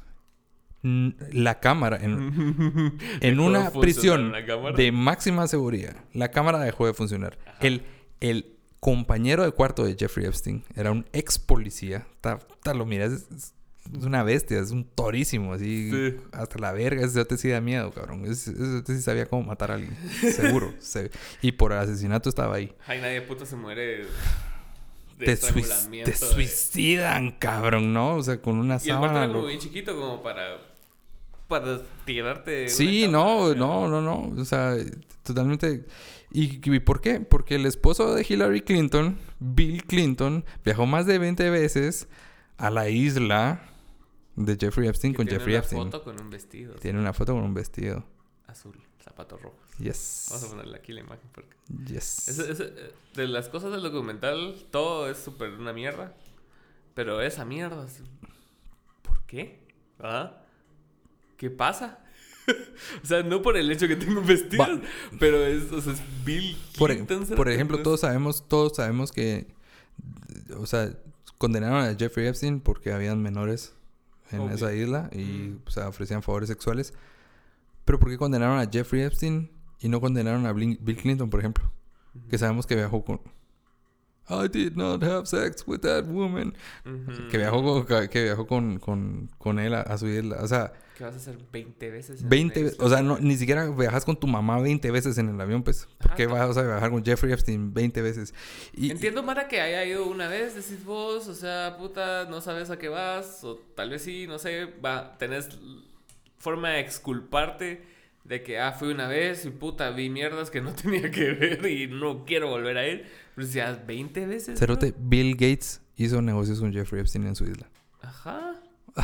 Mm, La cámara, en, en una prisión de máxima seguridad, la cámara dejó de funcionar. El, el compañero de cuarto de Jeffrey Epstein era un ex policía. Ta, ta, lo miras, es, es una bestia, es un torísimo, así, Sí. hasta la verga. Ese te sí da miedo, cabrón. Ese ese sí sabía cómo matar a alguien, seguro. se, y por asesinato estaba ahí. Ay, nadie puto se muere de Te, sui- estrangulamiento. te de- suicidan, cabrón, ¿no? O sea, con una Y el cuarto sábana. era como lo- bien chiquito como para... Para tirarte... Sí, una no, cámara, no, no, no. O sea, totalmente. ¿Y, ¿Y por qué? Porque el esposo de Hillary Clinton, Bill Clinton, viajó más de veinte veces a la isla de Jeffrey Epstein Que con tiene Jeffrey una Epstein. foto con un vestido Tiene una foto con un vestido. azul, zapatos rojos. Yes. Vamos a ponerle aquí la imagen porque... Yes. Eso- eso, eh, de las cosas del documental, todo es súper una mierda. Pero esa mierda... es- ¿Por qué? ¿Ah? ¿Qué pasa? O sea, no por el hecho que tengo vestido, Va. pero es, o sea, es Bill Por, Clinton. ¿sabes? por ejemplo, Entonces- todos sabemos, todos sabemos que, o sea, condenaron a Jeffrey Epstein porque habían menores en Obvio. esa isla y, Mm. o sea, ofrecían favores sexuales. Pero ¿por qué condenaron a Jeffrey Epstein y no condenaron a Blin- Bill Clinton, por ejemplo? Que sabemos que viajó con... I did not have sex with that woman. Ujú. Que viajó con, que viajó con, con, con él a, a su isla. O sea, ¿Qué vas a hacer veinte veces? en veinte una veces. O isla? sea, no, ni siquiera viajas con tu mamá veinte veces en el avión, pues. ¿Por Ajá, qué no. vas a viajar con Jeffrey Epstein veinte veces? Y, Entiendo, Mara, que haya ido una vez, decís vos, o sea, puta, no sabes a qué vas, o tal vez sí, no sé, va, tenés forma de exculparte de que, ah, fui una vez y puta, vi mierdas que no tenía que ver y no quiero volver a ir. Pero si ya veinte veces. Cerote, bro. Bill Gates hizo negocios con Jeffrey Epstein en su isla. Ajá.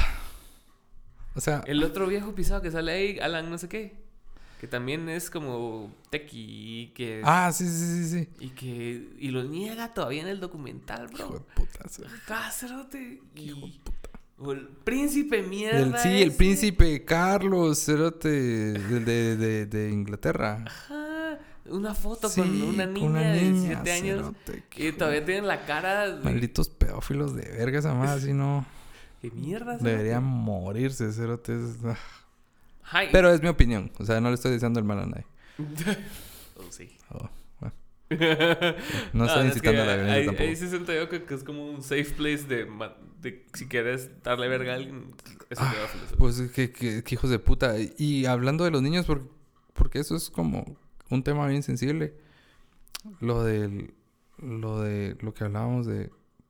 O sea, El otro viejo pisado que sale ahí, Alan, no sé qué. Que también es como tequi y que... ah, sí, sí, sí, sí. Y que... Y lo niega todavía en el documental, bro. Hijo de puta. sí. Ajá, cerote. Hijo de Y... puta. O el príncipe mierda El- sí, el ese. príncipe Carlos, cerote, de, de, de, de Inglaterra. Ajá. una foto Sí, con una niña, con una de niña, siete años cerote, y todavía hijo tienen la cara de- de... Malditos pedófilos de verga esa madre, así no... ¿Qué mierda? Deberían morirse, cerote. es- ah. Ay. Pero es mi opinión. O sea, no le estoy diciendo el mal a nadie. Oh, sí. Oh, bueno. No estoy es incitando que a la violencia ahí, tampoco. ahí sí siento yo que, que es como un safe place de, ma- de si quieres darle verga a alguien, es un Ah, pedófilo. ¿sabes? Pues que, que- que hijos de puta. Y hablando de los niños, por- porque eso es como un tema bien sensible. Lo del... Lo de... Lo que hablábamos de...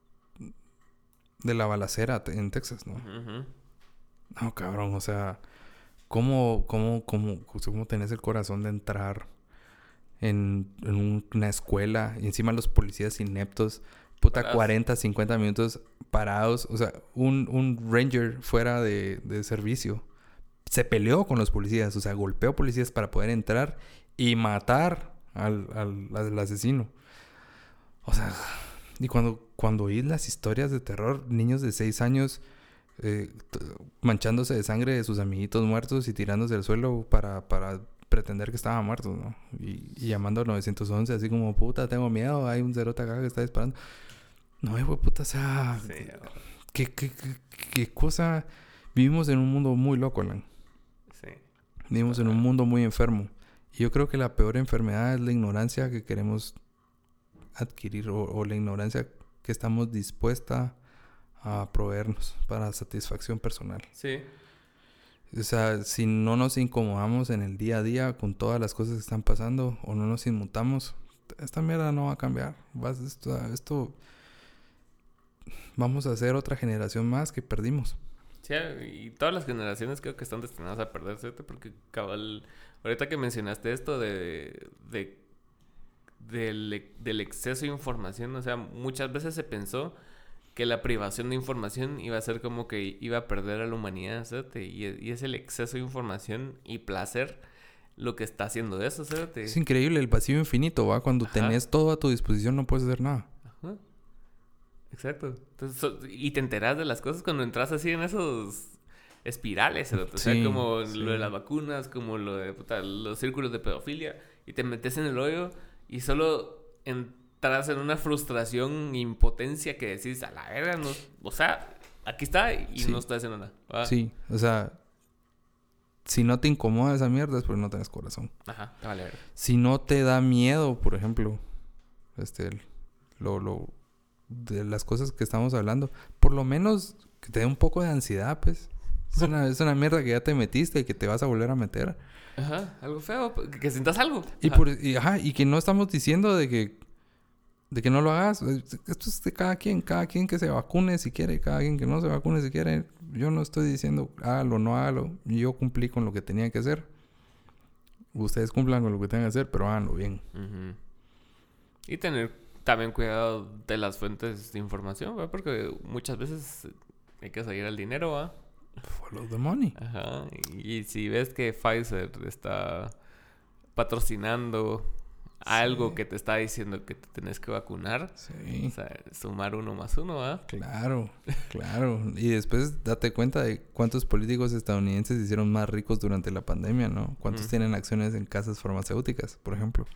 De la balacera te- en Texas, ¿no? Ujú. No, cabrón. O sea... ¿Cómo, cómo, cómo, cómo tenés el corazón de entrar en, en un- una escuela y encima los policías ineptos, puta, Parados. cuarenta, cincuenta minutos parados? O sea, un, un ranger fuera de, de servicio se peleó con los policías, o sea, golpeó policías para poder entrar y matar al, al, al asesino. O sea, y cuando, cuando oís las historias de terror, niños de seis años... Eh, t- manchándose de sangre de sus amiguitos muertos y tirándose al suelo para, para pretender que estaban muertos, ¿no? Y, y llamando al nueve once así como, puta, tengo miedo, hay un cerote acá que está disparando. No, hijo de puta, o sea... Sí, ¿qué, qué, qué, qué cosa? Vivimos en un mundo muy loco, Alan. sí. Vivimos en un mundo muy enfermo. Y yo creo que la peor enfermedad es la ignorancia que queremos adquirir o, o la ignorancia que estamos dispuesta a proveernos para satisfacción personal. Sí. O sea, si no nos incomodamos en el día a día con todas las cosas que están pasando o no nos inmutamos, esta mierda no va a cambiar. Vas, esto, esto vamos a ser otra generación más que perdimos. Sí, y todas las generaciones creo que están destinadas a perderse, porque cabal, ahorita que mencionaste esto de, de del, del exceso de información, o sea, muchas veces se pensó que la privación de información iba a ser como que iba a perder a la humanidad, ¿sabes? Y, y es el exceso de información y placer lo que está haciendo eso, ¿sabes? Es increíble el vacío infinito, ¿va? Cuando Ajá. tenés todo a tu disposición no puedes hacer nada. Ajá. Exacto. Entonces, so- y te enteras de las cosas cuando entras así en esos espirales, ¿sabes? O sea, Sí, como sí. lo de las vacunas, como lo de puta, los círculos de pedofilia, y te metes en el hoyo y solo entras en una frustración, impotencia que decís, a la verga, no, o sea, aquí está y Sí. no está haciendo nada. ¿Va? Sí, o sea, si no te incomoda esa mierda es porque no tienes corazón. Ajá, te vale verga. Si no te da miedo, por ejemplo, este, lo, lo, de las cosas que estamos hablando, por lo menos que te dé un poco de ansiedad, pues. Es una, es una mierda que ya te metiste y que te vas a volver a meter. Ajá, algo feo, que, que sientas algo. Y, Ajá. por, y, ajá, y que no estamos diciendo de que, de que no lo hagas. Esto es de cada quien. Cada quien que se vacune si quiere. Cada quien que no se vacune si quiere. Yo no estoy diciendo hágalo o no hágalo. Yo cumplí con lo que tenía que hacer. Ustedes cumplan con lo que tengan que hacer, pero háganlo bien. Ujú. Y tener también cuidado de las fuentes de información, ¿va? Porque muchas veces hay que seguir el dinero, ¿va? Follow the money. Ajá. Y si ves que Pfizer está patrocinando algo Sí. que te está diciendo que te tenés que vacunar, Sí. o sea, sumar uno más uno, ¿va? Claro, claro. Y después date cuenta de cuántos políticos estadounidenses se hicieron más ricos durante la pandemia, ¿no? Cuántos Ujú. tienen acciones en casas farmacéuticas, por ejemplo.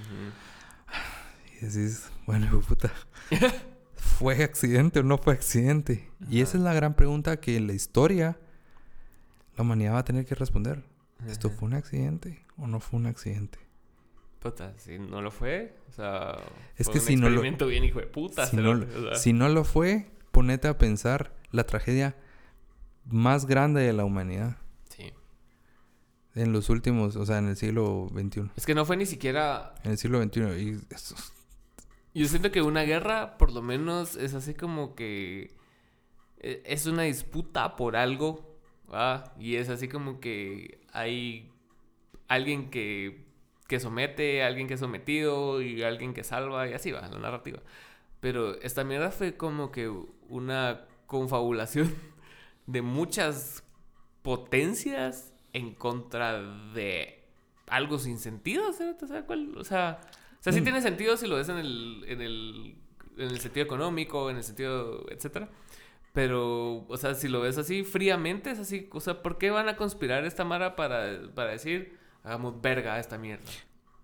Ujú. Y decís, bueno, hijo de puta, ¿fue accidente o no fue accidente? Y esa es la gran pregunta que en la historia la humanidad va a tener que responder. ¿Esto Ajá. fue un accidente o no fue un accidente? Puta, si no lo fue, o sea, Es fue que un si no lo- experimento bien hijo de puta. Si se no, lo- lo- o sea. si no lo fue, ponete a pensar la tragedia más grande de la humanidad Sí. en los últimos, o sea, en el siglo veintiuno. Es que no fue ni siquiera... En el siglo veintiuno. Y eso, Yo siento que una guerra, por lo menos, es así como que... e- Es una disputa por algo, ¿va? Y es así como que hay alguien que, que somete, alguien que es sometido y alguien que salva y así va la narrativa. Pero esta mierda fue como que una confabulación de muchas potencias en contra de algo sin sentido, ¿sabes? O sea, ¿cuál? O sea, o sea, sí Mm. tiene sentido si lo ves en el, en el, en el sentido económico, en el sentido, etcétera. Pero, o sea, si lo ves así fríamente, es así, o sea, ¿por qué van a conspirar esta mara para, para decir, hagamos verga a esta mierda?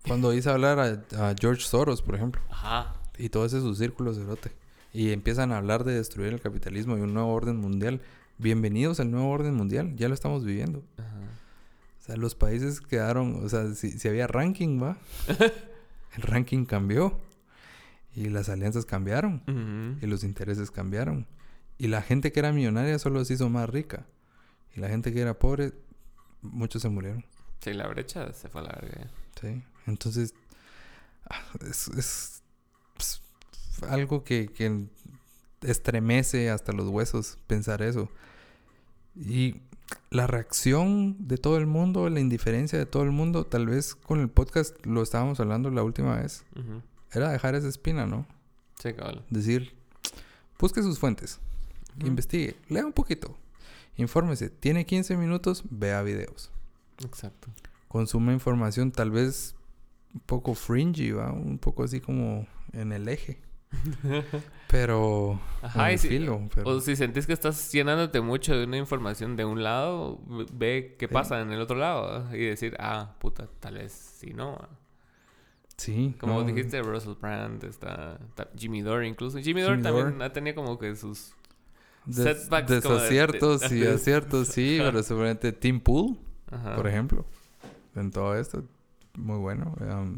Cuando hice hablar a, a George Soros, por ejemplo. Ajá. Y todo ese su círculo cerote. Y empiezan a hablar de destruir el capitalismo y un nuevo orden mundial. Bienvenidos al nuevo orden mundial. Ya lo estamos viviendo. Ajá. O sea, los países quedaron... O sea, si, si había ranking, ¿va? El ranking cambió. Y las alianzas cambiaron. Uh-huh. Y los intereses cambiaron. Y la gente que era millonaria solo se hizo más rica. Y la gente que era pobre, muchos se murieron. Sí, la brecha se fue a la verga. Sí. Entonces, es, es, es algo que, que estremece hasta los huesos pensar eso. Y la reacción de todo el mundo, la indiferencia de todo el mundo, tal vez con el podcast lo estábamos hablando la última vez, Uh-huh. era dejar esa espina, ¿no? Sí, cabal. Decir, busque sus fuentes, Uh-huh. investigue, lea un poquito, infórmese. Tiene quince minutos, vea videos. Exacto. Consume información tal vez un poco fringy, ¿va? Un poco así como en el eje. Pero... Ajá, en y el si, filo, pero... o si sentís que estás llenándote mucho de una información de un lado, ve qué Sí. pasa en el otro lado, ¿eh? Y decir, ah, puta, tal vez sí, no. Sí. Como no, dijiste, Russell Brand, está, está Jimmy Dore incluso. Jimmy Dore Jimmy también Dore. ha tenido como que sus des- setbacks como de- desaciertos de- y aciertos, sí, Ajá. pero seguramente Tim Pool, Ajá. por ejemplo, en todo esto, muy bueno. Um,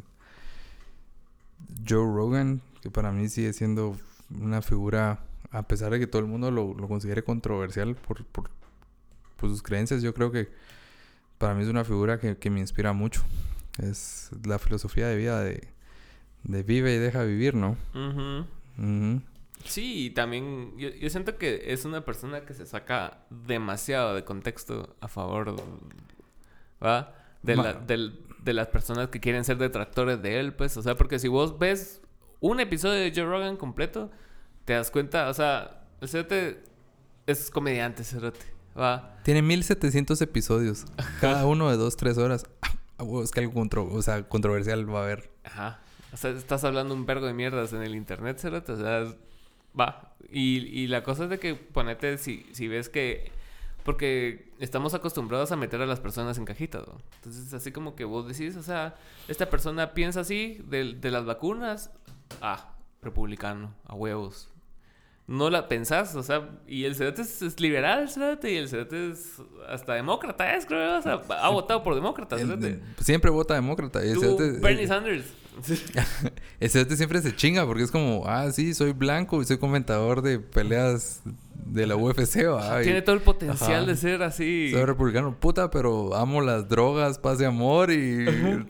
Joe Rogan, que para mí sigue siendo una figura, a pesar de que todo el mundo lo, lo considere controversial por, por, por sus creencias, yo creo que para mí es una figura que, que me inspira mucho. Es la filosofía de vida de, de vive y deja vivir, ¿no? Ujú. Ujú. Sí, y también yo, yo siento que es una persona que se saca demasiado de contexto a favor, ¿va? De, Ma- la, del- de las personas que quieren ser detractores de él, pues. O sea, porque si vos ves un episodio de Joe Rogan completo, te das cuenta, o sea, el cerote es comediante, cerote, ¿va? Tiene mil setecientos episodios, cada uno de dos, tres horas. Ah, huevo, es que algo contro- o sea, controversial va a haber. Ajá. O sea, estás hablando un vergo de mierdas en el internet, cerote, o sea, va. Y, y la cosa es de que ponete, si, si ves que... Porque estamos acostumbrados a meter a las personas en cajitas, ¿no? Entonces, así como que vos decís, o sea, esta persona piensa así de, de las vacunas. Ah, republicano, a huevos. No la pensás, o sea, y el cerote es, es liberal, el cerote, y el cerote es hasta demócrata, es, creo, o sea, ha votado por demócratas, El- cerote. el- siempre vota demócrata. Y el Tú, cerote- Bernie el- Sanders. el cerote siempre se chinga porque es como, ah, sí, soy blanco y soy comentador de peleas de la U F C. ¿Va? Y Tiene todo el potencial Ajá. de ser así. soy republicano, puta, pero amo las drogas, paz y amor y...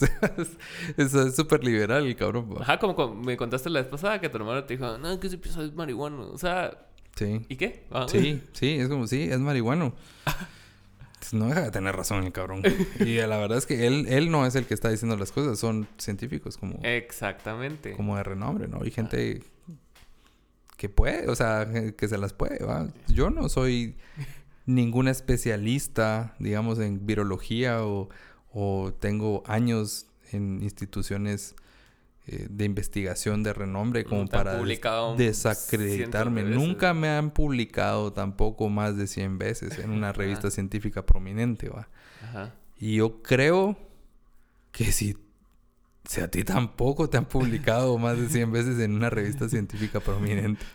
es es súper liberal el cabrón. ¿Va? Ajá, como, como me contaste la vez pasada que tu hermano te dijo, no, que ese episodio es marihuano. O sea, Sí. ¿y qué? Ah, Sí, sí, es como, sí, es marihuano. No deja de tener razón el cabrón. Y la verdad es que él, él no es el que está diciendo las cosas, son científicos como, Exactamente. como de renombre, ¿no? Y gente que puede, o sea, que se las puede, ¿va? Yo no soy ningún especialista, digamos, en virología o, o tengo años en instituciones eh, de investigación de renombre como No te han para des- publicado desacreditarme. cientos de veces. Nunca me han publicado tampoco más de cien veces en una revista Ajá. científica prominente, ¿va? Ajá. Y yo creo que si, si a ti tampoco te han publicado más de cien veces en una revista científica prominente,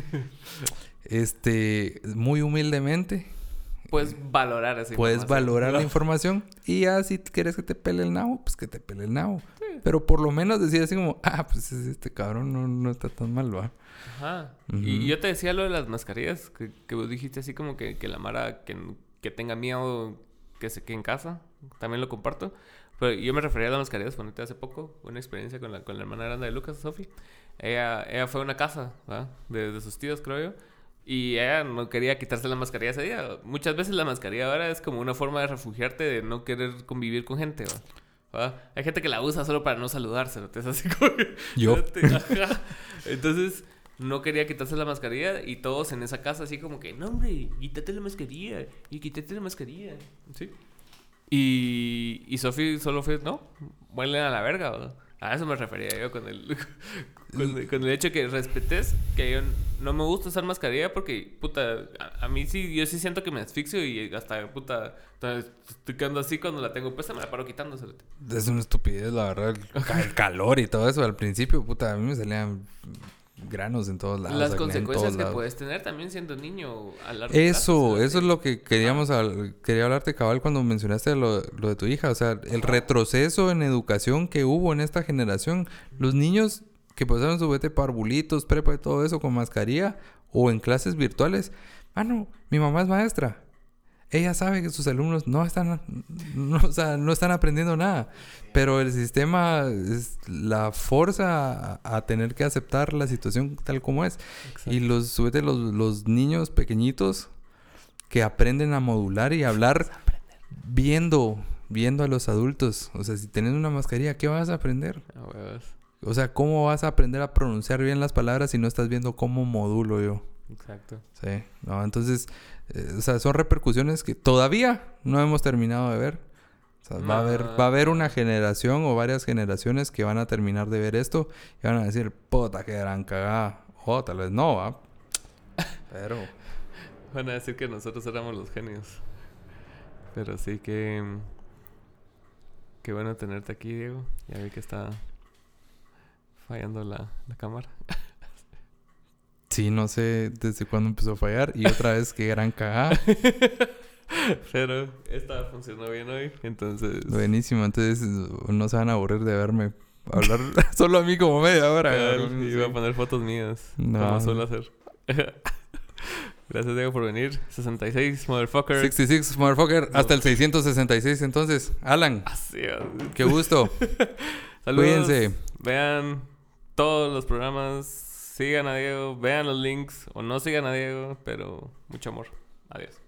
este, muy humildemente, Puedes valorar esa puedes información. valorar la información y ya si quieres que te pele el nabo, pues que te pele el nabo. Pero por lo menos decir así como, ah, pues este cabrón no, no está tan mal, ¿va? Ajá. Ujú. Y yo te decía lo de las mascarillas, que, que vos dijiste así como que, que la Mara que, que tenga miedo que se quede en casa. También lo comparto. Pero yo me refería a las mascarillas, ponete hace poco, una experiencia con la, con la hermana grande de Lucas, Sofi. Ella, ella fue a una casa, ¿va? De, de sus tíos, creo yo. Y ella no quería quitarse la mascarilla ese día. Muchas veces la mascarilla ahora es como una forma de refugiarte, de no querer convivir con gente, ¿va? ¿Va? Hay gente que la usa solo para no saludarse, ¿no? Es así como que- Yo. Ajá. Entonces, no quería quitarse la mascarilla y todos en esa casa así como que, no, hombre, quítate la mascarilla y quítate la mascarilla. ¿Sí? Y, y Sofi solo fue, no, vuelven a la verga, ¿va? A eso me refería yo con el, con, el, con el hecho que respetes que yo no me gusta usar mascarilla porque, puta, a, a mí sí, yo sí siento que me asfixio y hasta, puta, estoy quedando así cuando la tengo puesta, me la paro quitando. Es una estupidez, la verdad, el, el calor y todo eso. Al principio, puta, a mí me salían granos en todos lados. Las consecuencias que lados. puedes tener también siendo niño a largo Eso, plazo, eso es lo que queríamos al, quería hablarte, cabal, cuando mencionaste lo, lo de tu hija. O sea, el retroceso en educación que hubo en esta generación. Los niños que pasaron su vete parvulitos, prepa y todo eso con mascarilla o en clases virtuales. Ah, no, mi mamá es maestra. Ella sabe que sus alumnos no están, no, o sea, no están aprendiendo nada. Pero el sistema es, la forza a, a tener que aceptar la situación tal como es. Exacto. Y los, los, los niños pequeñitos que aprenden a modular y hablar viendo, viendo a los adultos. O sea, si tienes una mascarilla, ¿qué vas a aprender? Oh, o sea, ¿cómo vas a aprender a pronunciar bien las palabras si no estás viendo cómo modulo yo? Exacto. Sí, no, entonces, eh, o sea, son repercusiones que todavía no hemos terminado de ver. O sea, no. va a haber, va a haber una generación o varias generaciones que van a terminar de ver esto y van a decir, puta, que gran cagada. O tal vez no, ¿va? Pero... van a decir que nosotros éramos los genios. Pero sí que... Qué bueno tenerte aquí, Diego. Ya vi que está fallando la, la cámara. Sí, no sé desde cuándo empezó a fallar. Y otra vez, qué gran cagada. Pero esta funcionó bien hoy, entonces... Buenísimo. Entonces no se van a aburrir de verme hablar solo a mí como media hora. Claro, y iba a poner fotos mías, no. Como suelo hacer. Gracias, Diego, por venir. sesenta y seis, motherfucker. sesenta y seis, motherfucker. No. Hasta el seiscientos sesenta y seis, entonces. Alan. Así es. Qué gusto. Saludos. Cuídense. Vean todos los programas. Sigan a Diego. Vean los links. O no sigan a Diego. Pero mucho amor. Adiós.